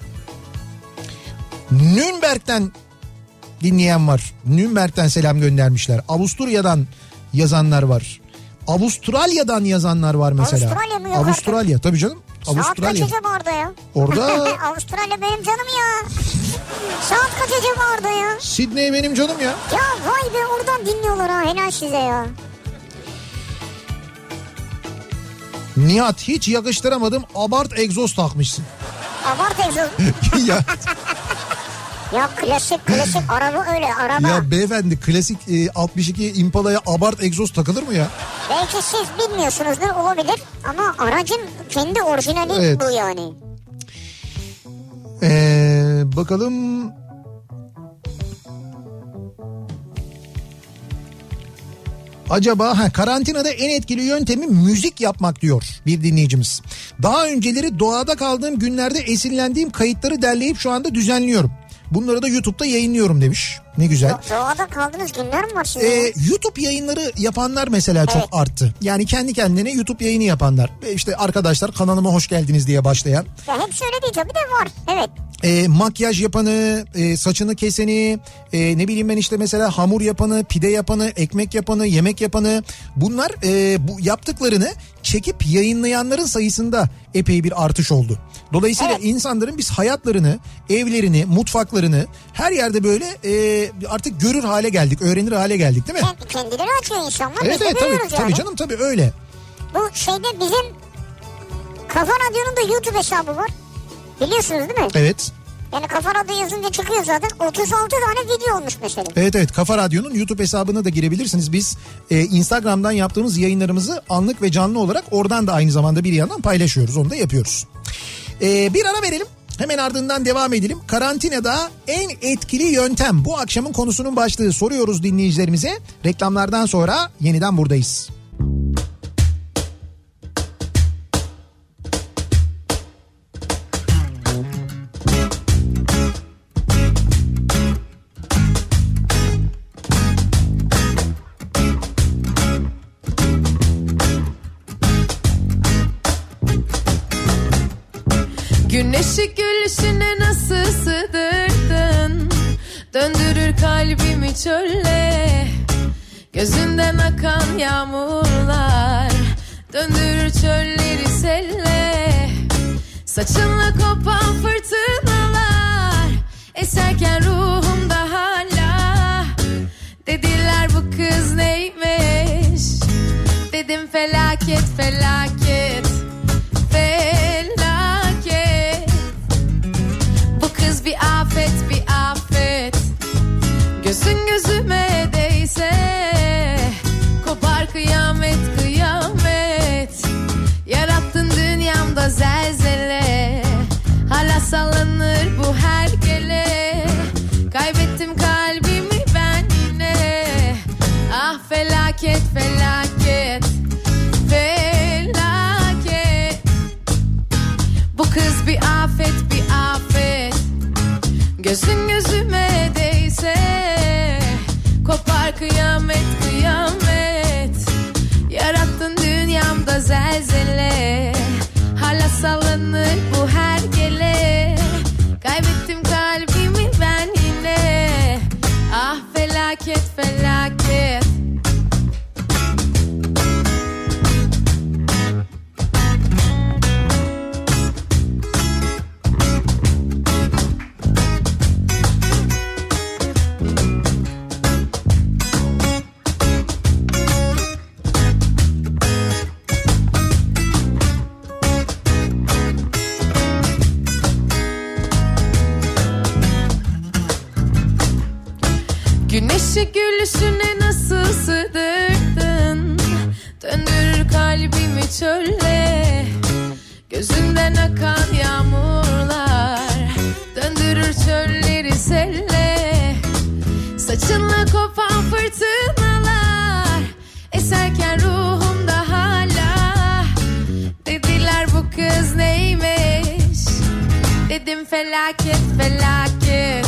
Nürnberg'den dinleyen var. Nürnberg'den selam göndermişler. Avusturya'dan yazanlar var. Avustralya'dan yazanlar var mesela. Avustralya mı yok Avustralya artık? Tabii canım. Saat Avustralya. kaç acaba orada ya? Orada... Avustralya benim canım ya. Saat kaç acaba orada ya? Sydney benim canım ya. Ya vay be, oradan dinliyorlar ha, helal size ya. Nihat hiç yakıştıramadım, abart egzoz takmışsın. Abart egzoz. ya. Ya klasik araba öyle araba. Ya beyefendi klasik 62 Impala'ya abart egzoz takılır mı ya? Belki siz bilmiyorsunuzdur, olabilir ama aracın kendi orijinali evet. Bu yani. Bakalım. Acaba karantinada en etkili yöntemi müzik yapmak diyor bir dinleyicimiz. Daha önceleri doğada kaldığım günlerde esinlendiğim kayıtları derleyip şu anda düzenliyorum. Bunları da YouTube'da yayınlıyorum demiş. Ne güzel. Doğada kaldığınız günler mi var şimdi? YouTube yayınları yapanlar mesela çok arttı. Yani kendi kendine YouTube yayını yapanlar. İşte arkadaşlar kanalıma hoş geldiniz diye başlayan. Ya hepsi öyle değil tabii de var. Evet. Makyaj yapanı, saçını keseni, ne bileyim ben işte mesela hamur yapanı, pide yapanı, ekmek yapanı, yemek yapanı. Bunlar bu yaptıklarını çekip yayınlayanların sayısında epey bir artış oldu. Dolayısıyla insanların biz hayatlarını, evlerini, mutfaklarını her yerde böyle artık görür hale geldik, öğrenir hale geldik değil mi? Kendileri açıyor insanlar. Evet tabii canım tabii öyle. Bu şeyde bizim Kafa Radyo'nun da YouTube hesabı var. Biliyorsunuz değil mi? Evet. Yani Kafa Radyo yazınca çıkıyor zaten. 36 tane video olmuş mesela. Evet Kafa Radyo'nun YouTube hesabına da girebilirsiniz. Biz Instagram'dan yaptığımız yayınlarımızı anlık ve canlı olarak oradan da aynı zamanda bir yandan paylaşıyoruz. Onu da yapıyoruz. Bir ara verelim. Hemen ardından devam edelim. Karantinada en etkili yöntem. Bu akşamın konusunun başlığı, soruyoruz dinleyicilerimize. Reklamlardan sonra yeniden buradayız. Güneşi gülüşüne nasıl sığdırdın, döndürür kalbimi çölle. Gözünden akan yağmurlar döndürür çölleri selle. Saçınla kopan fırtınalar eserken ruhumda hala. Dediler bu kız neymiş, dedim felaket felaket felaket. Bu kız bir afet bir afet. Gözün gözüme değse kopar kıyamet kıyamet. Yarattın dünyamda zelzele, hala sallanır bu hergele. Kaybettim kalbimi ben yine, ah felaket felaket felaket. Bu kız bir afet bir afet. Gözün gözüme değse kopar kıyamet kıyamet. Yarattın dünyamda zelzele, hala sallanır bu hergele. Kaybettim kalbimi ben yine, ah felaket felaket. Güneşi gülüşüne nasıl sığdırdın? Döndürür kalbimi çölle. Gözünden akan yağmurlar döndürür çölleri selle. Saçınla kopan fırtınalar eserken ruhumda hala. Dediler bu kız neymiş? Dedim felaket felaket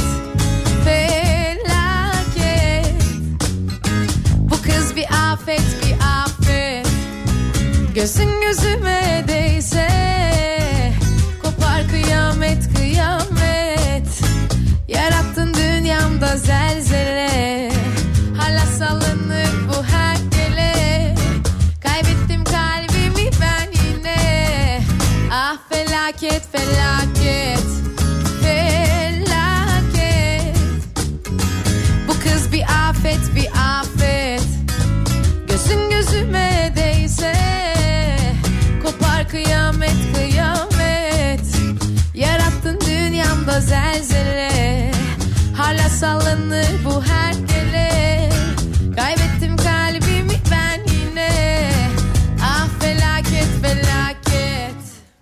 felaket. Bu kız bir afet bir afet. Gözün gözüme değse kopar kıyamet kıyamet. Yarattın dünyamda zelzele. Hala sallanır bu herkele. Kaybettim kalbimi ben yine. Ah felaket felaket felaket. Bu kız bir afet bir afet. Gözün gözüme değse kopar kıyamet kıyamet. Yarattın dünyamda zelzele. Hala sallanır bu herkele. Kaybettim kalbimi ben yine. Ah felaket felaket.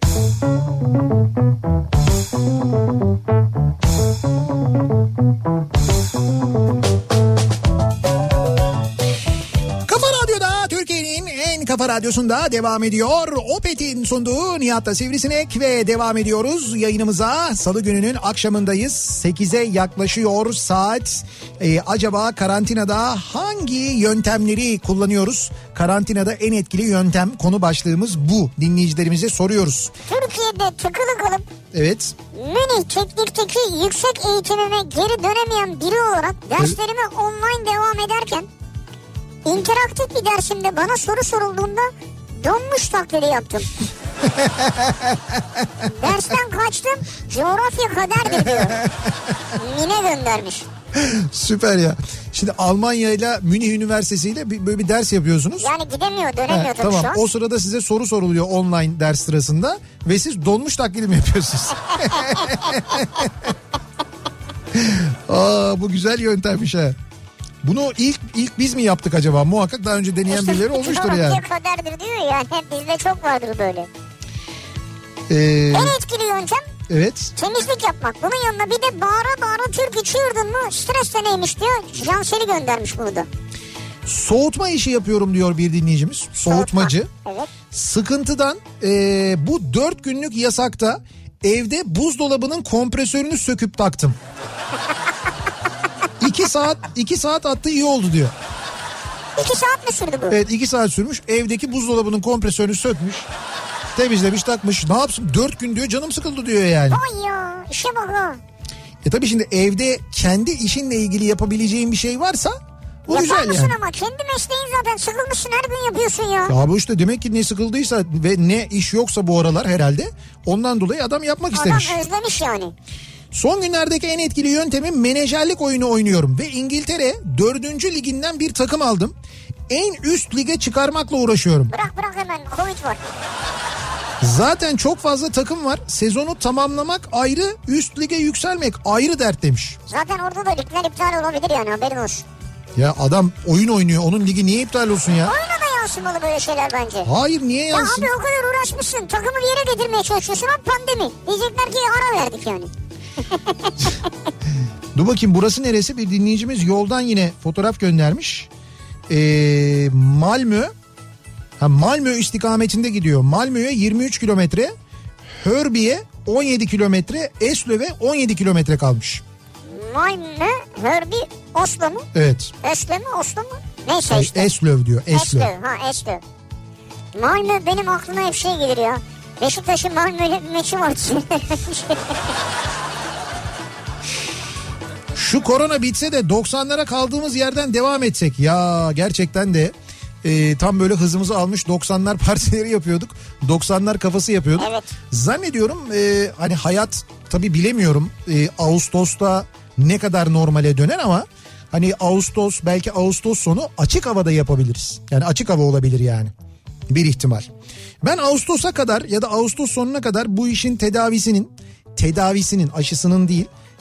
Kafa Radyosu'nda devam ediyor. Opet'in sunduğu Nihat'la Sivrisinek ve devam ediyoruz yayınımıza. Salı gününün akşamındayız. 8'e yaklaşıyor saat. Acaba karantinada hangi yöntemleri kullanıyoruz? Karantinada en etkili yöntem, konu başlığımız bu. Dinleyicilerimize soruyoruz. Türkiye'de tıkılı kalıp evet, Münih Teknik'teki yüksek eğitimime geri dönemeyen biri olarak derslerime online devam ederken interaktif bir dersimde bana soru sorulduğunda donmuş taklidi yaptım. Dersten kaçtım, coğrafya kaderdir diyor. Mine göndermiş. Süper ya. Şimdi Almanya ile Münih Üniversitesi ile böyle bir ders yapıyorsunuz. Yani gidemiyor, dönemiyor tabii tamam. şu an. O sırada size soru soruluyor online ders sırasında ve siz donmuş taklidi mi yapıyorsunuz? Bu güzel yöntemmiş ha. Bunu ilk biz mi yaptık acaba? Muhakkak daha önce deneyen birileri olmuştur yani. Coğrafya kaderdir diyor yani. Bizde çok vardır böyle. En etkili yöntem evet, temizlik yapmak. Bunun yanına bir de bağıra bağıra türkü çığırdın mı stres de neymiş diyor. Cansel'i göndermiş bunu da. Soğutma işi yapıyorum diyor bir dinleyicimiz. Soğutmacı. Evet. Sıkıntıdan bu 4 günlük yasakta evde buzdolabının kompresörünü söküp taktım. 2 saat attı, iyi oldu diyor. 2 saat mi sürdü bu? Evet, 2 saat sürmüş. Evdeki buzdolabının kompresörünü sökmüş. Temizlemiş, takmış. Ne yapsın? 4 gün diyor, canım sıkıldı diyor yani. Vay ya, işe bak ha. Tabii şimdi evde kendi işinle ilgili yapabileceğin bir şey varsa bu yapar güzel mısın yani. Ama kendi mesleğin zaten, sıkılmışsın, her gün yapıyorsun ya. Ya bu işte demek ki ne sıkıldıysa ve ne iş yoksa bu aralar herhalde ondan dolayı adam yapmak istemiş. Adam özlemiş yani. Son günlerdeki en etkili yöntemim menajerlik oyunu oynuyorum ve İngiltere 4. liginden bir takım aldım. En üst lige çıkarmakla uğraşıyorum. Bırak hemen, Covid var. Zaten çok fazla takım var. Sezonu tamamlamak ayrı, üst lige yükselmek ayrı dert demiş. Zaten orada da ligler iptal olabilir yani, haberin olsun. Ya adam oyun oynuyor, onun ligi niye iptal olsun ya? Oyuna da yansımalı böyle şeyler bence. Hayır, niye yansın? Ya abi o kadar uğraşmışsın, takımı bir yere getirmeye çalışıyorsun, ama pandemi. Diyecekler ki ara verdik yani. Dur bakayım, burası neresi? Bir dinleyicimiz yoldan yine fotoğraf göndermiş. Malmö istikametinde gidiyor. Malmö'ye 23 kilometre, Hörby'e 17 kilometre, Eslöv'e 17 kilometre kalmış. Malmö, Hörby, Oslo mu? Evet. Eslöv mü, Oslo mu? Neyse işte. Eslöv diyor. Eslöv. Eslöv. Malmö benim aklıma hep şey gelir ya. Beşiktaş'ın Malmö'yle bir maçı var. Şu korona bitse de 90'lara kaldığımız yerden devam etsek. Ya gerçekten de tam böyle hızımızı almış 90'lar partileri yapıyorduk. 90'lar kafası yapıyorduk. Evet. Zannediyorum hani hayat, tabii bilemiyorum Ağustos'ta ne kadar normale döner ama hani belki Ağustos sonu açık havada yapabiliriz. Yani açık hava olabilir yani. Bir ihtimal. Ben Ağustos'a kadar ya da Ağustos sonuna kadar bu işin tedavisinin, aşısının değil,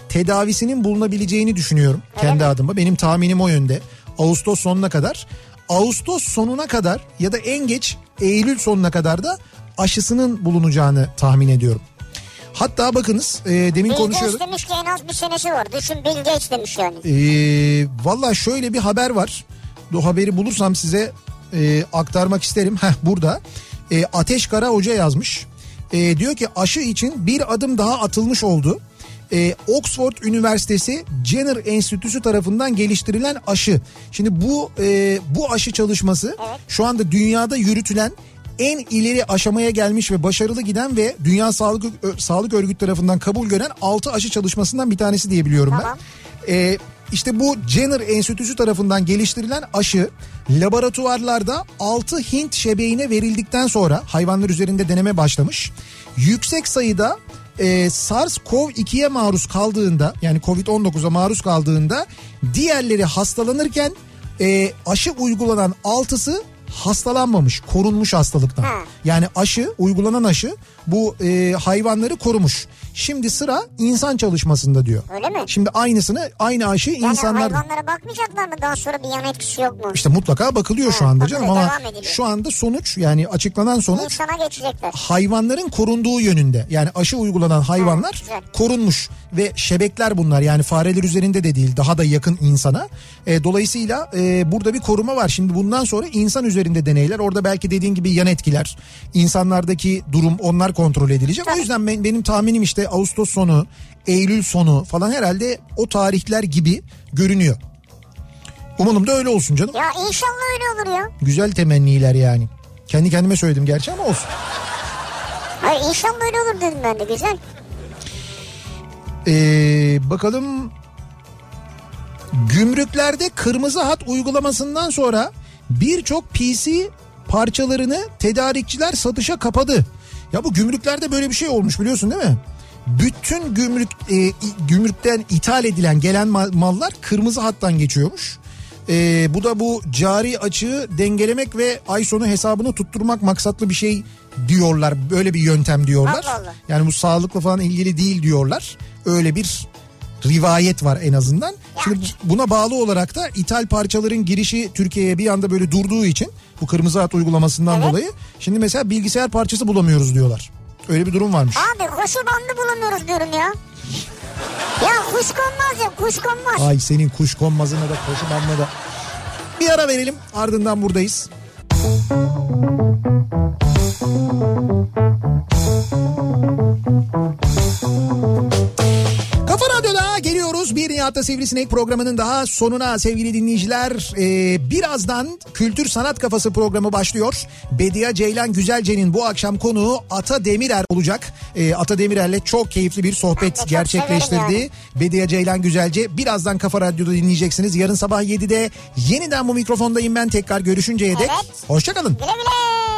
tedavisinin bulunabileceğini düşünüyorum kendi adıma. Benim tahminim o yönde. Ağustos sonuna kadar. Ağustos sonuna kadar ya da en geç Eylül sonuna kadar da aşısının bulunacağını tahmin ediyorum. Hatta bakınız demin konuşuyorduk. Bill Gates demiş ki en az bir senesi var. Düşün, Bill Gates demiş yani. Valla şöyle bir haber var. O haberi bulursam size aktarmak isterim. Burada. Ateş Kara Hoca yazmış. Diyor ki aşı için bir adım daha atılmış oldu. Oxford Üniversitesi Jenner Enstitüsü tarafından geliştirilen aşı. Şimdi bu aşı çalışması şu anda dünyada yürütülen en ileri aşamaya gelmiş ve başarılı giden ve Dünya Sağlık Örgütü tarafından kabul gören 6 aşı çalışmasından bir tanesi diye biliyorum ben. İşte bu Jenner Enstitüsü tarafından geliştirilen aşı laboratuvarlarda 6 Hint şebeğine verildikten sonra hayvanlar üzerinde deneme başlamış. Yüksek sayıda SARS-CoV-2'ye maruz kaldığında, yani Covid-19'a maruz kaldığında diğerleri hastalanırken aşı uygulanan 6'sı hastalanmamış, korunmuş hastalıktan. Yani uygulanan aşı bu hayvanları korumuş. Şimdi sıra insan çalışmasında diyor. Öyle mi? Şimdi aynı aşı yani insanlar... Yani hayvanlara bakmayacaklar mı, daha sonra bir yan etkisi yok mu? İşte mutlaka bakılıyor şu anda canım, ama şu anda sonuç, yani açıklanan sonuç... İnsana geçecekler. Hayvanların korunduğu yönünde. Yani aşı uygulanan hayvanlar korunmuş ve şebekler bunlar, yani fareler üzerinde de değil, daha da yakın insana. Dolayısıyla burada bir koruma var. Şimdi bundan sonra insan üzerinde deneyler, orada belki dediğin gibi yan etkiler, insanlardaki durum, onlar kontrol edilecek. O yüzden benim tahminim işte Ağustos sonu, Eylül sonu falan, herhalde o tarihler gibi görünüyor. Umalım da öyle olsun canım. Ya inşallah öyle olur ya. Güzel temenniler yani. Kendi kendime söyledim gerçi ama olsun. Hayır, inşallah öyle olur dedim ben de, güzel. Bakalım. Gümrüklerde kırmızı hat uygulamasından sonra birçok PC parçalarını tedarikçiler satışa kapadı. Ya bu gümrüklerde böyle bir şey olmuş, biliyorsun değil mi? Bütün gümrükten ithal edilen gelen mallar kırmızı hattan geçiyormuş. Bu da bu cari açığı dengelemek ve ay sonu hesabını tutturmak maksatlı bir şey diyorlar. Böyle bir yöntem diyorlar. Allah Allah. Yani bu sağlıkla falan ilgili değil diyorlar. Öyle bir rivayet var en azından. Şimdi buna bağlı olarak da ithal parçaların girişi Türkiye'ye bir anda böyle durduğu için, bu kırmızı hat uygulamasından dolayı, şimdi mesela bilgisayar parçası bulamıyoruz diyorlar. Öyle bir durum varmış. Abi koşu bandı bulamıyoruz diyorum ya. Ya kuş konmaz ya, kuş konmaz. Ay senin kuş konmazına da koşu bandına da. Bir ara verelim, ardından buradayız. Kafa Radyo'da geliyoruz. Bir Nihat'ta Sivrisinek programının daha sonuna sevgili dinleyiciler. Birazdan Kültür Sanat Kafası programı başlıyor. Bediye Ceylan Güzelce'nin bu akşam konuğu Ata Demirer olacak. Ata Demirer'le çok keyifli bir sohbet gerçekleştirdi. Yani. Bediye Ceylan Güzelce. Birazdan Kafa Radyo'da dinleyeceksiniz. Yarın sabah 7'de yeniden bu mikrofondayım ben, tekrar görüşünceye dek. Hoşçakalın. Güle güle.